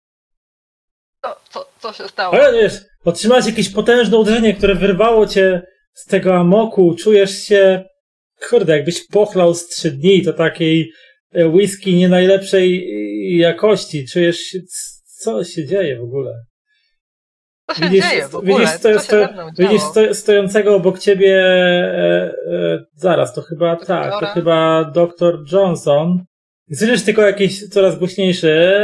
Co się stało? Ale wiesz, otrzymałeś jakieś potężne uderzenie, które wyrwało cię z tego amoku, czujesz się, kurde, jakbyś pochlał z 3 dni, to takiej whisky nie najlepszej jakości, czujesz się, co się dzieje w ogóle? Co się dzieje w ogóle? Widzisz stojącego obok ciebie, zaraz, to chyba dr Johnson, I słyszysz tylko jakieś coraz głośniejsze.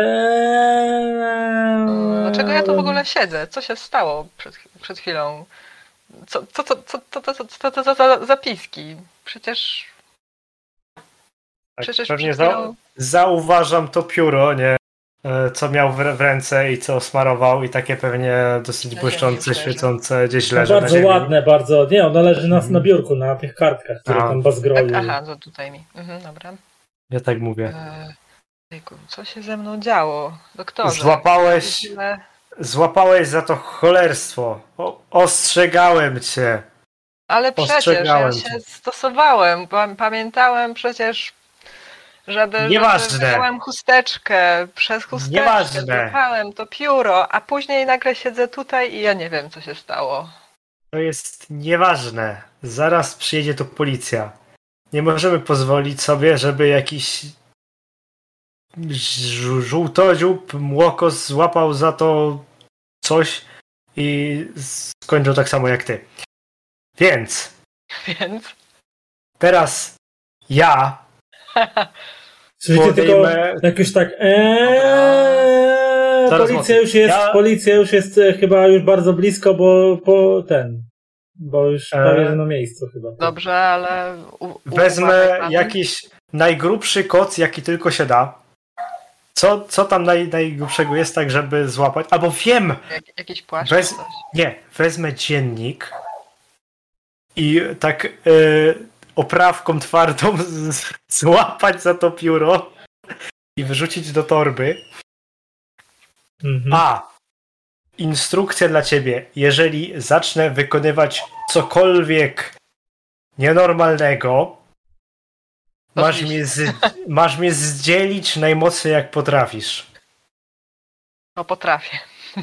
Dlaczego ja tu w ogóle siedzę? Co się stało przed chwilą? Co to za zapiski? Przecież Tak, przed pewnie chwilą... zauważam to pióro, nie? Co miał w ręce i co smarował i takie pewnie dosyć Na błyszczące, ziemi leży. świecące gdzieś No leży na bardzo ziemi. ładne, bardzo. Nie, ono leży na biurku, na tych kartkach, które A. tam bazgroił. Aha, to tutaj mi. Dobra. Ja tak mówię. Jejku, co się ze mną działo? Doktorze. Złapałeś za to cholerstwo. Ostrzegałem cię. Ale przecież ja Ostrzegałem się cię. stosowałem. Pamiętałem przecież, żeby Nieważne. wyjąłem chusteczkę. Przez chusteczkę Nieważne. złapałem to pióro, a później nagle siedzę tutaj i ja nie wiem, co się stało. To jest nieważne. Zaraz przyjedzie tu policja. Nie możemy pozwolić sobie, żeby jakiś żółtodziób młokos złapał za to coś i skończył tak samo jak ty. Więc teraz ja Słyszycie tylko jak już tak policja już jest chyba już bardzo blisko, bo już prawie na miejscu chyba. Dobrze, ale... wezmę jakiś najgrubszy koc, jaki tylko się da. Co tam najgrubszego jest, tak żeby złapać? Albo wiem! Jakiś płaszcz? Nie, wezmę dziennik i tak oprawką twardą złapać za to pióro i wyrzucić do torby. A! Instrukcja dla ciebie. Jeżeli zacznę wykonywać cokolwiek nienormalnego, masz mnie zdzielić najmocniej jak potrafisz. No potrafię.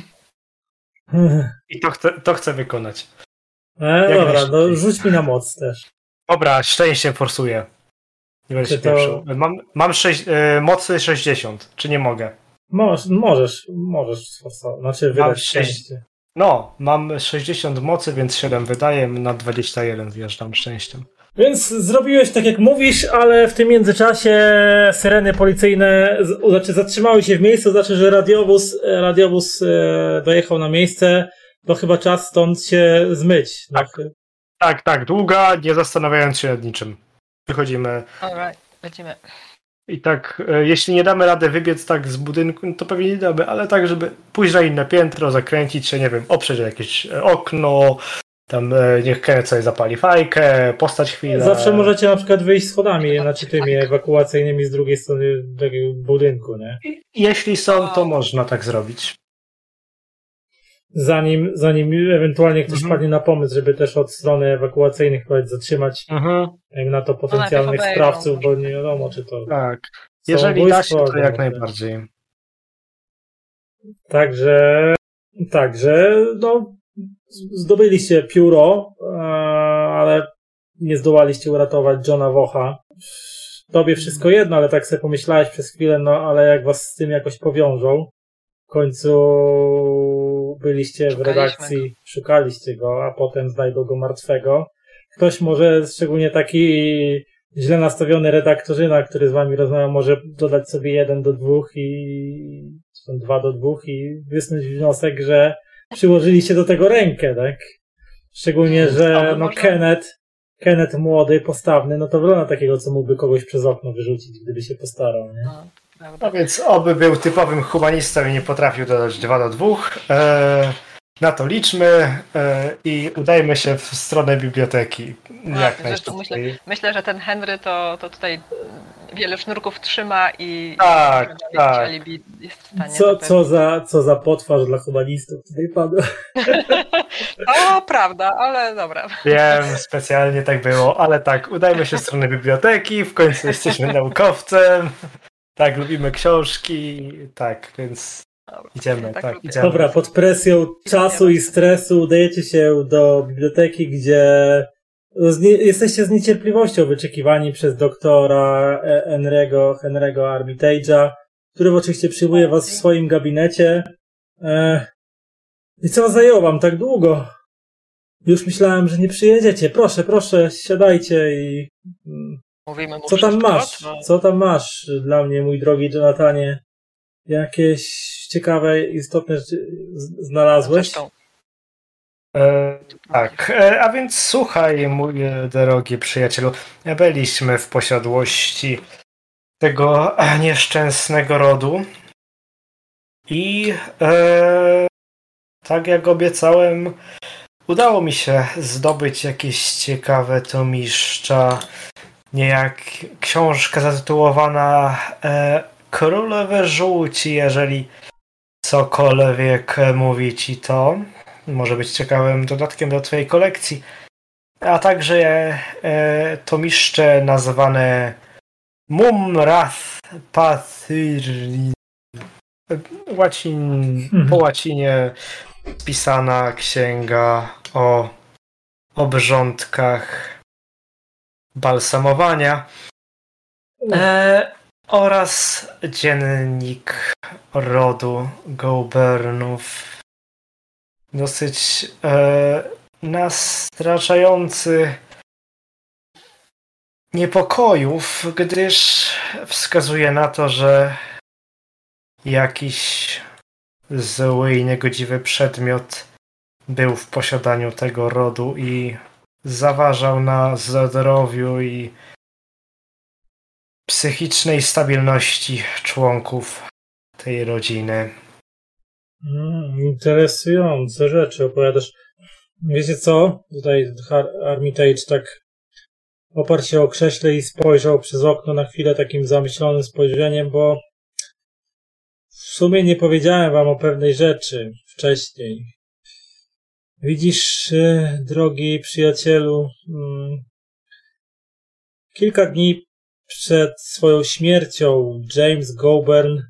I to chcę wykonać. Dobra, no rzuć mi na moc też. Dobra, szczęście forsuję. Nie będę się pieprzył. Mam mocy 60. Czy nie mogę? Możesz sforsować. Znaczy wydać szczęście. No, mam 60 mocy, więc 7 wydaję, na 21 wjeżdżam szczęściem. Więc zrobiłeś tak jak mówisz, ale w tym międzyczasie syreny policyjne zatrzymały się w miejscu, znaczy, że radiowóz dojechał na miejsce, to chyba czas stąd się zmyć. Tak, długa, nie zastanawiając się nad niczym. Wychodzimy. Alright, lecimy. I tak, jeśli nie damy rady wybiec tak z budynku, no to pewnie nie damy, ale tak, żeby pójść na inne piętro, zakręcić się, nie wiem, oprzeć jakieś okno, tam niech Kenneth sobie zapali fajkę, postać chwilę. Zawsze możecie na przykład wyjść schodami, znaczy tymi ewakuacyjnymi z drugiej strony takiego budynku, nie? Jeśli są, to można tak zrobić. Zanim ewentualnie ktoś wpadnie na pomysł, żeby też od strony ewakuacyjnych zatrzymać na to potencjalnych sprawców, bo nie wiadomo, czy to... Tak, jeżeli da się, to jak najbardziej. Także, no, zdobyliście pióro, ale nie zdołaliście uratować Johna Wocha. Tobie wszystko jedno, ale tak sobie pomyślałeś przez chwilę, no ale jak was z tym jakoś powiążą, w końcu byliście w redakcji, szukaliście go, a potem znajdą go martwego. Ktoś może, szczególnie taki źle nastawiony redaktorzyna, który z wami rozmawia, może dodać sobie 1 do 2 czy 2 do 2 i wysnuć wniosek, że przyłożyliście do tego rękę, tak? Szczególnie, że no Kenneth młody, postawny, no to wygląda takiego, co mógłby kogoś przez okno wyrzucić, gdyby się postarał, nie? No więc oby był typowym humanistą i nie potrafił dodać 2 do 2. Na to liczmy i udajmy się w stronę biblioteki. Jak najszybciej. Myślę, że ten Henry to tutaj wiele sznurków trzyma i tak. alibi jest w stanie. Co za potwarz dla humanistów tutaj padło. O, prawda, ale dobra. Wiem, specjalnie tak było, ale tak, udajmy się w stronę biblioteki, w końcu jesteśmy naukowcem. Tak, lubimy książki, tak, więc idziemy. Dobra, pod presją czasu i stresu udajecie się do biblioteki, gdzie jesteście z niecierpliwością wyczekiwani przez doktora Henry'ego Armitage'a, który oczywiście przyjmuje was w swoim gabinecie. I co zajęło wam tak długo? Już myślałem, że nie przyjedziecie. Proszę, siadajcie i mówimy mu Co tam wszystko, masz? Co tam masz dla mnie, mój drogi Jonathanie? Jakieś ciekawe, istotne rzeczy znalazłeś? Zresztą, Tak, a więc słuchaj, mój drogi przyjacielu, byliśmy w posiadłości tego nieszczęsnego rodu i tak jak obiecałem, udało mi się zdobyć jakieś ciekawe tomiszcza, niejak książka zatytułowana Królowe Żółci, jeżeli cokolwiek mówi ci to. Może być ciekawym dodatkiem do twojej kolekcji. A także tomiszcze nazwane Mumrath Pathiri. Po łacinie pisana księga o obrządkach balsamowania oraz dziennik rodu Gobernów. Dosyć nastraszający niepokojów, gdyż wskazuje na to, że jakiś zły i niegodziwy przedmiot był w posiadaniu tego rodu i zaważał na zdrowiu i psychicznej stabilności członków tej rodziny. Interesujące rzeczy opowiadasz. Wiecie co? Tutaj Armitage tak oparł się o krześle i spojrzał przez okno na chwilę takim zamyślonym spojrzeniem, bo w sumie nie powiedziałem wam o pewnej rzeczy wcześniej. Widzisz, drogi przyjacielu, kilka dni przed swoją śmiercią James Goburn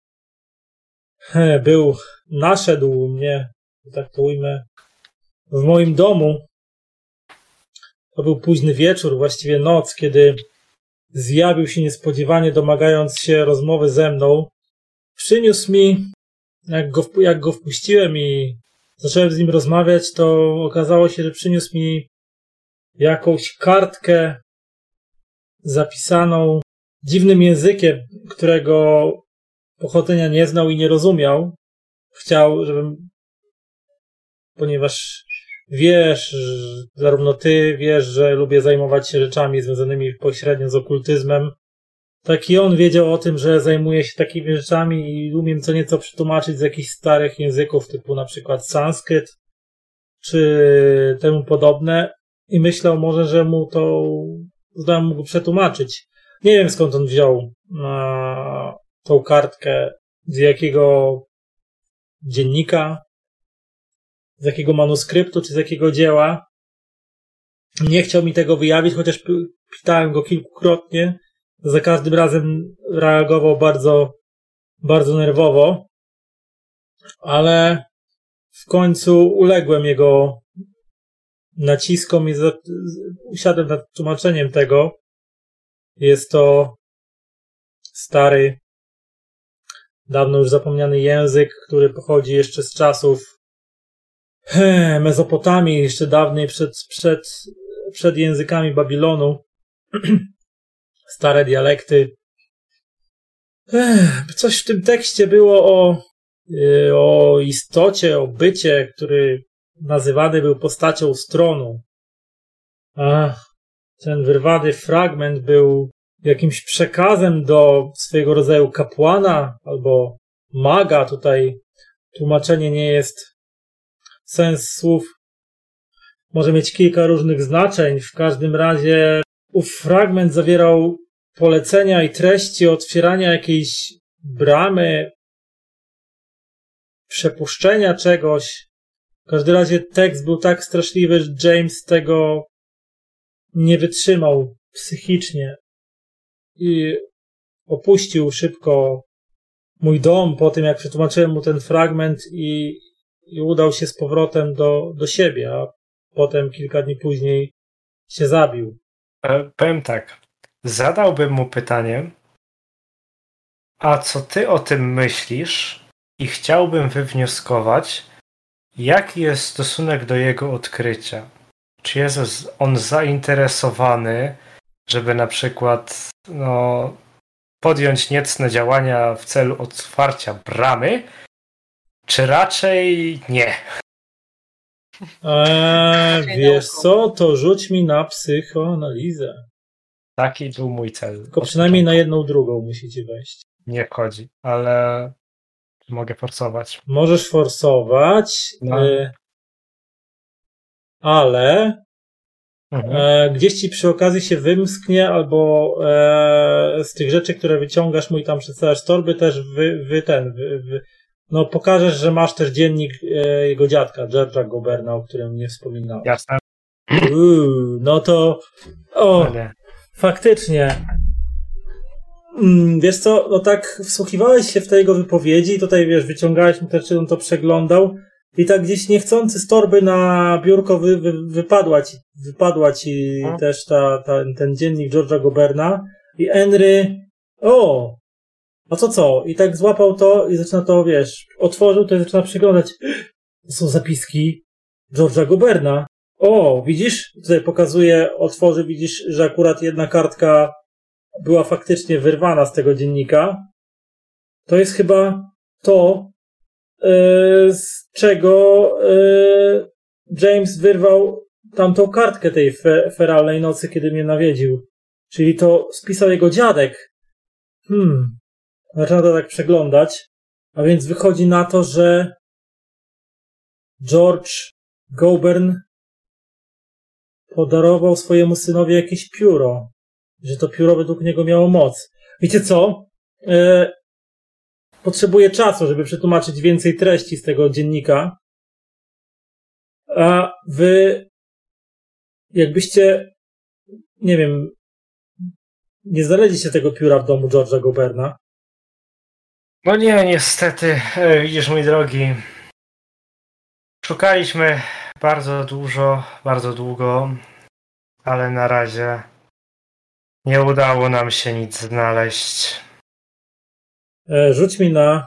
naszedł mnie, tak to ujmę, w moim domu. To był późny wieczór, właściwie noc, kiedy zjawił się niespodziewanie, domagając się rozmowy ze mną. Przyniósł mi, jak go wpuściłem i zacząłem z nim rozmawiać, to okazało się, że przyniósł mi jakąś kartkę zapisaną dziwnym językiem, którego pochodzenia nie znał i nie rozumiał. Chciał, ponieważ wiesz, zarówno ty wiesz, że lubię zajmować się rzeczami związanymi pośrednio z okultyzmem, tak i on wiedział o tym, że zajmuję się takimi rzeczami i umiem co nieco przetłumaczyć z jakichś starych języków, typu na przykład sanskryt, czy temu podobne, i myślał może, że mu to zdałem mu go przetłumaczyć. Nie wiem, skąd on wziął tą kartkę, z jakiego dziennika, z jakiego manuskryptu, czy z jakiego dzieła. Nie chciał mi tego wyjawić, chociaż pytałem go kilkukrotnie. Za każdym razem reagował bardzo, bardzo nerwowo, ale w końcu uległem jego naciskom i usiadłem nad tłumaczeniem tego. Jest to stary, dawno już zapomniany język, który pochodzi jeszcze z czasów Mezopotamii, jeszcze dawniej przed językami Babilonu. Stare dialekty. Coś w tym tekście było o istocie, o bycie, który nazywany był postacią z tronu. A ten wyrwany fragment był jakimś przekazem do swojego rodzaju kapłana albo maga. Tutaj tłumaczenie nie jest. Sens słów może mieć kilka różnych znaczeń. W każdym razie ów fragment zawierał polecenia i treści otwierania jakiejś bramy, przepuszczenia czegoś. W każdym razie tekst był tak straszliwy, że James tego nie wytrzymał psychicznie i opuścił szybko mój dom po tym, jak przetłumaczyłem mu ten fragment i udał się z powrotem do siebie, a potem kilka dni później się zabił. Powiem tak, zadałbym mu pytanie, a co ty o tym myślisz? I chciałbym wywnioskować, jaki jest stosunek do jego odkrycia. Czy jest on zainteresowany żeby na przykład podjąć niecne działania w celu otwarcia bramy, czy raczej nie? Wiesz co, to rzuć mi na psychoanalizę. Taki był mój cel. Tylko przynajmniej na jedną drugą musicie wejść. Nie wchodzi, ale mogę forsować. Możesz forsować, ale gdzieś ci przy okazji się wymsknie, albo z tych rzeczy, które wyciągasz mu i tam przedstawiasz z torby, też pokażesz, że masz też dziennik jego dziadka, George'a Goberna, o którym nie wspominałem. Jasne. No to faktycznie. Wiesz co, no tak wsłuchiwałeś się w te jego wypowiedzi i tutaj, wiesz, wyciągałeś mu też, czy on to przeglądał i tak gdzieś niechcący z torby na biurko wypadła ci też ten dziennik George'a Goberna i Henry, a to co? I tak złapał to i zaczyna to, wiesz, otworzył to i zaczyna przeglądać. To są zapiski George'a Goberna. Widzisz? Tutaj pokazuje, otworzy, widzisz, że akurat jedna kartka była faktycznie wyrwana z tego dziennika. To jest chyba to, z czego James wyrwał tamtą kartkę tej feralnej nocy, kiedy mnie nawiedził. Czyli to spisał jego dziadek. Zaczyna to tak przeglądać. A więc wychodzi na to, że George Gobern podarował swojemu synowi jakieś pióro. Że to pióro według niego miało moc. Wiecie co? Potrzebuję czasu, żeby przetłumaczyć więcej treści z tego dziennika. A wy, jakbyście, nie wiem, nie znaleźliście tego pióra w domu George'a Goberna? No nie, niestety. Widzisz, mój drogi, szukaliśmy bardzo długo, ale na razie nie udało nam się nic znaleźć. Rzuć mi na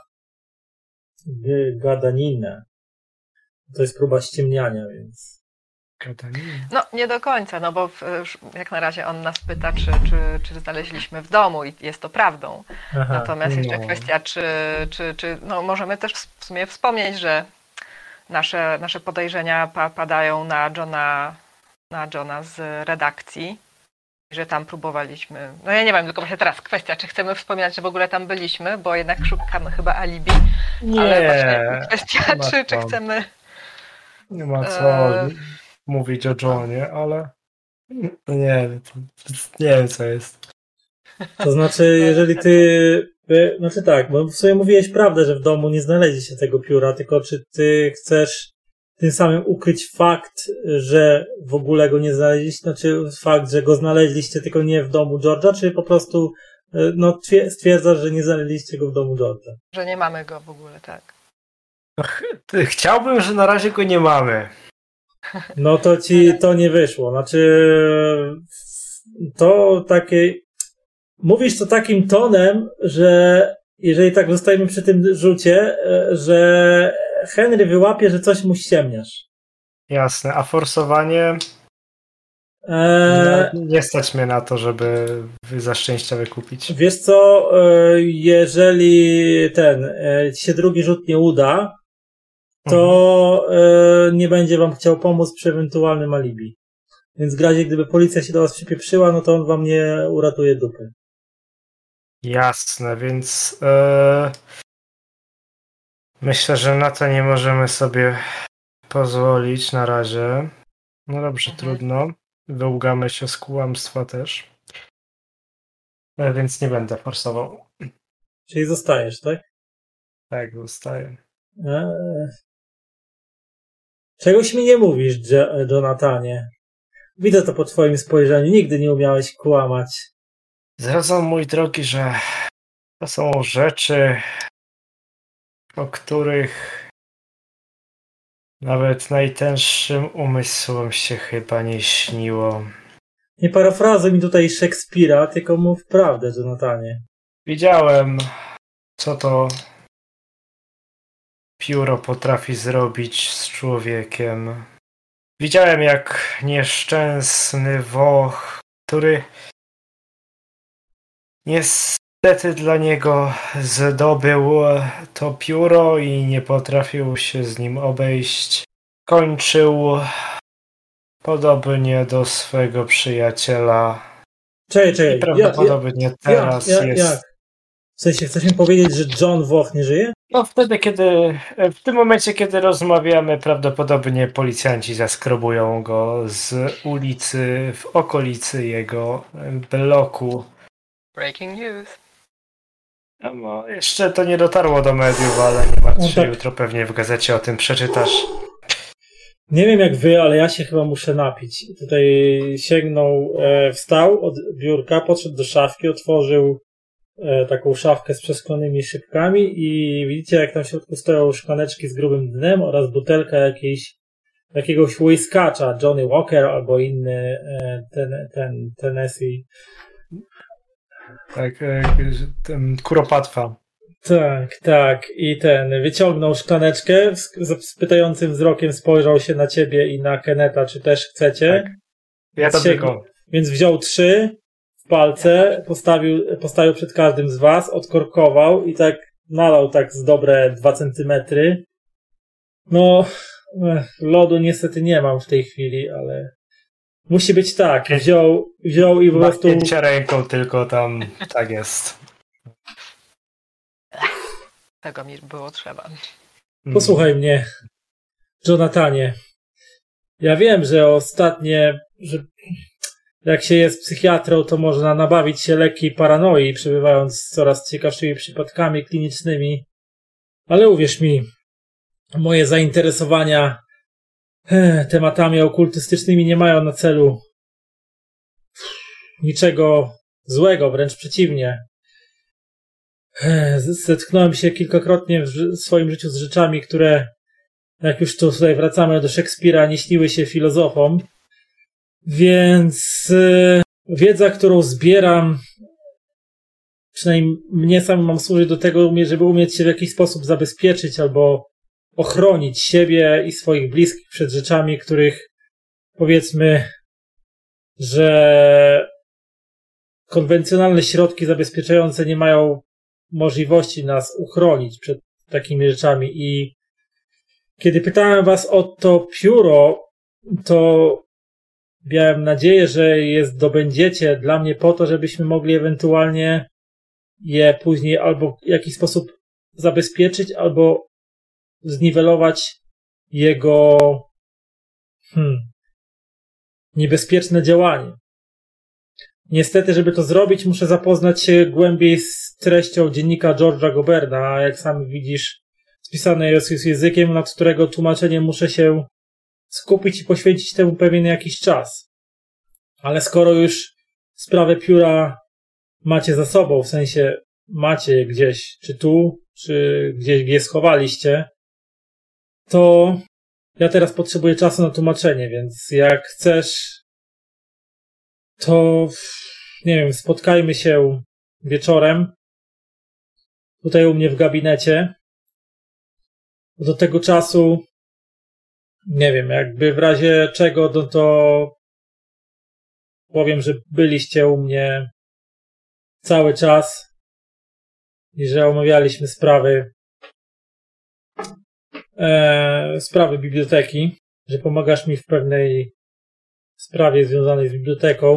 gadaninę. To jest próba ściemniania, więc... Gadaninę? No, nie do końca, bo jak na razie on nas pyta, czy znaleźliśmy w domu i jest to prawdą. Natomiast jeszcze kwestia, czy możemy też w sumie wspomnieć, że nasze podejrzenia padają na Johna z redakcji, że tam próbowaliśmy. No ja nie wiem, tylko właśnie teraz kwestia, czy chcemy wspominać, że w ogóle tam byliśmy, bo jednak szukamy chyba alibi. Nie. Ale właśnie kwestia, czy chcemy... Nie ma co mówić o Johnie, ale nie wiem, co jest. To znaczy, jeżeli znaczy tak, bo w sumie mówiłeś prawdę, że w domu nie znaleźliście tego pióra, tylko czy ty chcesz tym samym ukryć fakt, że w ogóle go nie znaleźliście, znaczy fakt, że go znaleźliście, tylko nie w domu George'a, czy po prostu stwierdzasz, że nie znaleźliście go w domu George'a? Że nie mamy go w ogóle, tak. Chciałbym, że na razie go nie mamy. No to ci to nie wyszło. Znaczy, to takie... Mówisz to takim tonem, że jeżeli tak zostajemy przy tym rzucie, że Henry wyłapie, że coś mu ściemniasz. Jasne, a forsowanie... Nie stać mnie na to, żeby za szczęścia wykupić. Wiesz co, jeżeli ci się drugi rzut nie uda, to nie będzie wam chciał pomóc przy ewentualnym alibi. Więc w razie gdyby policja się do was przypieprzyła, no to on wam nie uratuje dupy. Jasne, więc myślę, że na to nie możemy sobie pozwolić na razie. No dobrze, trudno. Wyłgamy się z kłamstwa też. Więc nie będę forsował. Czyli zostajesz, tak? Tak, zostaję. Czegoś mi nie mówisz, Jonathanie. Widzę to po twoim spojrzeniu. Nigdy nie umiałeś kłamać. Zrozum, mój drogi, że to są rzeczy, o których nawet najtęższym umysłom się chyba nie śniło. Nie parafrazuj mi tutaj Szekspira, tylko mów prawdę, Jonathanie. Widziałem, co to pióro potrafi zrobić z człowiekiem. Widziałem, jak nieszczęsny Woch, który Niestety dla niego zdobył to pióro i nie potrafił się z nim obejść. Kończył podobnie do swego przyjaciela. Czekaj, I prawdopodobnie teraz jest... jak? W sensie, chcesz mi powiedzieć, że John Voch nie żyje? No w tym momencie, kiedy rozmawiamy, prawdopodobnie policjanci zaskrobują go z ulicy w okolicy jego bloku. Breaking news. No, jeszcze to nie dotarło do mediów, ale nie martw się, tak. jutro pewnie w gazecie o tym przeczytasz. Nie wiem jak wy, ale ja się chyba muszę napić. Tutaj sięgnął, wstał od biurka, podszedł do szafki, otworzył taką szafkę z przesklonymi szybkami i widzicie, jak tam w środku stoją szklaneczki z grubym dnem oraz butelka jakiegoś whiskacza, Johnny Walker albo inny ten Tennessee. Tak, ten Kuropatwa. Tak. I wyciągnął szklaneczkę, z pytającym wzrokiem spojrzał się na ciebie i na Kenneta, czy też chcecie. Tak. Ja to tylko. Więc wziął 3 w palce, postawił przed każdym z was, odkorkował i tak nalał tak z dobre 2 centymetry. No, lodu niestety nie mam w tej chwili, ale musi być tak. Wziął i po prostu... Machnięcia ręką tylko tam, tak jest. Tego mi było trzeba. Posłuchaj mnie, Jonathanie. Ja wiem, że że jak się jest psychiatrą, to można nabawić się lekkiej paranoi, przebywając z coraz ciekawszymi przypadkami klinicznymi. Ale uwierz mi, moje zainteresowania tematami okultystycznymi nie mają na celu niczego złego, wręcz przeciwnie. Zetknąłem się kilkakrotnie w swoim życiu z rzeczami, które, jak już tutaj wracamy do Szekspira, nie śniły się filozofom. Więc wiedza, którą zbieram, przynajmniej mnie sam mam służyć do tego, żeby umieć się w jakiś sposób zabezpieczyć albo ochronić siebie i swoich bliskich przed rzeczami, których powiedzmy, że konwencjonalne środki zabezpieczające nie mają możliwości nas uchronić przed takimi rzeczami. I kiedy pytałem was o to pióro, to miałem nadzieję, że je zdobędziecie dla mnie po to, żebyśmy mogli ewentualnie je później albo w jakiś sposób zabezpieczyć, albo zniwelować jego niebezpieczne działanie. Niestety, żeby to zrobić, muszę zapoznać się głębiej z treścią dziennika George'a Goberna, a jak sam widzisz, spisane jest językiem, nad którego tłumaczeniem muszę się skupić i poświęcić temu pewien jakiś czas. Ale skoro już sprawę pióra macie za sobą, w sensie macie je gdzieś, czy tu, czy gdzieś je schowaliście, to ja teraz potrzebuję czasu na tłumaczenie, więc jak chcesz, to nie wiem, spotkajmy się wieczorem tutaj u mnie w gabinecie. Do tego czasu nie wiem, jakby w razie czego, no to powiem, że byliście u mnie cały czas i że omawialiśmy sprawy biblioteki, że pomagasz mi w pewnej sprawie związanej z biblioteką.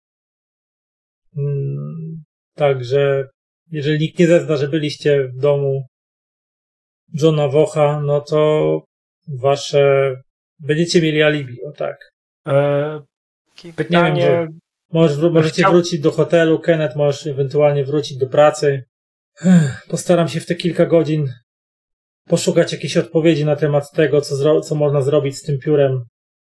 Także jeżeli nikt nie zezna, że byliście w domu Johna Vocha, no to będziecie mieli alibi, o tak. Pytanie... Nie wiem, możecie wrócić do hotelu, Kenneth, możesz ewentualnie wrócić do pracy. Postaram się w te kilka godzin poszukać jakiejś odpowiedzi na temat tego, co można zrobić z tym piórem,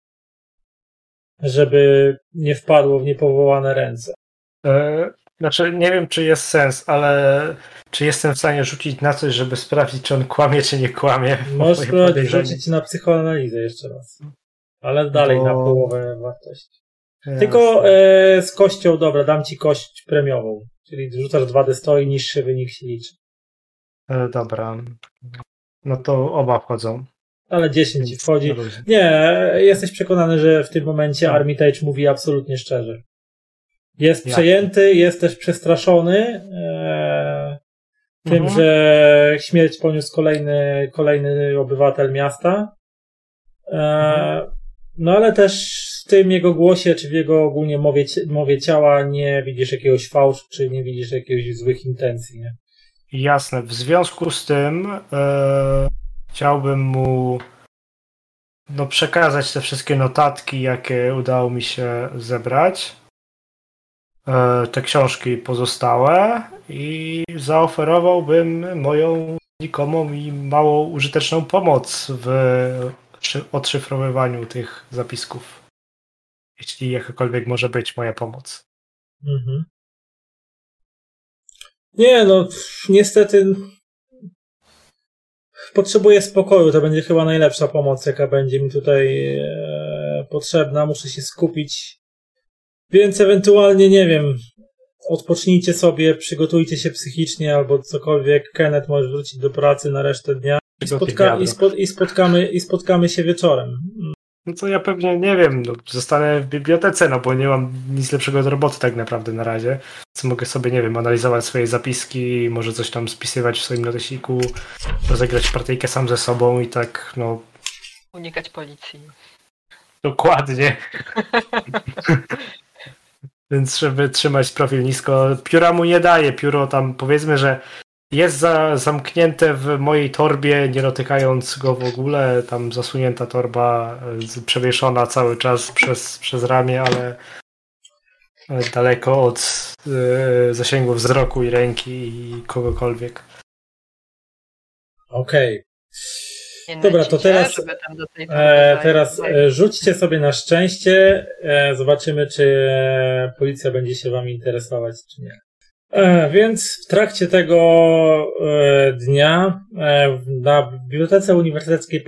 żeby nie wpadło w niepowołane ręce. Znaczy, nie wiem, czy jest sens, ale czy jestem w stanie rzucić na coś, żeby sprawdzić, czy on kłamie, czy nie kłamie? Możesz spróbować rzucić na psychoanalizę jeszcze raz. Ale dalej na połowę wartości. Jasne. Tylko z kością, dobra, dam ci kość premiową. Czyli rzucasz 2d100 i niższy wynik się liczy. Dobra. No to oba wchodzą. Ale 10 ci wchodzi. Nie, jesteś przekonany, że w tym momencie Armitage mówi absolutnie szczerze. Jest przejęty, jest też przestraszony tym, że śmierć poniósł kolejny obywatel miasta. No ale też w tym jego głosie, czy w jego ogólnie mowie ciała nie widzisz jakiegoś fałszu, czy nie widzisz jakichś złych intencji, nie? Jasne. W związku z tym chciałbym mu przekazać te wszystkie notatki, jakie udało mi się zebrać. Te książki pozostałe i zaoferowałbym moją znikomą i mało użyteczną pomoc w odszyfrowywaniu tych zapisków. Jeśli jakakolwiek może być moja pomoc. Mhm. Nie, no niestety potrzebuję spokoju. To będzie chyba najlepsza pomoc, jaka będzie mi tutaj potrzebna. Muszę się skupić. Więc ewentualnie, nie wiem, odpocznijcie sobie, przygotujcie się psychicznie albo cokolwiek. Kenneth, możesz wrócić do pracy na resztę dnia i spotkamy się wieczorem. No to ja pewnie, nie wiem, zostanę w bibliotece, bo nie mam nic lepszego do roboty tak naprawdę na razie. Co mogę sobie, nie wiem, analizować swoje zapiski, może coś tam spisywać w swoim notesiku, rozegrać partyjkę sam ze sobą i tak, unikać policji. Dokładnie. Więc żeby trzymać profil nisko, pióra mu nie daje. Pióro tam, powiedzmy, że jest zamknięte w mojej torbie, nie dotykając go w ogóle. Tam zasunięta torba, przewieszona cały czas przez ramię, ale daleko od zasięgu wzroku i ręki i kogokolwiek. Okej. Dobra, to teraz rzućcie sobie na szczęście. Zobaczymy, czy policja będzie się wami interesować, czy nie. Więc w trakcie tego dnia na bibliotece uniwersyteckiej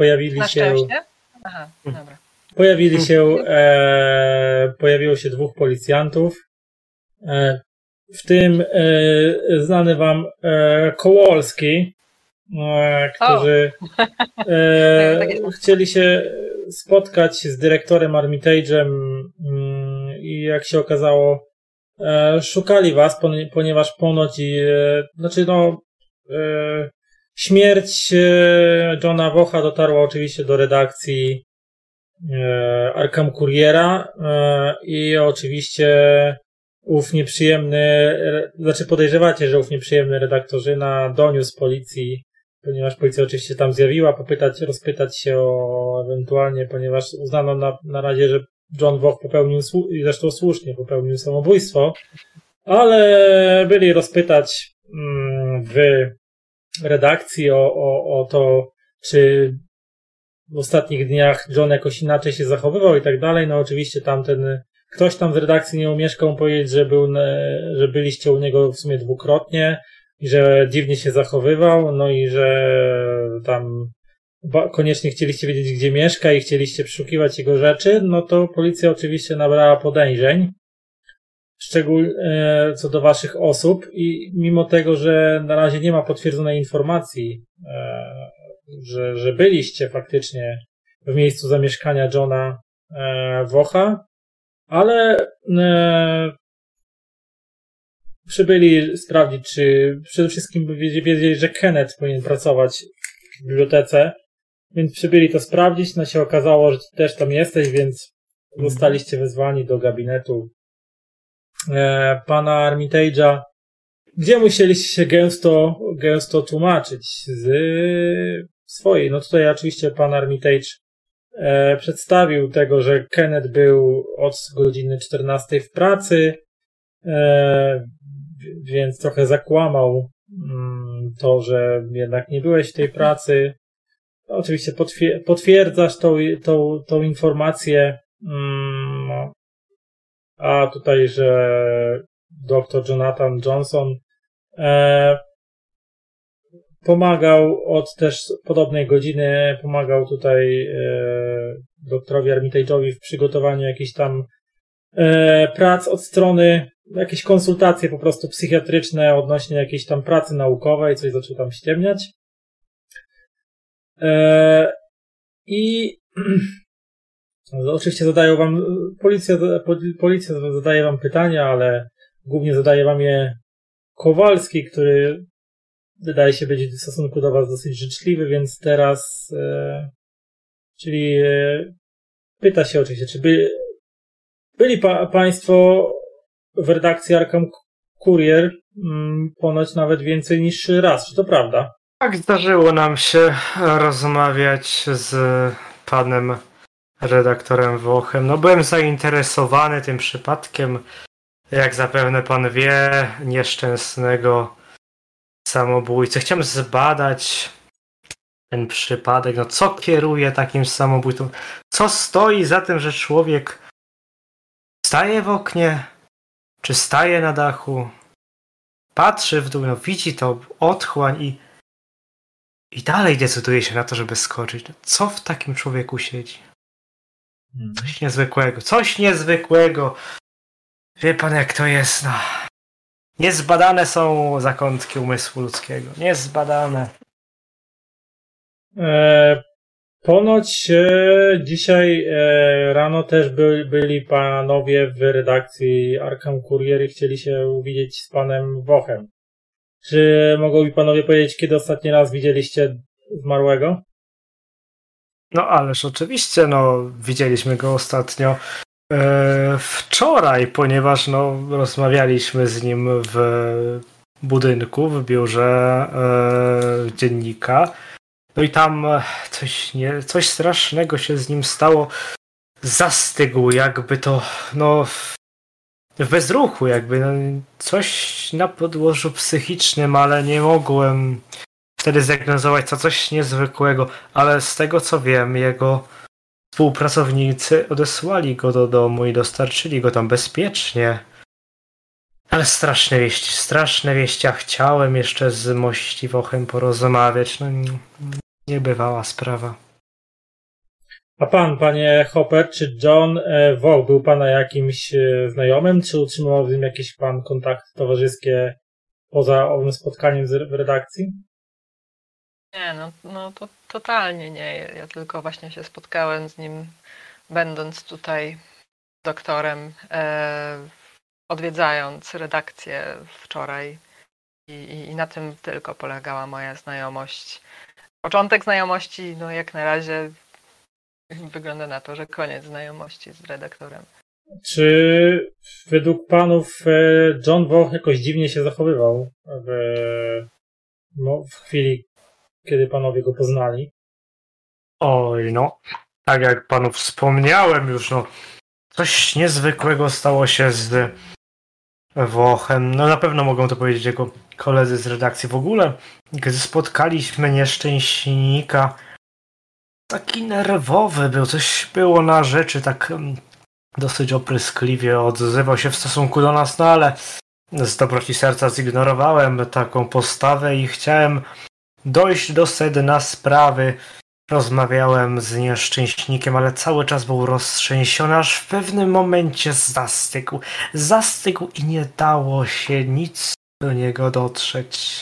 pojawiło się 2 policjantów, w tym znany wam Kowalski, którzy chcieli się spotkać z dyrektorem Armitage'em i jak się okazało, szukali was, ponieważ ponoć śmierć Johna Vougha dotarła oczywiście do redakcji Arkham Couriera i oczywiście podejrzewacie, że ów nieprzyjemny redaktorzyna doniósł policji, ponieważ policja oczywiście tam zjawiła, rozpytać się ewentualnie, ponieważ uznano na razie, że John Vough popełnił, i zresztą słusznie, popełnił samobójstwo, ale byli rozpytać w redakcji o to, czy w ostatnich dniach John jakoś inaczej się zachowywał i tak dalej. No oczywiście ktoś tam z redakcji nie umieszkał powiedzieć, że byliście u niego w sumie 2-krotnie i że dziwnie się zachowywał, no i że tam koniecznie chcieliście wiedzieć, gdzie mieszka i chcieliście przeszukiwać jego rzeczy, no to policja oczywiście nabrała podejrzeń, szczególnie co do waszych osób i mimo tego, że na razie nie ma potwierdzonej informacji, że byliście faktycznie w miejscu zamieszkania Johna Vougha, ale przybyli sprawdzić, czy przede wszystkim wiedzieli, że Kenneth powinien pracować w bibliotece, więc przybyli to sprawdzić, no się okazało, że ty też tam jesteś, więc zostaliście wezwani do gabinetu pana Armitage'a, gdzie musieliście się gęsto tłumaczyć z swojej. No tutaj oczywiście pan Armitage przedstawił tego, że Kenneth był od godziny 14 w pracy, więc trochę zakłamał to, że jednak nie byłeś w tej pracy. Oczywiście potwierdzasz tą informację, a tutaj, że dr Jonathan Johnson pomagał od też podobnej godziny, pomagał tutaj doktorowi Armitage'owi w przygotowaniu jakichś tam prac od strony, jakieś konsultacje po prostu psychiatryczne odnośnie jakiejś tam pracy naukowej, coś zaczął tam ściemniać. I Oczywiście zadają wam, policja zadaje wam pytania, ale głównie zadaje wam je Kowalski, który wydaje się być w stosunku do was dosyć życzliwy, więc teraz, pyta się oczywiście, czy byli państwo w redakcji Arkham Courier ponoć nawet więcej niż raz, czy to prawda? Tak, zdarzyło nam się rozmawiać z panem redaktorem Włochem. No, byłem zainteresowany tym przypadkiem, jak zapewne pan wie, nieszczęsnego samobójcy. Chciałem zbadać ten przypadek, no co kieruje takim samobójcą? Co stoi za tym, że człowiek staje w oknie, czy staje na dachu, patrzy w dół, no widzi to otchłań i dalej decyduje się na to, żeby skoczyć. Co w takim człowieku siedzi? Coś niezwykłego. Wie pan, jak to jest, no. Niezbadane są zakątki umysłu ludzkiego. Niezbadane. Ponoć dzisiaj rano też byli panowie w redakcji Arkham Courier i chcieli się widzieć z panem Wochem. Czy mogą panowie powiedzieć, kiedy ostatni raz widzieliście zmarłego? No ależ oczywiście, no widzieliśmy go ostatnio wczoraj, ponieważ no rozmawialiśmy z nim w budynku, w biurze dziennika. No i tam coś strasznego się z nim stało. Zastygł, jakby to, no, w bezruchu, jakby, no, coś na podłożu psychicznym, ale nie mogłem wtedy zdiagnozować, coś niezwykłego, ale z tego co wiem, jego współpracownicy odesłali go do domu i dostarczyli go tam bezpiecznie. Ale straszne wieści, a chciałem jeszcze z mości Wochem porozmawiać, no niebywała sprawa. A panie Hopper, czy John Vogt był pana jakimś znajomym, czy utrzymywał z nim jakieś pan kontakty towarzyskie poza owym spotkaniem w redakcji? Nie, no to totalnie nie. Ja tylko właśnie się spotkałem z nim, będąc tutaj doktorem, odwiedzając redakcję wczoraj i na tym tylko polegała moja znajomość. Początek znajomości, no jak na razie wygląda na to, że koniec znajomości z redaktorem. Czy według panów John Vogt jakoś dziwnie się zachowywał w chwili, kiedy panowie go poznali? Oj, no, tak jak panu wspomniałem już, no, coś niezwykłego stało się z Włochem. No na pewno mogą to powiedzieć jego koledzy z redakcji. W ogóle, gdy spotkaliśmy nieszczęśnika, taki nerwowy był, coś było na rzeczy, tak dosyć opryskliwie odzywał się w stosunku do nas, no ale z dobroci serca zignorowałem taką postawę i chciałem dojść do sedna sprawy. Rozmawiałem z nieszczęśnikiem, ale cały czas był roztrzęsiony, aż w pewnym momencie zastygł i nie dało się nic do niego dotrzeć.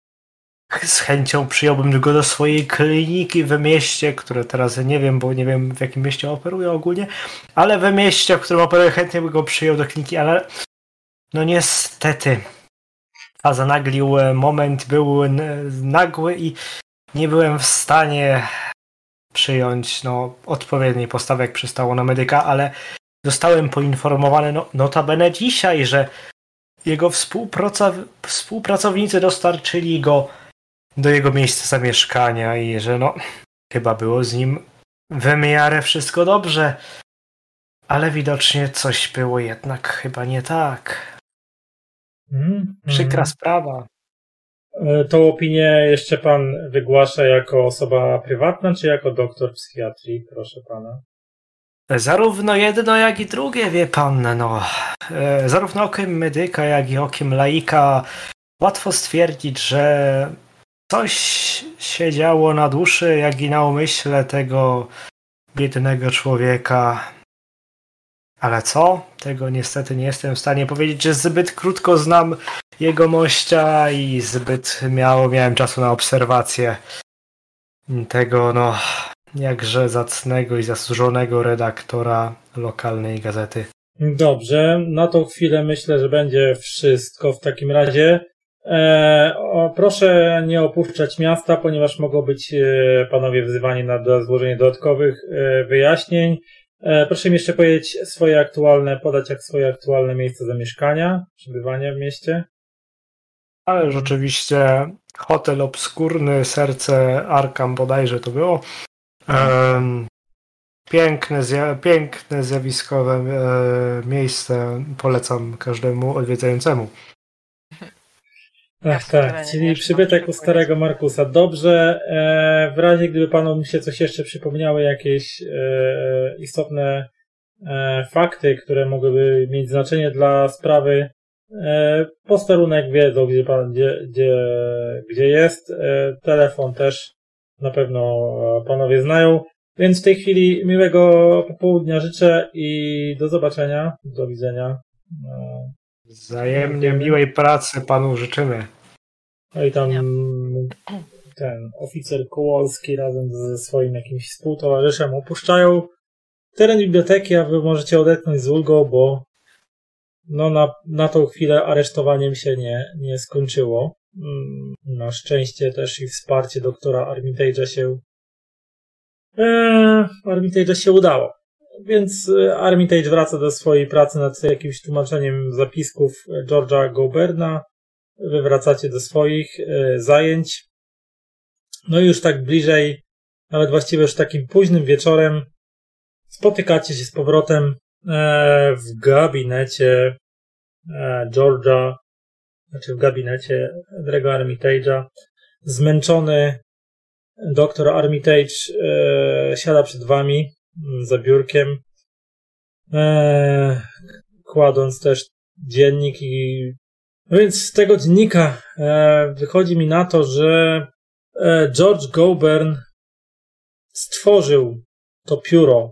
Z chęcią przyjąłbym go do swojej kliniki w mieście, które teraz nie wiem, bo nie wiem, w jakim mieście operuję ogólnie, ale w mieście, w którym operuję, chętnie bym go przyjął do kliniki, ale no niestety a zanaglił moment, był nagły i nie byłem w stanie przyjąć odpowiedniej postawy, jak przystało na medyka, ale zostałem poinformowany notabene dzisiaj, że jego współpracownicy dostarczyli go do jego miejsca zamieszkania i że chyba było z nim w miarę wszystko dobrze, ale widocznie coś było jednak chyba nie tak. Przykra sprawa. Tą opinię jeszcze pan wygłasza jako osoba prywatna, czy jako doktor psychiatrii, proszę pana? Zarówno jedno, jak i drugie, wie pan, zarówno okiem medyka, jak i okiem laika łatwo stwierdzić, że coś się działo na duszy, jak i na umyśle tego biednego człowieka. Ale co? Tego niestety nie jestem w stanie powiedzieć, że zbyt krótko znam jego mościa i zbyt miałem czasu na obserwację tego, jakże zacnego i zasłużonego redaktora lokalnej gazety. Dobrze, na tą chwilę myślę, że będzie wszystko w takim razie. Proszę nie opuszczać miasta, ponieważ mogą być panowie wzywani na złożenie dodatkowych wyjaśnień. Proszę mi jeszcze podać swoje aktualne miejsce zamieszkania, przebywania w mieście. Ale rzeczywiście hotel obskurny, serce Arkham bodajże to było. Piękne, zjawiskowe miejsce, polecam każdemu odwiedzającemu. Tak, czyli przybytek u starego Markusa. Dobrze, w razie gdyby panom się coś jeszcze przypomniały, jakieś istotne fakty, które mogłyby mieć znaczenie dla sprawy, posterunek wiedzą, gdzie jest, telefon też na pewno panowie znają, więc w tej chwili miłego popołudnia życzę i do zobaczenia, do widzenia. Wzajemnie miłej pracy panu życzymy. No i tam ten oficer Kołolski razem ze swoim jakimś współtowarzyszem opuszczają teren biblioteki, a wy możecie odetchnąć z ulgą, bo no na tą chwilę aresztowaniem się nie skończyło. Na szczęście też i wsparcie doktora Armitage'a się udało. Więc Armitage wraca do swojej pracy nad jakimś tłumaczeniem zapisków George'a Goberna. Wy wracacie do swoich zajęć. No i już tak bliżej, nawet właściwie już takim późnym wieczorem, spotykacie się z powrotem w gabinecie George'a, znaczy w gabinecie Andrego Armitage'a. Zmęczony doktor Armitage siada przed wami za biurkiem, kładąc też dziennik no więc z tego dziennika wychodzi mi na to, że George Goburn stworzył to pióro,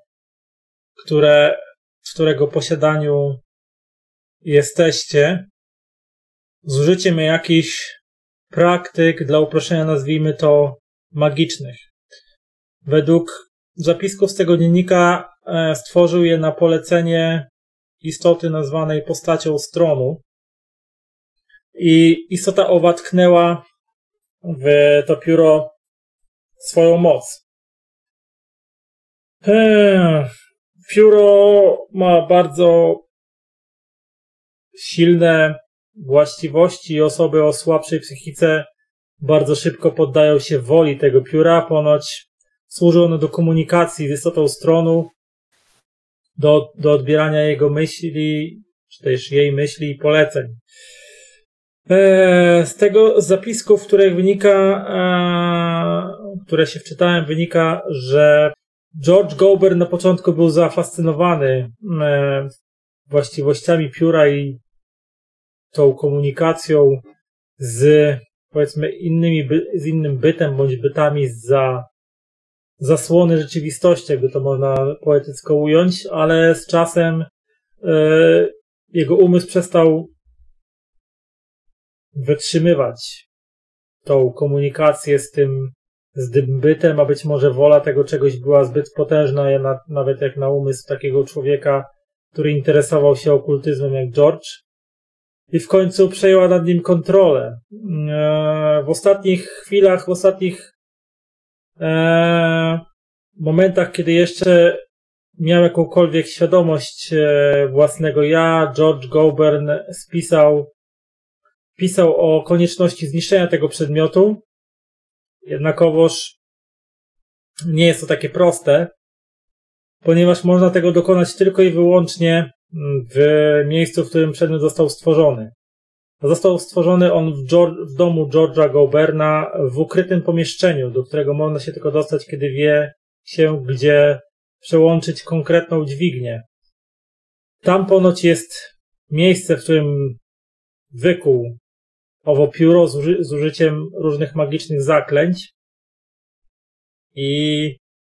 w którego posiadaniu jesteście, z użyciem jakichś praktyk, dla uproszczenia nazwijmy to magicznych. Według zapisków z tego dziennika stworzył je na polecenie istoty nazwanej postacią stronu i istota owa tknęła w to pióro swoją moc. Pióro ma bardzo silne właściwości i osoby o słabszej psychice bardzo szybko poddają się woli tego pióra. Ponoć służy ono do komunikacji z istotą stronu, do odbierania jego myśli, czy też jej myśli i poleceń. Z zapisków, które się wczytałem, wynika, że George Goburn na początku był zafascynowany właściwościami pióra i tą komunikacją z, powiedzmy, innym bytem bądź bytami zza zasłony rzeczywistości, jakby to można poetycko ująć, ale z czasem jego umysł przestał wytrzymywać tą komunikację z tym bytem, a być może wola tego czegoś była zbyt potężna, nawet jak na umysł takiego człowieka, który interesował się okultyzmem jak George, i w końcu przejęła nad nim kontrolę. W ostatnich chwilach, momentach, kiedy jeszcze miał jakąkolwiek świadomość własnego ja, George Goburn pisał o konieczności zniszczenia tego przedmiotu. Jednakowoż nie jest to takie proste, ponieważ można tego dokonać tylko i wyłącznie w miejscu, w którym przedmiot został stworzony. Został stworzony on w domu George'a Goburna w ukrytym pomieszczeniu, do którego można się tylko dostać, kiedy wie się, gdzie przełączyć konkretną dźwignię. Tam ponoć jest miejsce, w którym wykuł owo pióro z użyciem różnych magicznych zaklęć i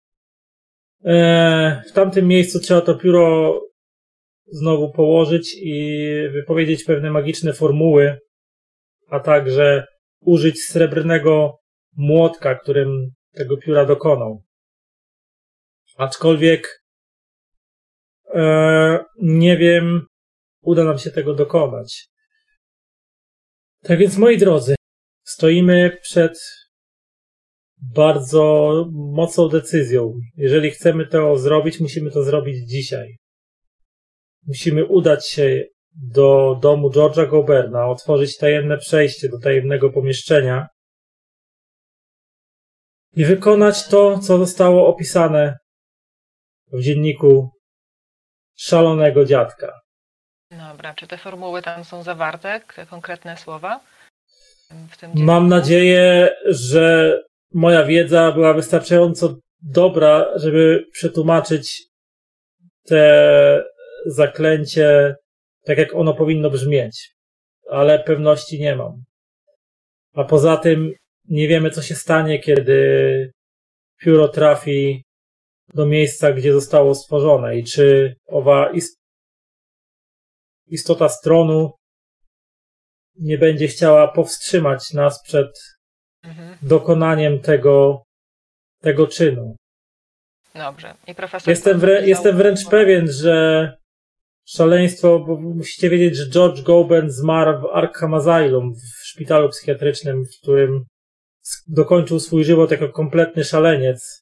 w tamtym miejscu trzeba to pióro znowu położyć i wypowiedzieć pewne magiczne formuły, a także użyć srebrnego młotka, którym tego pióra dokonał. Aczkolwiek nie wiem, uda nam się tego dokonać. Tak więc, moi drodzy, stoimy przed bardzo mocną decyzją. Jeżeli chcemy to zrobić, musimy to zrobić dzisiaj. Musimy udać się do domu George'a Goberna, otworzyć tajemne przejście do tajemnego pomieszczenia i wykonać to, co zostało opisane w dzienniku szalonego dziadka. Dobra, czy te formuły tam są zawarte, te konkretne słowa? W tym Mam nadzieję, że moja wiedza była wystarczająco dobra, żeby przetłumaczyć te zaklęcie tak, jak ono powinno brzmieć. Ale pewności nie mam. A poza tym nie wiemy, co się stanie, kiedy pióro trafi do miejsca, gdzie zostało stworzone i czy owa istota stronu nie będzie chciała powstrzymać nas przed dokonaniem tego czynu. Dobrze. I profesor Jestem wręcz pewien, że szaleństwo, bo musicie wiedzieć, że George Goben zmarł w Arkham Asylum, w szpitalu psychiatrycznym, w którym dokończył swój żywot jako kompletny szaleniec.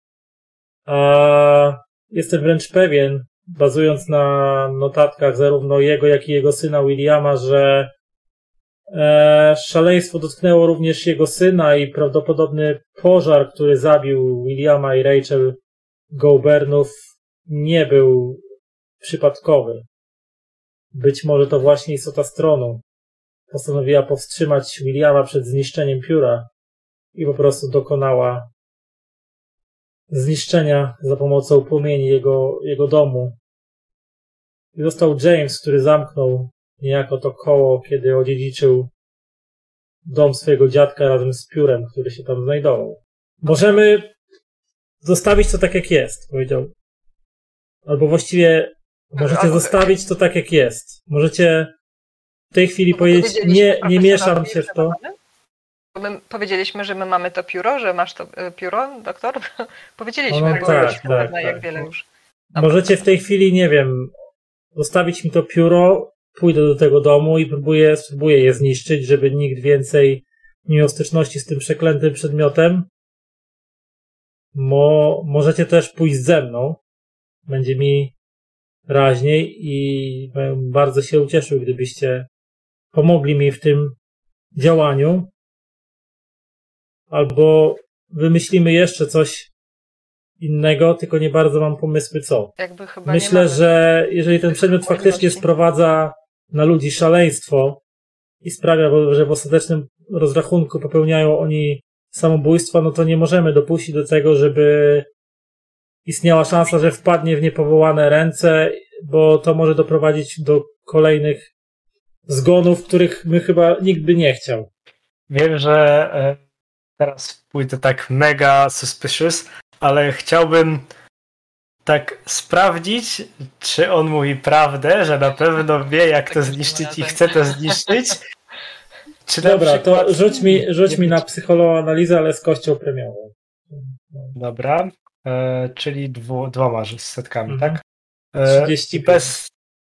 A jestem wręcz pewien, bazując na notatkach zarówno jego, jak i jego syna Williama, że szaleństwo dotknęło również jego syna i prawdopodobny pożar, który zabił Williama i Rachel Gobernów, nie był przypadkowy. Być może to właśnie istota stronu postanowiła powstrzymać Williama przed zniszczeniem pióra i po prostu dokonała zniszczenia za pomocą płomieni jego domu. I został James, który zamknął niejako to koło, kiedy odziedziczył dom swojego dziadka razem z piórem, który się tam znajdował. Możemy zostawić to tak, jak jest, powiedział. Albo właściwie możecie zostawić to tak, jak jest. Możecie w tej chwili powiedzieć, nie mieszam się w to. My powiedzieliśmy, że my mamy to pióro, że masz to pióro, doktor? Powiedzieliśmy, No, tak, jak wiele już. Możecie w tej chwili, nie wiem, zostawić mi to pióro, pójdę do tego domu i spróbuję je zniszczyć, żeby nikt więcej nie miał styczności z tym przeklętym przedmiotem. Możecie też pójść ze mną. Będzie mi raźniej i bym bardzo się ucieszył, gdybyście pomogli mi w tym działaniu. Albo wymyślimy jeszcze coś innego, tylko nie bardzo mam pomysły co. Myślę, że jeżeli ten przedmiot faktycznie sprowadza na ludzi szaleństwo i sprawia, że w ostatecznym rozrachunku popełniają oni samobójstwo, no to nie możemy dopuścić do tego, żeby istniała szansa, że wpadnie w niepowołane ręce, bo to może doprowadzić do kolejnych zgonów, których my chyba nikt by nie chciał. Wiem, że teraz pójdę tak mega suspicious, ale chciałbym tak sprawdzić, czy on mówi prawdę, że na pewno wie, jak to zniszczyć i chce to zniszczyć. Czy dobra, to rzuć mi na psychoanalizę, ale z kością premiową. Dobra, czyli dwoma setkami, tak? 35. Bez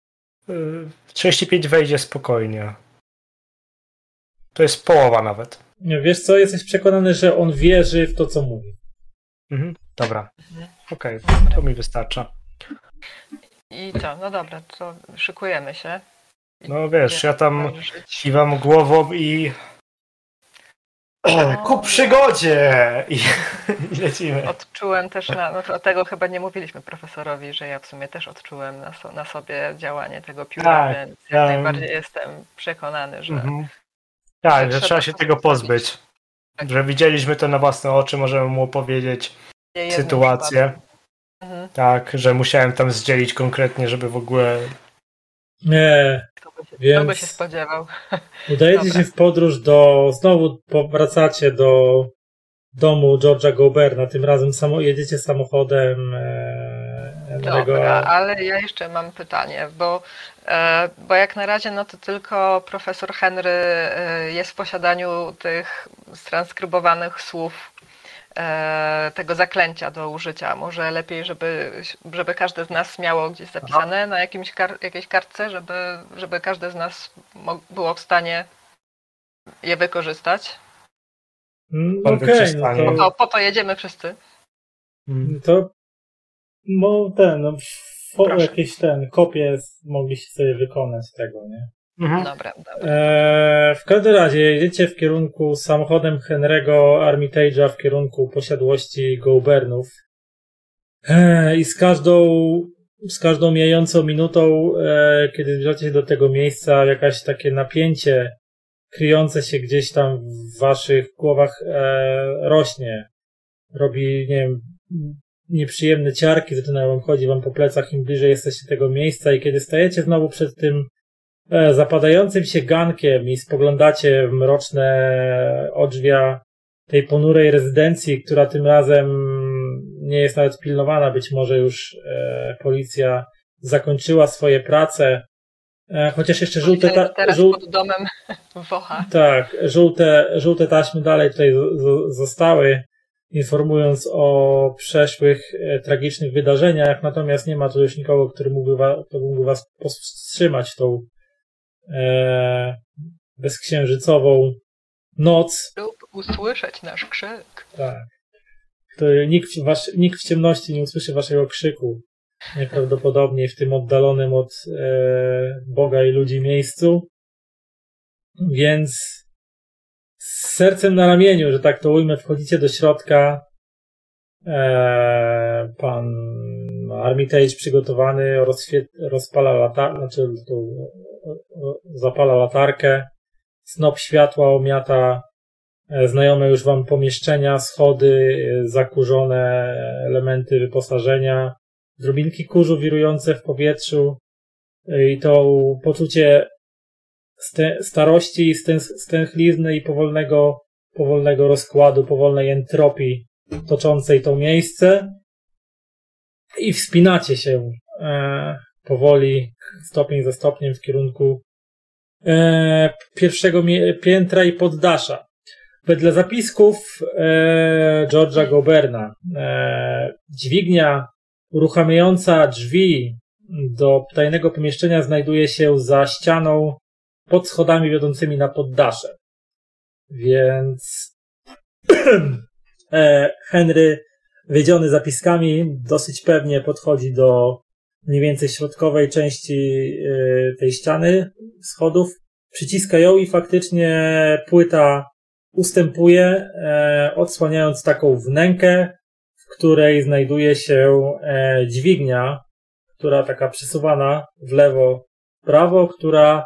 35 wejdzie spokojnie. To jest połowa nawet. Wiesz co, jesteś przekonany, że on wierzy w to, co mówi. Dobra. Okej, to mi wystarcza. I co? No dobra, to szykujemy się. No wiesz, ja tam kiwam głową i ku przygodzie! I lecimy. Odczułem też, tego chyba nie mówiliśmy profesorowi, że ja w sumie też odczułem na sobie działanie tego pióra, tak, więc jak najbardziej jestem przekonany, że... Tak, że trzeba się tego pozbyć. Tak. Że widzieliśmy to na własne oczy, możemy mu opowiedzieć sytuację. Tak, że musiałem tam zdzielić konkretnie, żeby w ogóle... Nie, Kto by się spodziewał? Udajecie się w podróż znowu powracacie do domu George'a Goberna, tym razem jedziecie samochodem. Dobra, ale ja jeszcze mam pytanie, bo jak na razie no to tylko profesor Henry jest w posiadaniu tych transkrybowanych słów tego zaklęcia do użycia. Może lepiej, żeby każdy z nas miało gdzieś zapisane na jakiejś kartce, żeby każdy z nas było w stanie je wykorzystać. Okej, no po to jedziemy wszyscy. to jakieś kopie mogliście sobie wykonać tego, nie? Dobra. W każdym razie jedziecie w kierunku samochodem Henry'ego Armitage'a w kierunku posiadłości Gobernów. I z każdą mijającą minutą, kiedy zbliżacie się do tego miejsca, jakaś takie napięcie kryjące się gdzieś tam w waszych głowach rośnie. Robi, nie wiem, nieprzyjemne ciarki zaczynają wam chodzić wam po plecach, im bliżej jesteście tego miejsca i kiedy stajecie znowu przed tym zapadającym się gankiem i spoglądacie w mroczne odrzwia tej ponurej rezydencji, która tym razem nie jest nawet pilnowana, być może już policja zakończyła swoje prace, chociaż jeszcze teraz pod domem Wocha. Tak, żółte taśmy dalej tutaj zostały, informując o przeszłych tragicznych wydarzeniach, natomiast nie ma tu już nikogo, kto mógłby was powstrzymać tą bezksiężycową noc. Lub usłyszeć nasz krzyk. Tak. Nikt w ciemności nie usłyszy waszego krzyku. Najprawdopodobniej w tym oddalonym od Boga i ludzi miejscu. Więc z sercem na ramieniu, że tak to ujmę, wchodzicie do środka. Pan Armitage przygotowany zapala latarkę. Snop światła omiata znajome już wam pomieszczenia, schody, zakurzone elementy wyposażenia, drobinki kurzu wirujące w powietrzu i to poczucie starości, stęchlizny i powolnego rozkładu, powolnej entropii toczącej to miejsce i wspinacie się powoli, stopień za stopniem w kierunku pierwszego piętra i poddasza. Wedle zapisków George'a Goberna dźwignia uruchamiająca drzwi do tajnego pomieszczenia znajduje się za ścianą pod schodami wiodącymi na poddasze. Więc Henry, wiedziony zapiskami, dosyć pewnie podchodzi do mniej więcej środkowej części tej ściany schodów, przyciska ją i faktycznie płyta ustępuje, odsłaniając taką wnękę, w której znajduje się dźwignia, która taka przesuwana w lewo, prawo, która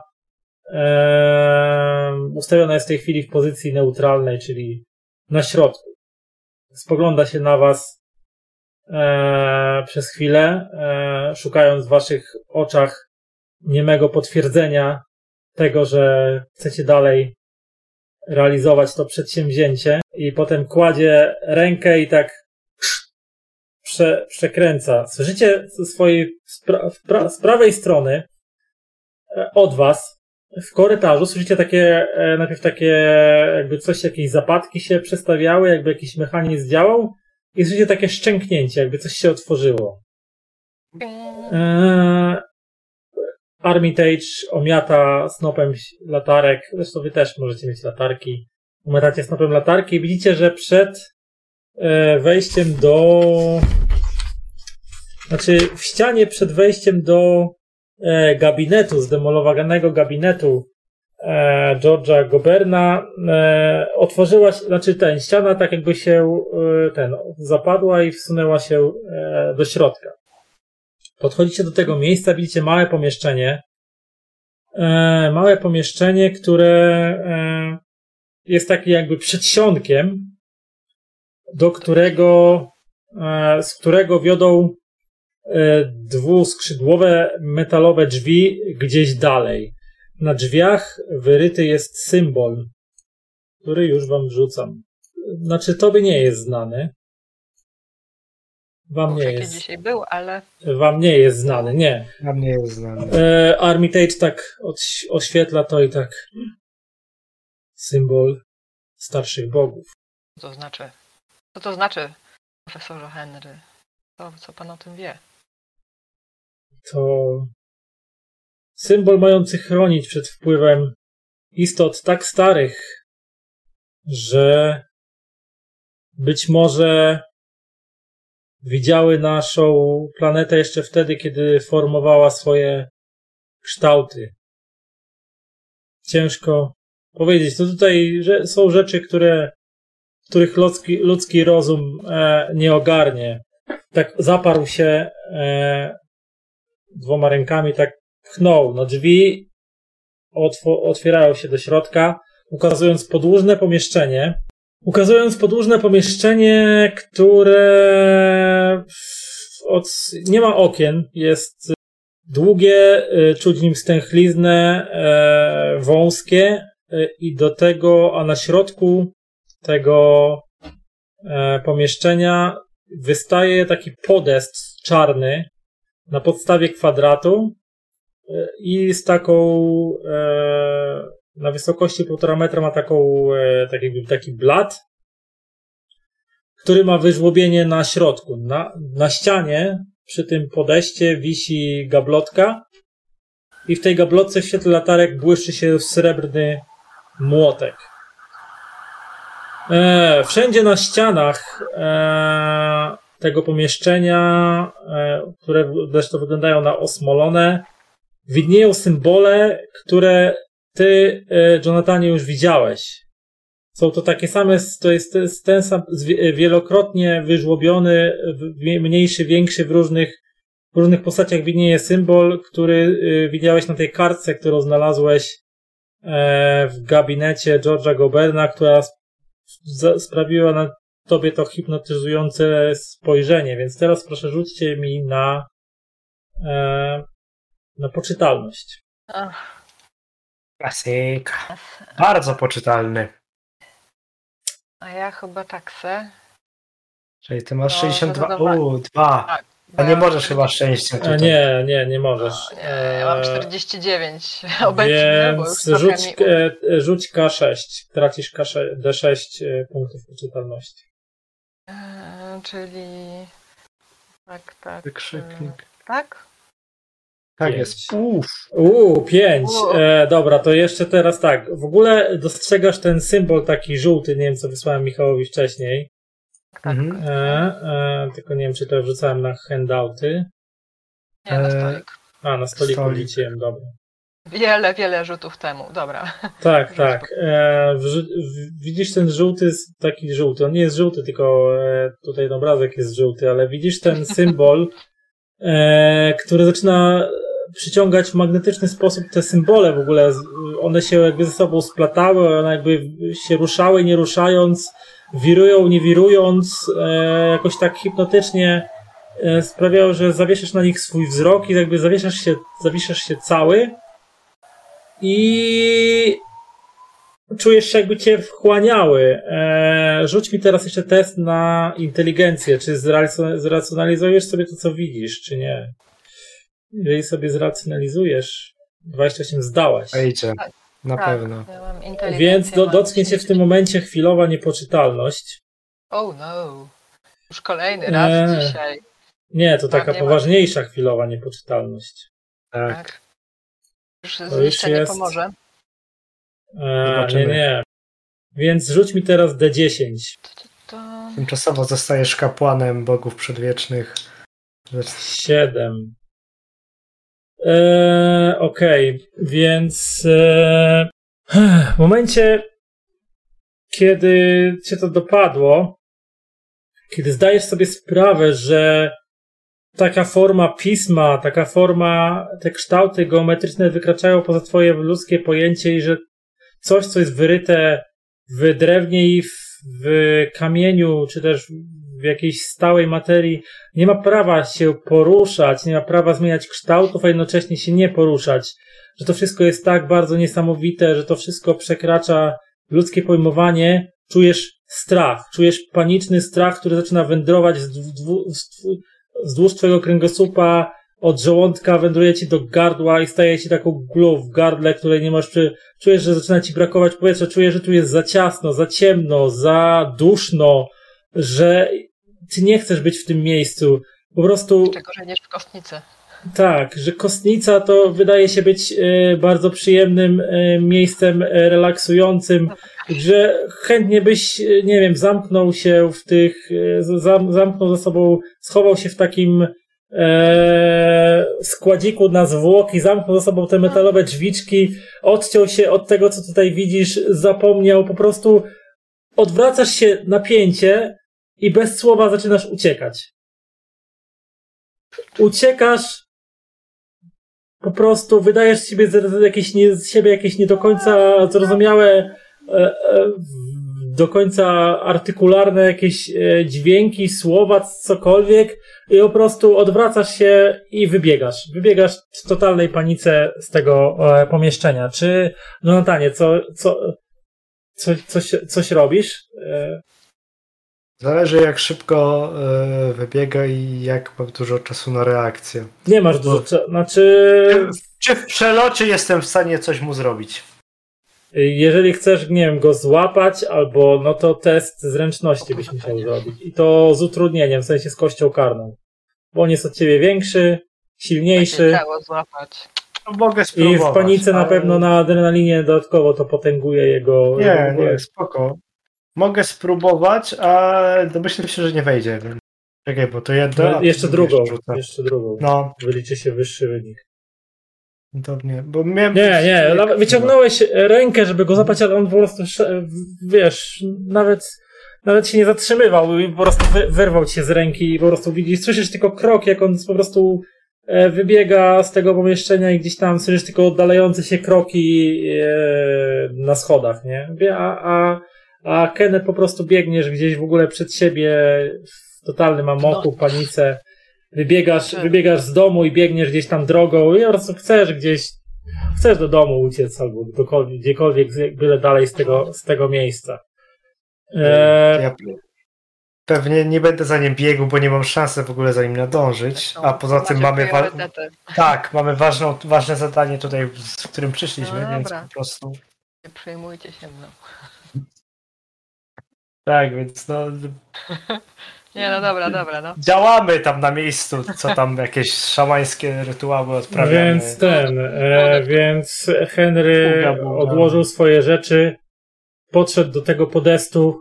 ustawiona jest w tej chwili w pozycji neutralnej, czyli na środku. Spogląda się na was przez chwilę, szukając w waszych oczach niemego potwierdzenia tego, że chcecie dalej realizować to przedsięwzięcie i potem kładzie rękę i tak przekręca. Słyszycie z prawej strony od was w korytarzu słyszycie najpierw takie jakby jakieś zapadki się przestawiały, jakby jakiś mechanizm działał i słyszycie takie szczęknięcie, jakby coś się otworzyło. Armitage omiata snopem latarek, zresztą wy też możecie mieć latarki, omiatacie snopem latarki i widzicie, że przed wejściem w ścianie przed wejściem do gabinetu, zdemolowanego gabinetu George'a Goberna otworzyła się, ściana tak jakby się zapadła i wsunęła się do środka. Podchodzicie do tego miejsca, widzicie małe pomieszczenie, które jest takim jakby przedsionkiem, z którego wiodą dwuskrzydłowe metalowe drzwi gdzieś dalej. Na drzwiach wyryty jest symbol, który już wam wrzucam. Tobie nie jest znany. Wam nie jest. Dzisiaj był, ale... Wam nie jest znany, nie. Wam nie jest znany. Armitage tak oświetla to i tak. Symbol starszych bogów. To znaczy? Co to znaczy, profesorze Henry? Co pan o tym wie? To symbol mający chronić przed wpływem istot tak starych, że być może widziały naszą planetę jeszcze wtedy, kiedy formowała swoje kształty. Ciężko powiedzieć. To tutaj są rzeczy, których ludzki rozum nie ogarnie. Tak zaparł się dwoma rękami, tak pchnął. No drzwi otwierają się do środka, ukazując podłużne pomieszczenie, które nie ma okien, jest długie, czuć w nim stęchlizny, wąskie i do tego, a na środku tego pomieszczenia wystaje taki podest czarny na podstawie kwadratu i z taką na wysokości 1,5 metra ma taki blat, który ma wyżłobienie na środku. Na ścianie przy tym podejście wisi gablotka i w tej gablotce w świetle latarek błyszczy się srebrny młotek. Wszędzie na ścianach tego pomieszczenia, które zresztą wyglądają na osmolone, widnieją symbole, które ty, Jonathanie, już widziałeś. Są to takie same, to jest ten sam, wielokrotnie wyżłobiony, mniejszy, większy w różnych postaciach widnieje symbol, który widziałeś na tej kartce, którą znalazłeś w gabinecie George'a Goberna, która sprawiła na tobie to hipnotyzujące spojrzenie. Więc teraz proszę rzućcie mi na poczytalność. Klasyka. Bardzo poczytalny. A ja chyba tak se. Czyli ty masz No, 62. zdecydowanie. 2. Tak. A nie możesz chyba szczęścia tutaj. Nie możesz. Nie, ja mam 49 obecnie, bo już Więc trochę rzuć K6. Tracisz D6 punktów poczytalności. Czyli... Tak. Wykrzyknik. Tak? Tak 5. jest. 5. Dobra, to jeszcze teraz tak. W ogóle dostrzegasz ten symbol taki żółty, nie wiem co wysłałem Michałowi wcześniej. Tak. Tylko nie wiem, czy to wrzucałem na handouty. Nie, na stolik. Na stoliku Stolik. wrzuciłem, dobra. Wiele rzutów temu, dobra. Tak. Widzisz ten żółty, taki żółty. On nie jest żółty, tylko tutaj ten obrazek jest żółty, ale widzisz ten symbol, który zaczyna przyciągać w magnetyczny sposób te symbole w ogóle. One się jakby ze sobą splatały, one jakby się ruszały, nie ruszając, wirują, nie wirując, jakoś tak hipnotycznie sprawiało, że zawieszasz na nich swój wzrok i jakby zawieszasz się cały i czujesz się, jakby cię wchłaniały. Rzuć mi teraz jeszcze test na inteligencję. Czy zracjonalizujesz sobie to, co widzisz, czy nie? Jeżeli sobie zracjonalizujesz, 28 zdałaś. Wejdzie. Na pewno. Ja mam inteligencję, Więc dotknie cię w tym momencie chwilowa niepoczytalność. Oh no. Już kolejny raz dzisiaj. Nie, to taka nie poważniejsza chwilowa niepoczytalność. Tak. Już To zniszczenie jest- pomoże. Zobaczymy. Nie. Więc rzuć mi teraz D10. To... Tymczasowo zostajesz kapłanem bogów przedwiecznych. 7. Okej, więc w momencie, kiedy cię to dopadło, kiedy zdajesz sobie sprawę, że taka forma pisma, te kształty geometryczne wykraczają poza twoje ludzkie pojęcie i że coś, co jest wyryte w drewnie i w kamieniu, czy też w jakiejś stałej materii, nie ma prawa się poruszać, nie ma prawa zmieniać kształtów, a jednocześnie się nie poruszać. Że to wszystko jest tak bardzo niesamowite, że to wszystko przekracza ludzkie pojmowanie. Czujesz strach, czujesz paniczny strach, który zaczyna wędrować wzdłuż twojego kręgosłupa, od żołądka wędruje ci do gardła i staje ci taką gulą w gardle, której nie masz czujesz, że zaczyna ci brakować powietrza, czujesz, że tu jest za ciasno, za ciemno, za duszno. że ty nie chcesz być w tym miejscu. Po prostu... Czego, że niż w kostnicy. Tak, że kostnica to wydaje się być bardzo przyjemnym miejscem relaksującym, że chętnie byś, nie wiem, zamknął się w tych, zamknął za sobą, schował się w takim składziku na zwłoki, zamknął za sobą te metalowe drzwiczki, odciął się od tego, co tutaj widzisz, zapomniał, po prostu odwracasz się na pięcie i bez słowa zaczynasz uciekać. Uciekasz, po prostu wydajesz z siebie jakieś nie do końca zrozumiałe, do końca artykularne jakieś dźwięki, słowa, cokolwiek i po prostu odwracasz się i wybiegasz. Wybiegasz w totalnej panice z tego pomieszczenia. Czy, Jonathanie, coś robisz? Zależy jak szybko wybiega i jak mam dużo czasu na reakcję. Nie masz dużo czasu, znaczy... Czy w przelocie jestem w stanie coś mu zrobić? Jeżeli chcesz, nie wiem, go złapać, albo no to test zręczności byś musiał zrobić. I to z utrudnieniem, w sensie z kością karną. Bo on jest od ciebie większy, silniejszy. Chciało złapać. Mogę spróbować. I w panice na pewno na adrenalinie dodatkowo to potęguje jego... Nie, spoko. Mogę spróbować, ale domyślam się, że nie wejdzie. Czekaj, bo to jedno... No, jeszcze drugą. No. Wyliczy się wyższy wynik. To nie, bo miałem... Nie, wyciągnąłeś rękę, żeby go złapać, ale on po prostu, wiesz, nawet się nie zatrzymywał i po prostu wyrwał cię z ręki i po prostu widzisz, słyszysz tylko krok, jak on po prostu wybiega z tego pomieszczenia i gdzieś tam słyszysz tylko oddalające się kroki na schodach, nie? A Kenneth po prostu biegniesz gdzieś w ogóle przed siebie w totalnym amoku, panice. Wybiegasz z domu i biegniesz gdzieś tam drogą i po prostu chcesz do domu uciec albo gdziekolwiek, byle dalej z tego miejsca. Ja pewnie nie będę za nim biegł, bo nie mam szansy w ogóle za nim nadążyć, a poza tym mamy ważne zadanie tutaj, z którym przyszliśmy, no więc po prostu... Nie przejmujcie się mną. Tak, więc no... Nie, no dobra, no. Działamy tam na miejscu, co tam jakieś szamańskie rytuały odprawiamy. Więc Henry odłożył swoje rzeczy, podszedł do tego podestu.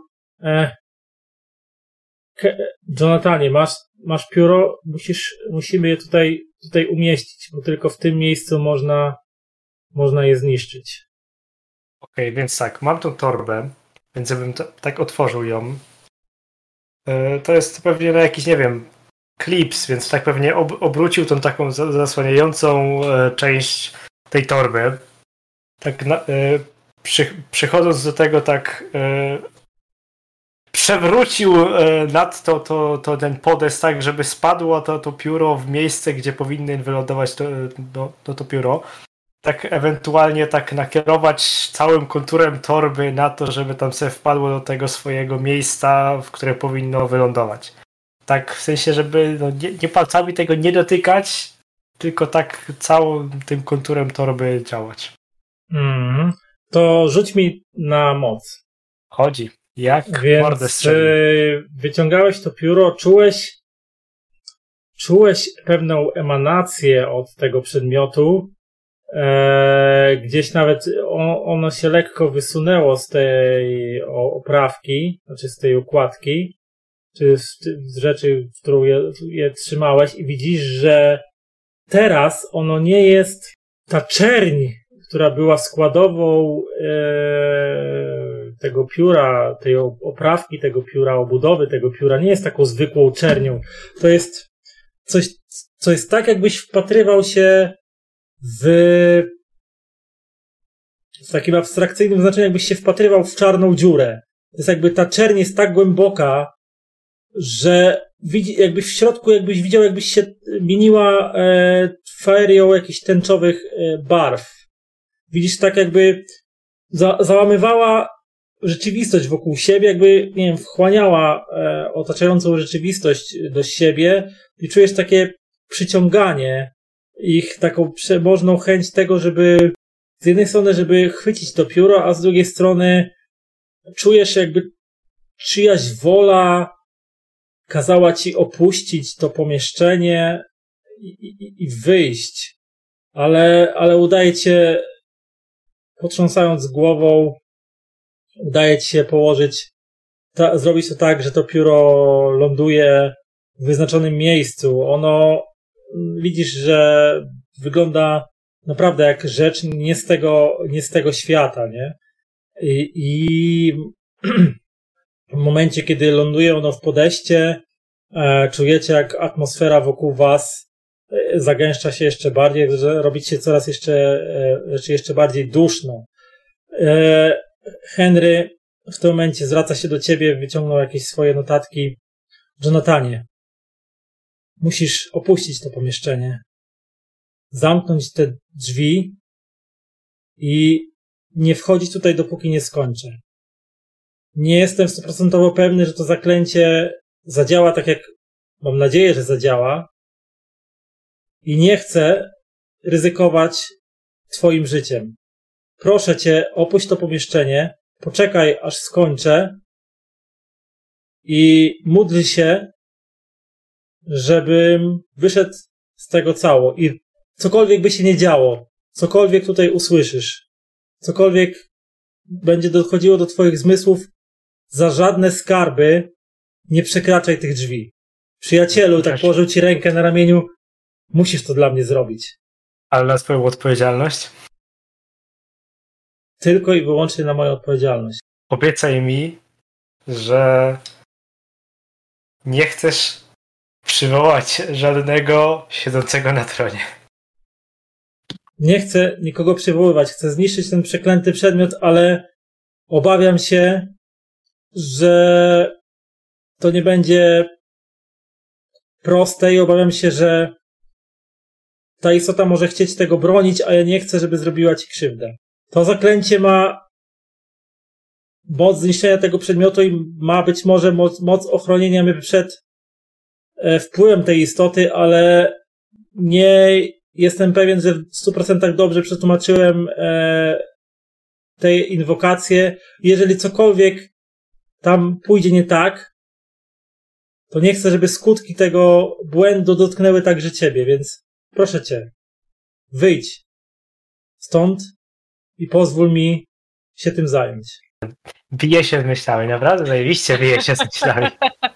Jonathanie, masz pióro? Musimy je tutaj umieścić, bo tylko w tym miejscu można je zniszczyć. Okej, więc tak, mam tą torbę, więc ja bym tak otworzył ją. To jest pewnie na jakiś, nie wiem, klips, więc tak pewnie obrócił tą taką zasłaniającą część tej torby. Tak przychodząc do tego, tak przewrócił nad to ten podest tak, żeby spadło to pióro w miejsce, gdzie powinny wylądować to pióro. Tak ewentualnie tak nakierować całym konturem torby na to, żeby tam sobie wpadło do tego swojego miejsca, w które powinno wylądować. Tak w sensie, żeby nie palcami tego nie dotykać, tylko tak całym tym konturem torby działać. To rzuć mi na moc. Chodzi. Jak mordę strzelił. Wyciągałeś to pióro, czułeś pewną emanację od tego przedmiotu. Gdzieś nawet ono się lekko wysunęło z tej oprawki, znaczy z tej okładki, czy z rzeczy, w którą je trzymałeś i widzisz, że teraz ono nie jest ta czerń, która była składową tego pióra, tej oprawki tego pióra, obudowy tego pióra, nie jest taką zwykłą czernią. To jest coś, co jest tak, jakbyś wpatrywał się w takim abstrakcyjnym znaczeniu, jakbyś się wpatrywał w czarną dziurę. To jest jakby ta czerń jest tak głęboka, że jakby w środku, jakbyś widział, jakbyś się mieniła ferią jakichś tęczowych barw. Widzisz, tak jakby załamywała rzeczywistość wokół siebie, jakby, nie wiem, wchłaniała otaczającą rzeczywistość do siebie i czujesz takie przyciąganie ich, taką przemożną chęć tego, żeby z jednej strony, żeby chwycić to pióro, a z drugiej strony czujesz jakby czyjaś wola kazała ci opuścić to pomieszczenie i wyjść. Ale udaje cię, potrząsając głową, udaje ci się zrobić to tak, że to pióro ląduje w wyznaczonym miejscu. Ono, widzisz, że wygląda naprawdę jak rzecz nie z tego świata, nie? I w momencie, kiedy ląduje ono w podejście, czujecie, jak atmosfera wokół was zagęszcza się jeszcze bardziej, że robi się coraz jeszcze bardziej duszno. Henry w tym momencie zwraca się do ciebie, wyciągnął jakieś swoje notatki. Jonathanie, musisz opuścić to pomieszczenie, zamknąć te drzwi i nie wchodzić tutaj, dopóki nie skończę. Nie jestem 100% pewny, że to zaklęcie zadziała tak, jak mam nadzieję, że zadziała, i nie chcę ryzykować twoim życiem. Proszę cię, opuść to pomieszczenie, poczekaj, aż skończę i módl się, żebym wyszedł z tego cało. I cokolwiek by się nie działo, cokolwiek tutaj usłyszysz, cokolwiek będzie dochodziło do twoich zmysłów, za żadne skarby nie przekraczaj tych drzwi. Przyjacielu, tak położył ci rękę na ramieniu, musisz to dla mnie zrobić. Ale na swoją odpowiedzialność? Tylko i wyłącznie na moją odpowiedzialność. Obiecaj mi, że nie chcesz przywołać żadnego siedzącego na tronie. Nie chcę nikogo przywoływać, chcę zniszczyć ten przeklęty przedmiot, ale obawiam się, że to nie będzie proste i obawiam się, że ta istota może chcieć tego bronić, a ja nie chcę, żeby zrobiła ci krzywdę. To zaklęcie ma moc zniszczenia tego przedmiotu i ma być może moc ochronienia mnie przed wpływem tej istoty, ale nie jestem pewien, że w 100% dobrze przetłumaczyłem te inwokacje. Jeżeli cokolwiek tam pójdzie nie tak, to nie chcę, żeby skutki tego błędu dotknęły także ciebie, więc proszę cię, wyjdź stąd i pozwól mi się tym zająć. Bije się z myślami, naprawdę zajebiście bije się z myślami.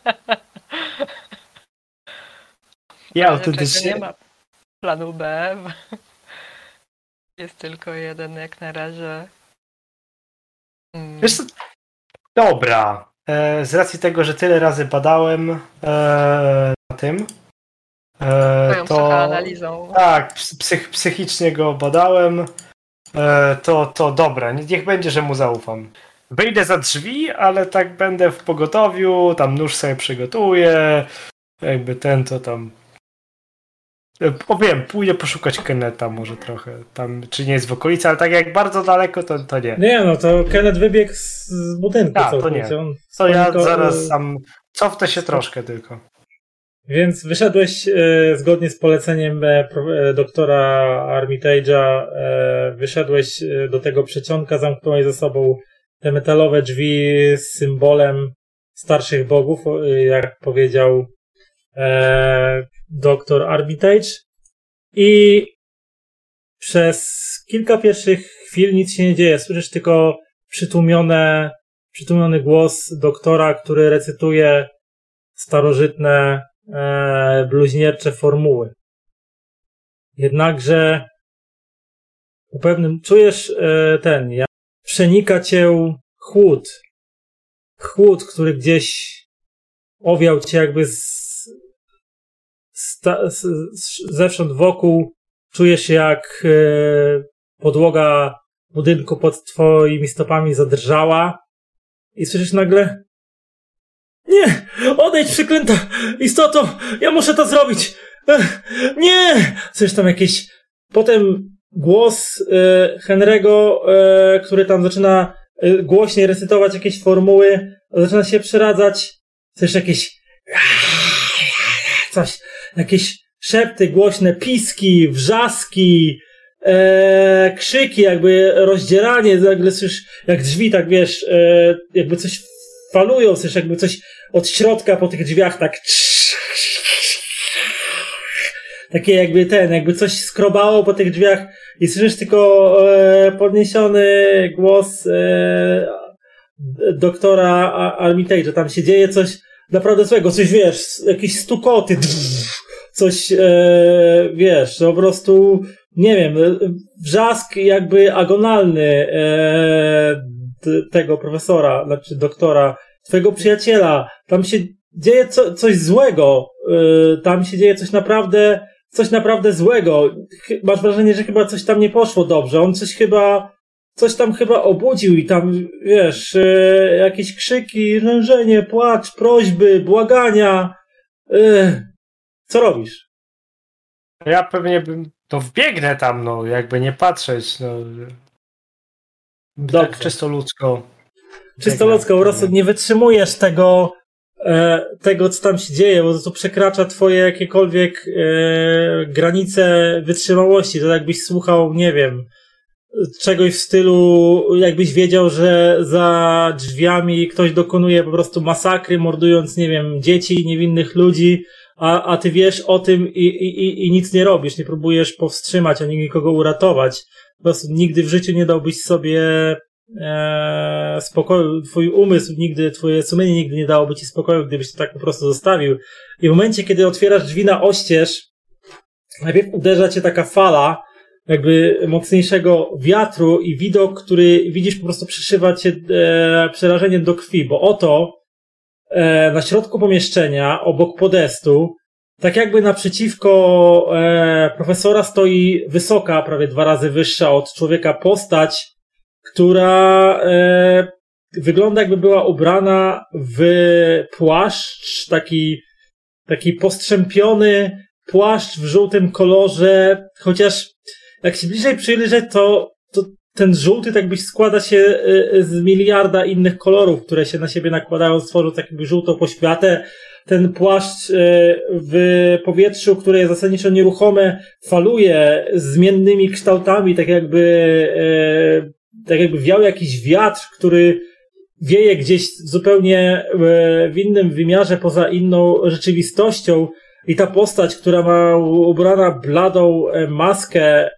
Ja autentycznie... Nie ma planu B. Jest tylko jeden jak na razie. Wiesz co? Dobra. Z racji tego, że tyle razy badałem na tym, Twoją psychoanalizą. Tak, psychicznie go badałem, to dobra, niech będzie, że mu zaufam. Wyjdę za drzwi, ale tak będę w pogotowiu, tam nóż sobie przygotuję, jakby ten to tam... Wiem, pójdę poszukać Kenneta może trochę, tam czy nie jest w okolicy, ale tak jak bardzo daleko, to nie. Nie, no to Kenneth wybiegł z budynku. To nie. To ja zaraz tam cofnę się troszkę tylko. Więc wyszedłeś zgodnie z poleceniem doktora Armitage'a, wyszedłeś do tego przedsionka, zamknąłeś za sobą te metalowe drzwi z symbolem starszych bogów, jak powiedział doktor Armitage, i przez kilka pierwszych chwil nic się nie dzieje. Słyszysz tylko przytłumiony głos doktora, który recytuje starożytne bluźniercze formuły. Jednakże po pewnym czujesz jak przenika cię chłód, który gdzieś owiał cię jakby zewsząd wokół. Czujesz, jak podłoga budynku pod twoimi stopami zadrżała i słyszysz nagle: nie! Odejdź, przeklęta istoto! Ja muszę to zrobić! Nie! Słyszysz tam jakieś... Potem głos Henry'ego, który tam zaczyna głośniej recytować jakieś formuły, zaczyna się przeradzać. Słyszysz jakieś... coś, jakieś szepty głośne, piski, wrzaski, krzyki, jakby rozdzieranie. Nagle słyszysz, jak drzwi, tak wiesz, jakby coś falują, coś jakby coś od środka po tych drzwiach tak takie jakby coś skrobało po tych drzwiach i słyszysz tylko podniesiony głos doktora Armitage'a. Tam się dzieje coś naprawdę złego, coś wiesz, jakieś stukoty, coś wiesz, po prostu nie wiem, wrzask jakby agonalny tego profesora, znaczy doktora, twojego przyjaciela. Tam się dzieje coś złego, tam się dzieje coś naprawdę złego. Masz wrażenie, że chyba coś tam nie poszło dobrze. On coś tam chyba obudził i tam, wiesz, jakieś krzyki, rzężenie, płacz, prośby, błagania. Co robisz? Ja pewnie bym wbiegnę tam, no, jakby nie patrzeć, no. Tak czysto ludzko. Czysto ludzko, po prostu nie wytrzymujesz tego, co tam się dzieje, bo to przekracza twoje jakiekolwiek granice wytrzymałości. To jakbyś słuchał, nie wiem, czegoś w stylu, jakbyś wiedział, że za drzwiami ktoś dokonuje po prostu masakry, mordując, nie wiem, dzieci, niewinnych ludzi, a ty wiesz o tym i nic nie robisz, nie próbujesz powstrzymać, ani nikogo uratować. Po prostu nigdy w życiu nie dałbyś sobie spokoju, twój umysł nigdy, twoje sumienie nigdy nie dałoby ci spokoju, gdybyś to tak po prostu zostawił. I w momencie, kiedy otwierasz drzwi na oścież, najpierw uderza cię taka fala jakby mocniejszego wiatru i widok, który widzisz, po prostu przeszywa cię przerażeniem do krwi, bo oto na środku pomieszczenia, obok podestu, tak jakby naprzeciwko profesora stoi wysoka, prawie 2 razy wyższa od człowieka postać, która wygląda jakby była ubrana w płaszcz, taki postrzępiony płaszcz w żółtym kolorze, chociaż jak się bliżej przyjrzeć, to ten żółty tak byś składa się z miliarda innych kolorów, które się na siebie nakładają, stworzą tak jakby żółtą poświatę. Ten płaszcz w powietrzu, które jest zasadniczo nieruchome, faluje zmiennymi kształtami, tak jakby wiał jakiś wiatr, który wieje gdzieś zupełnie w innym wymiarze, poza inną rzeczywistością. I ta postać, która ma ubrana bladą maskę,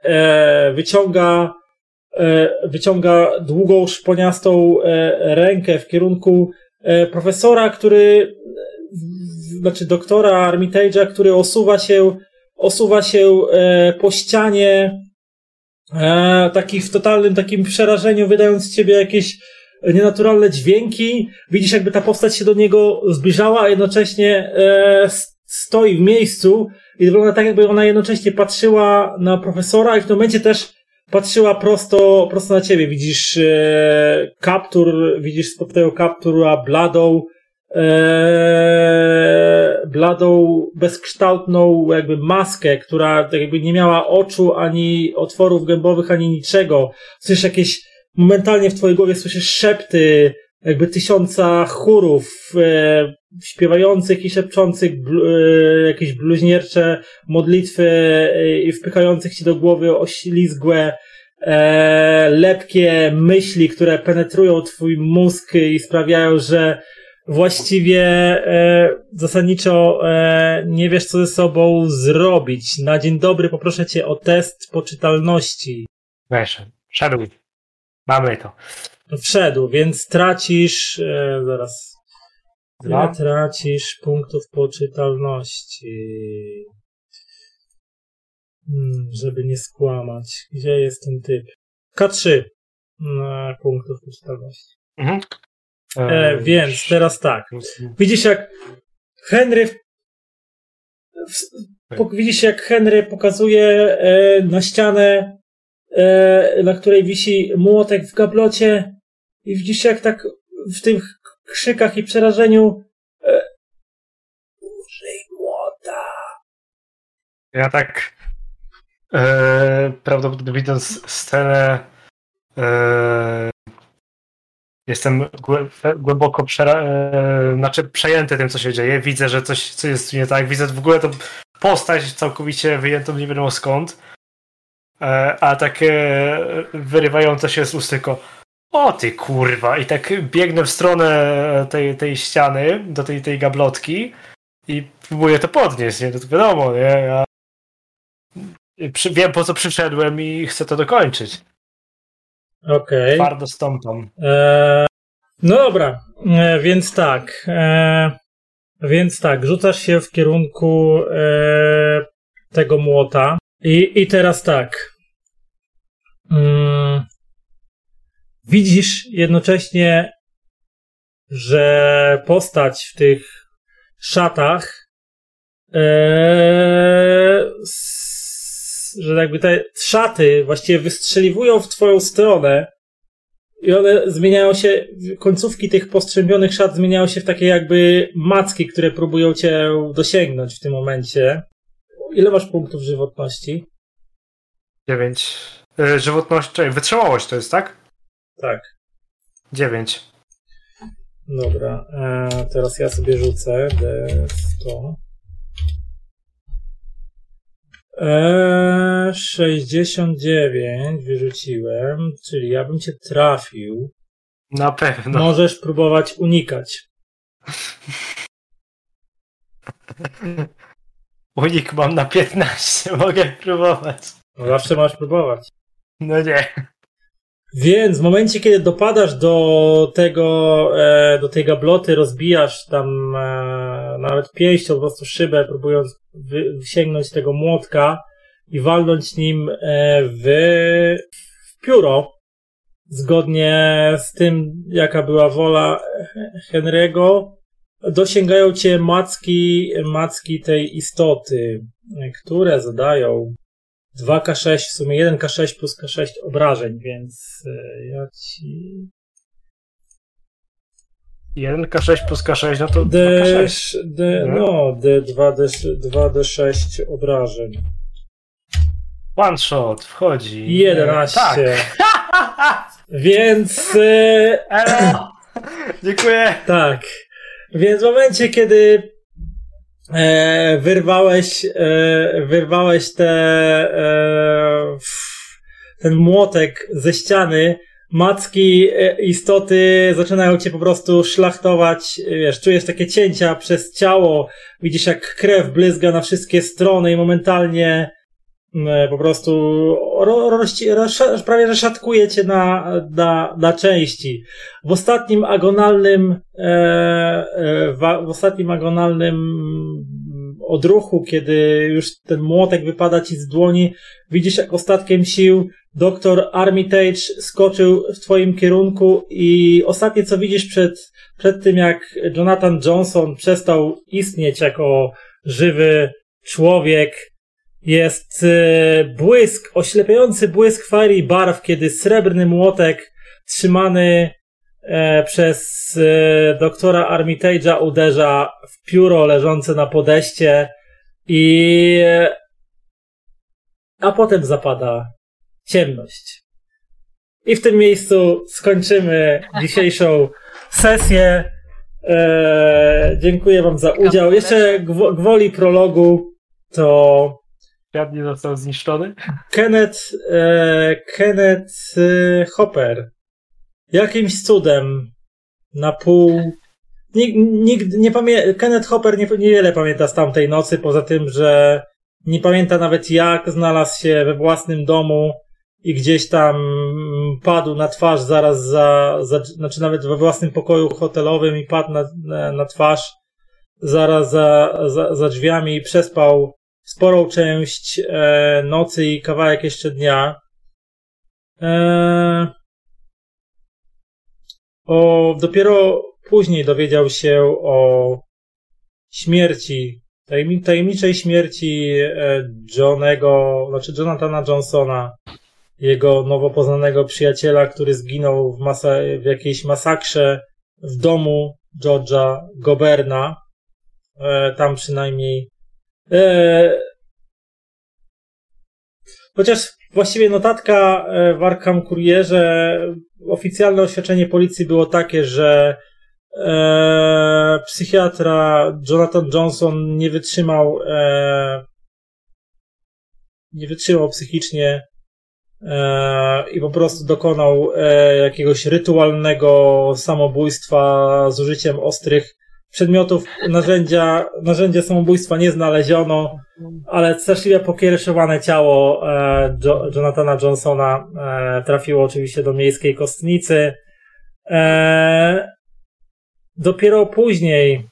wyciąga długą, szponiastą rękę w kierunku profesora, znaczy doktora Armitage'a, który osuwa się po ścianie, taki w totalnym takim przerażeniu, wydając z ciebie jakieś nienaturalne dźwięki. Widzisz, jakby ta postać się do niego zbliżała, a jednocześnie stoi w miejscu i wygląda tak, jakby ona jednocześnie patrzyła na profesora i w tym momencie też patrzyła prosto na ciebie. Widzisz kaptur, widzisz spod tego kaptura bladą, bezkształtną jakby maskę, która tak jakby nie miała oczu, ani otworów gębowych, ani niczego. Słyszysz momentalnie w twojej głowie słyszysz szepty jakby 1000 chórów śpiewających i szepczących jakieś bluźniercze modlitwy i wpychających ci do głowy oślizgłe lepkie myśli, które penetrują twój mózg i sprawiają, że właściwie zasadniczo nie wiesz, co ze sobą zrobić. Na dzień dobry poproszę cię o test poczytalności. Szedł. Mamy to. Wszedł, więc tracisz zaraz. Ile tracisz punktów poczytalności? Żeby nie skłamać. Gdzie jest ten typ? K3 punktów poczytalności. Mhm. Więc teraz tak. Widzisz jak Henry pokazuje na ścianę, na której wisi młotek w gablocie i widzisz jak tak w tych krzykach i przerażeniu użyj młota. Ja tak prawdopodobnie widząc scenę jestem głęboko przejęty tym, co się dzieje. Widzę, że coś jest nie tak. Widzę w ogóle tą postać całkowicie wyjętą nie wiadomo skąd. A takie wyrywające się z ust tylko O ty kurwa! I tak biegnę w stronę tej ściany, do tej gablotki i próbuję to podnieść, nie? To wiadomo, nie? Ja wiem, po co przyszedłem i chcę to dokończyć. Okej. Twardo stąpam. No dobra, więc tak, rzucasz się w kierunku tego młota i teraz tak. Widzisz jednocześnie, że postać w tych szatach, że jakby te szaty właściwie wystrzeliwują w twoją stronę i one zmieniają się, końcówki tych postrzępionych szat zmieniają się w takie jakby macki, które próbują cię dosięgnąć w tym momencie. Ile masz punktów żywotności? 9. Żywotność, czyli wytrzymałość to jest, tak? Tak. 9. Dobra, teraz ja sobie rzucę D100. 69 wyrzuciłem, czyli ja bym cię trafił. Na pewno. Możesz próbować unikać. Unik mam na 15, mogę próbować. No zawsze masz próbować. No nie. Więc w momencie, kiedy dopadasz do tej gabloty, rozbijasz tam nawet pięścią po prostu szybę, próbując sięgnąć tego młotka i walnąć nim w pióro, zgodnie z tym, jaka była wola Henry'ego, dosięgają cię macki tej istoty, które zadają 2K6, w sumie 1K6 plus K6 obrażeń, więc ja ci... 1K6 plus K6, no to 2K6. No, 2D6 obrażeń. One shot, wchodzi. 11. Tak. Więc... Dziękuję. Tak. Więc w momencie, kiedy wyrwałeś ten młotek ze ściany, macki istoty zaczynają cię po prostu szlachtować, wiesz, czujesz takie cięcia przez ciało, widzisz jak krew blyzga na wszystkie strony i momentalnie po prostu prawie że szatkuje cię na części. W ostatnim agonalnym odruchu, kiedy już ten młotek wypada ci z dłoni, widzisz jak ostatkiem sił doktor Armitage skoczył w twoim kierunku i ostatnie co widzisz przed tym jak Jonathan Johnson przestał istnieć jako żywy człowiek, jest błysk, oślepiający błysk fajry i barw, kiedy srebrny młotek trzymany przez doktora Armitage'a uderza w pióro leżące na podeszcie a potem zapada ciemność. I w tym miejscu skończymy dzisiejszą sesję. Dziękuję wam za udział. Jeszcze gwoli prologu to Świat nie został zniszczony? Kenneth Hopper jakimś cudem na pół nikt nie pamięta, Kenneth Hopper niewiele pamięta z tamtej nocy, poza tym, że nie pamięta nawet jak znalazł się we własnym domu i gdzieś tam padł na twarz zaraz znaczy nawet we własnym pokoju hotelowym i padł na twarz zaraz za drzwiami i przespał sporą część nocy i kawałek jeszcze dnia. Dopiero później dowiedział się o śmierci, tajemniczej śmierci Jonathana Johnsona, jego nowo poznanego przyjaciela, który zginął w jakiejś masakrze w domu George'a Goberna. Tam przynajmniej chociaż właściwie notatka w Arkham Courierze, oficjalne oświadczenie policji było takie, że psychiatra Jonathan Johnson nie wytrzymał psychicznie i po prostu dokonał jakiegoś rytualnego samobójstwa z użyciem ostrych przedmiotów. Narzędzia samobójstwa nie znaleziono, ale straszliwie pokiereszowane ciało Jonathana Johnsona trafiło oczywiście do miejskiej kostnicy. Dopiero później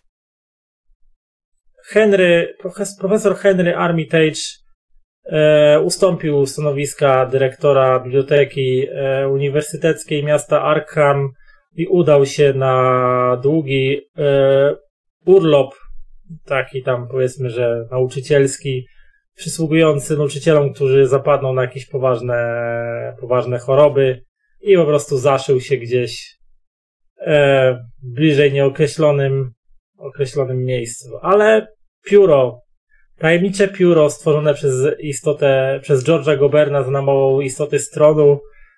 profesor Henry Armitage ustąpił stanowiska dyrektora biblioteki uniwersyteckiej miasta Arkham i udał się na długi urlop, taki tam powiedzmy, że nauczycielski, przysługujący nauczycielom, którzy zapadną na jakieś poważne choroby, i po prostu zaszył się gdzieś bliżej nieokreślonym miejscu. Ale tajemnicze pióro stworzone przez George'a Goberna za namową istoty z tronu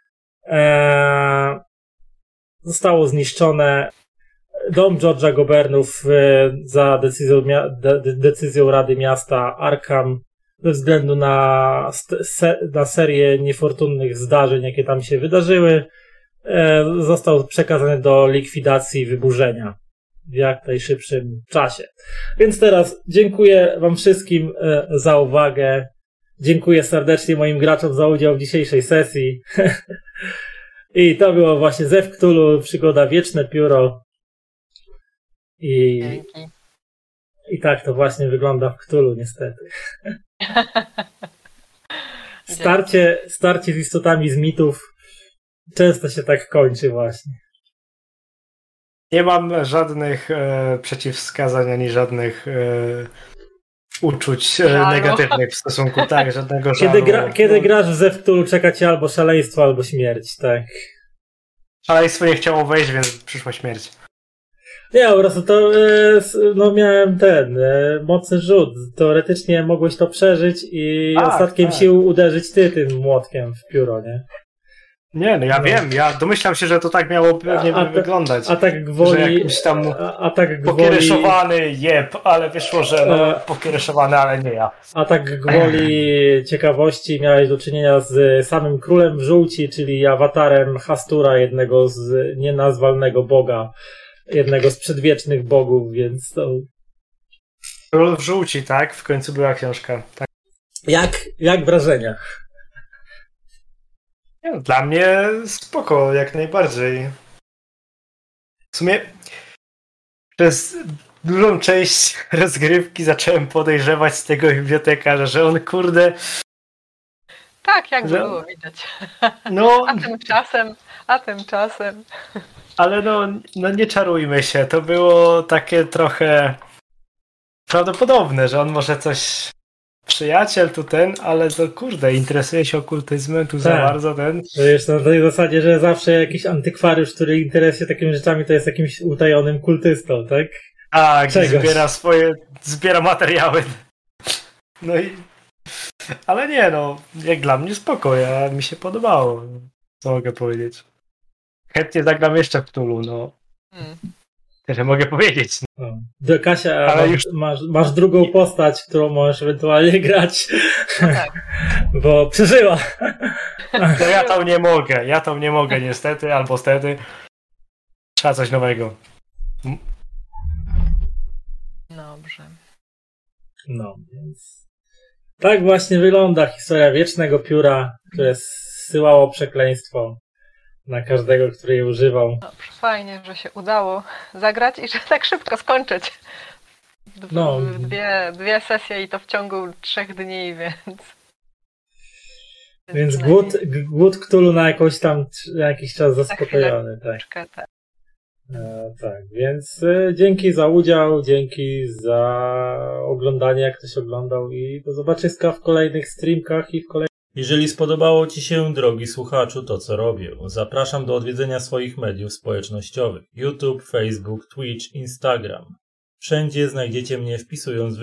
zostało zniszczone. Dom George'a Gobernów za decyzją Rady Miasta Arkham ze względu na serię niefortunnych zdarzeń, jakie tam się wydarzyły, został przekazany do likwidacji i wyburzenia w jak najszybszym czasie. Więc teraz dziękuję wam wszystkim za uwagę. Dziękuję serdecznie moim graczom za udział w dzisiejszej sesji. I to było właśnie Zew Cthulhu, przygoda Wieczne Pióro. I tak to właśnie wygląda w Cthulhu, niestety. Starcie z istotami z mitów często się tak kończy właśnie. Nie mam żadnych przeciwwskazań ani żadnych uczuć negatywnych w stosunku, tak, żadnego żalu. Kiedy grasz w Zew Cthulhu, czeka cię albo szaleństwo, albo śmierć, tak. Szaleństwo nie chciało wejść, więc przyszła śmierć. Nie, po prostu to miałem mocny rzut. Teoretycznie mogłeś to przeżyć i ostatkiem sił uderzyć ty tym młotkiem w pióro, nie? Nie, no ja wiem, ja domyślam się, że to tak miało pewnie wyglądać. A tak gwoli... Że jakimś tam pokiereszowany jeb, ale wyszło, że pokiereszowany, ale nie ja. A tak gwoli ciekawości miałeś do czynienia z samym królem w żółci, czyli awatarem Hastura, jednego z nienazwalnego boga, jednego z przedwiecznych bogów, więc to... Król w żółci, tak? W końcu była książka. Tak. Jak wrażenia? Dla mnie spoko, jak najbardziej. W sumie przez dużą część rozgrywki zacząłem podejrzewać z tego bibliotekarza, że on Tak, jak było widać. No, A tymczasem. Ale no nie czarujmy się, to było takie trochę prawdopodobne, że on może coś... Przyjaciel tu ale to interesuje się okultyzmem tu za bardzo To jest na tej zasadzie, że zawsze jakiś antykwariusz, który interesuje się takimi rzeczami, to jest jakimś utajonym kultystą, tak? Tak, zbiera materiały. No i... Ale nie, jak dla mnie spoko, mi się podobało, co mogę powiedzieć. Chętnie zagram jeszcze w Cthulhu, Tyle mogę powiedzieć. Kasia, ale masz drugą postać, którą możesz ewentualnie grać, bo przeżyła. No ja tam nie mogę niestety, albo stety. Trzeba coś nowego. Dobrze. Więc tak właśnie wygląda historia Wiecznego Pióra, które zsyłało przekleństwo na każdego, który je używał. Dobrze, fajnie, że się udało zagrać i że tak szybko skończyć. Dwie sesje i to w ciągu 3 dni, więc... Więc głód Cthulhu na jakiś czas zaspokojony. Tak. Tak, więc dzięki za udział, dzięki za oglądanie, jak ktoś oglądał, i do zobaczyska w kolejnych streamkach i w kolejnych... Jeżeli spodobało ci się, drogi słuchaczu, to co robię, zapraszam do odwiedzenia swoich mediów społecznościowych: YouTube, Facebook, Twitch, Instagram. Wszędzie znajdziecie mnie wpisując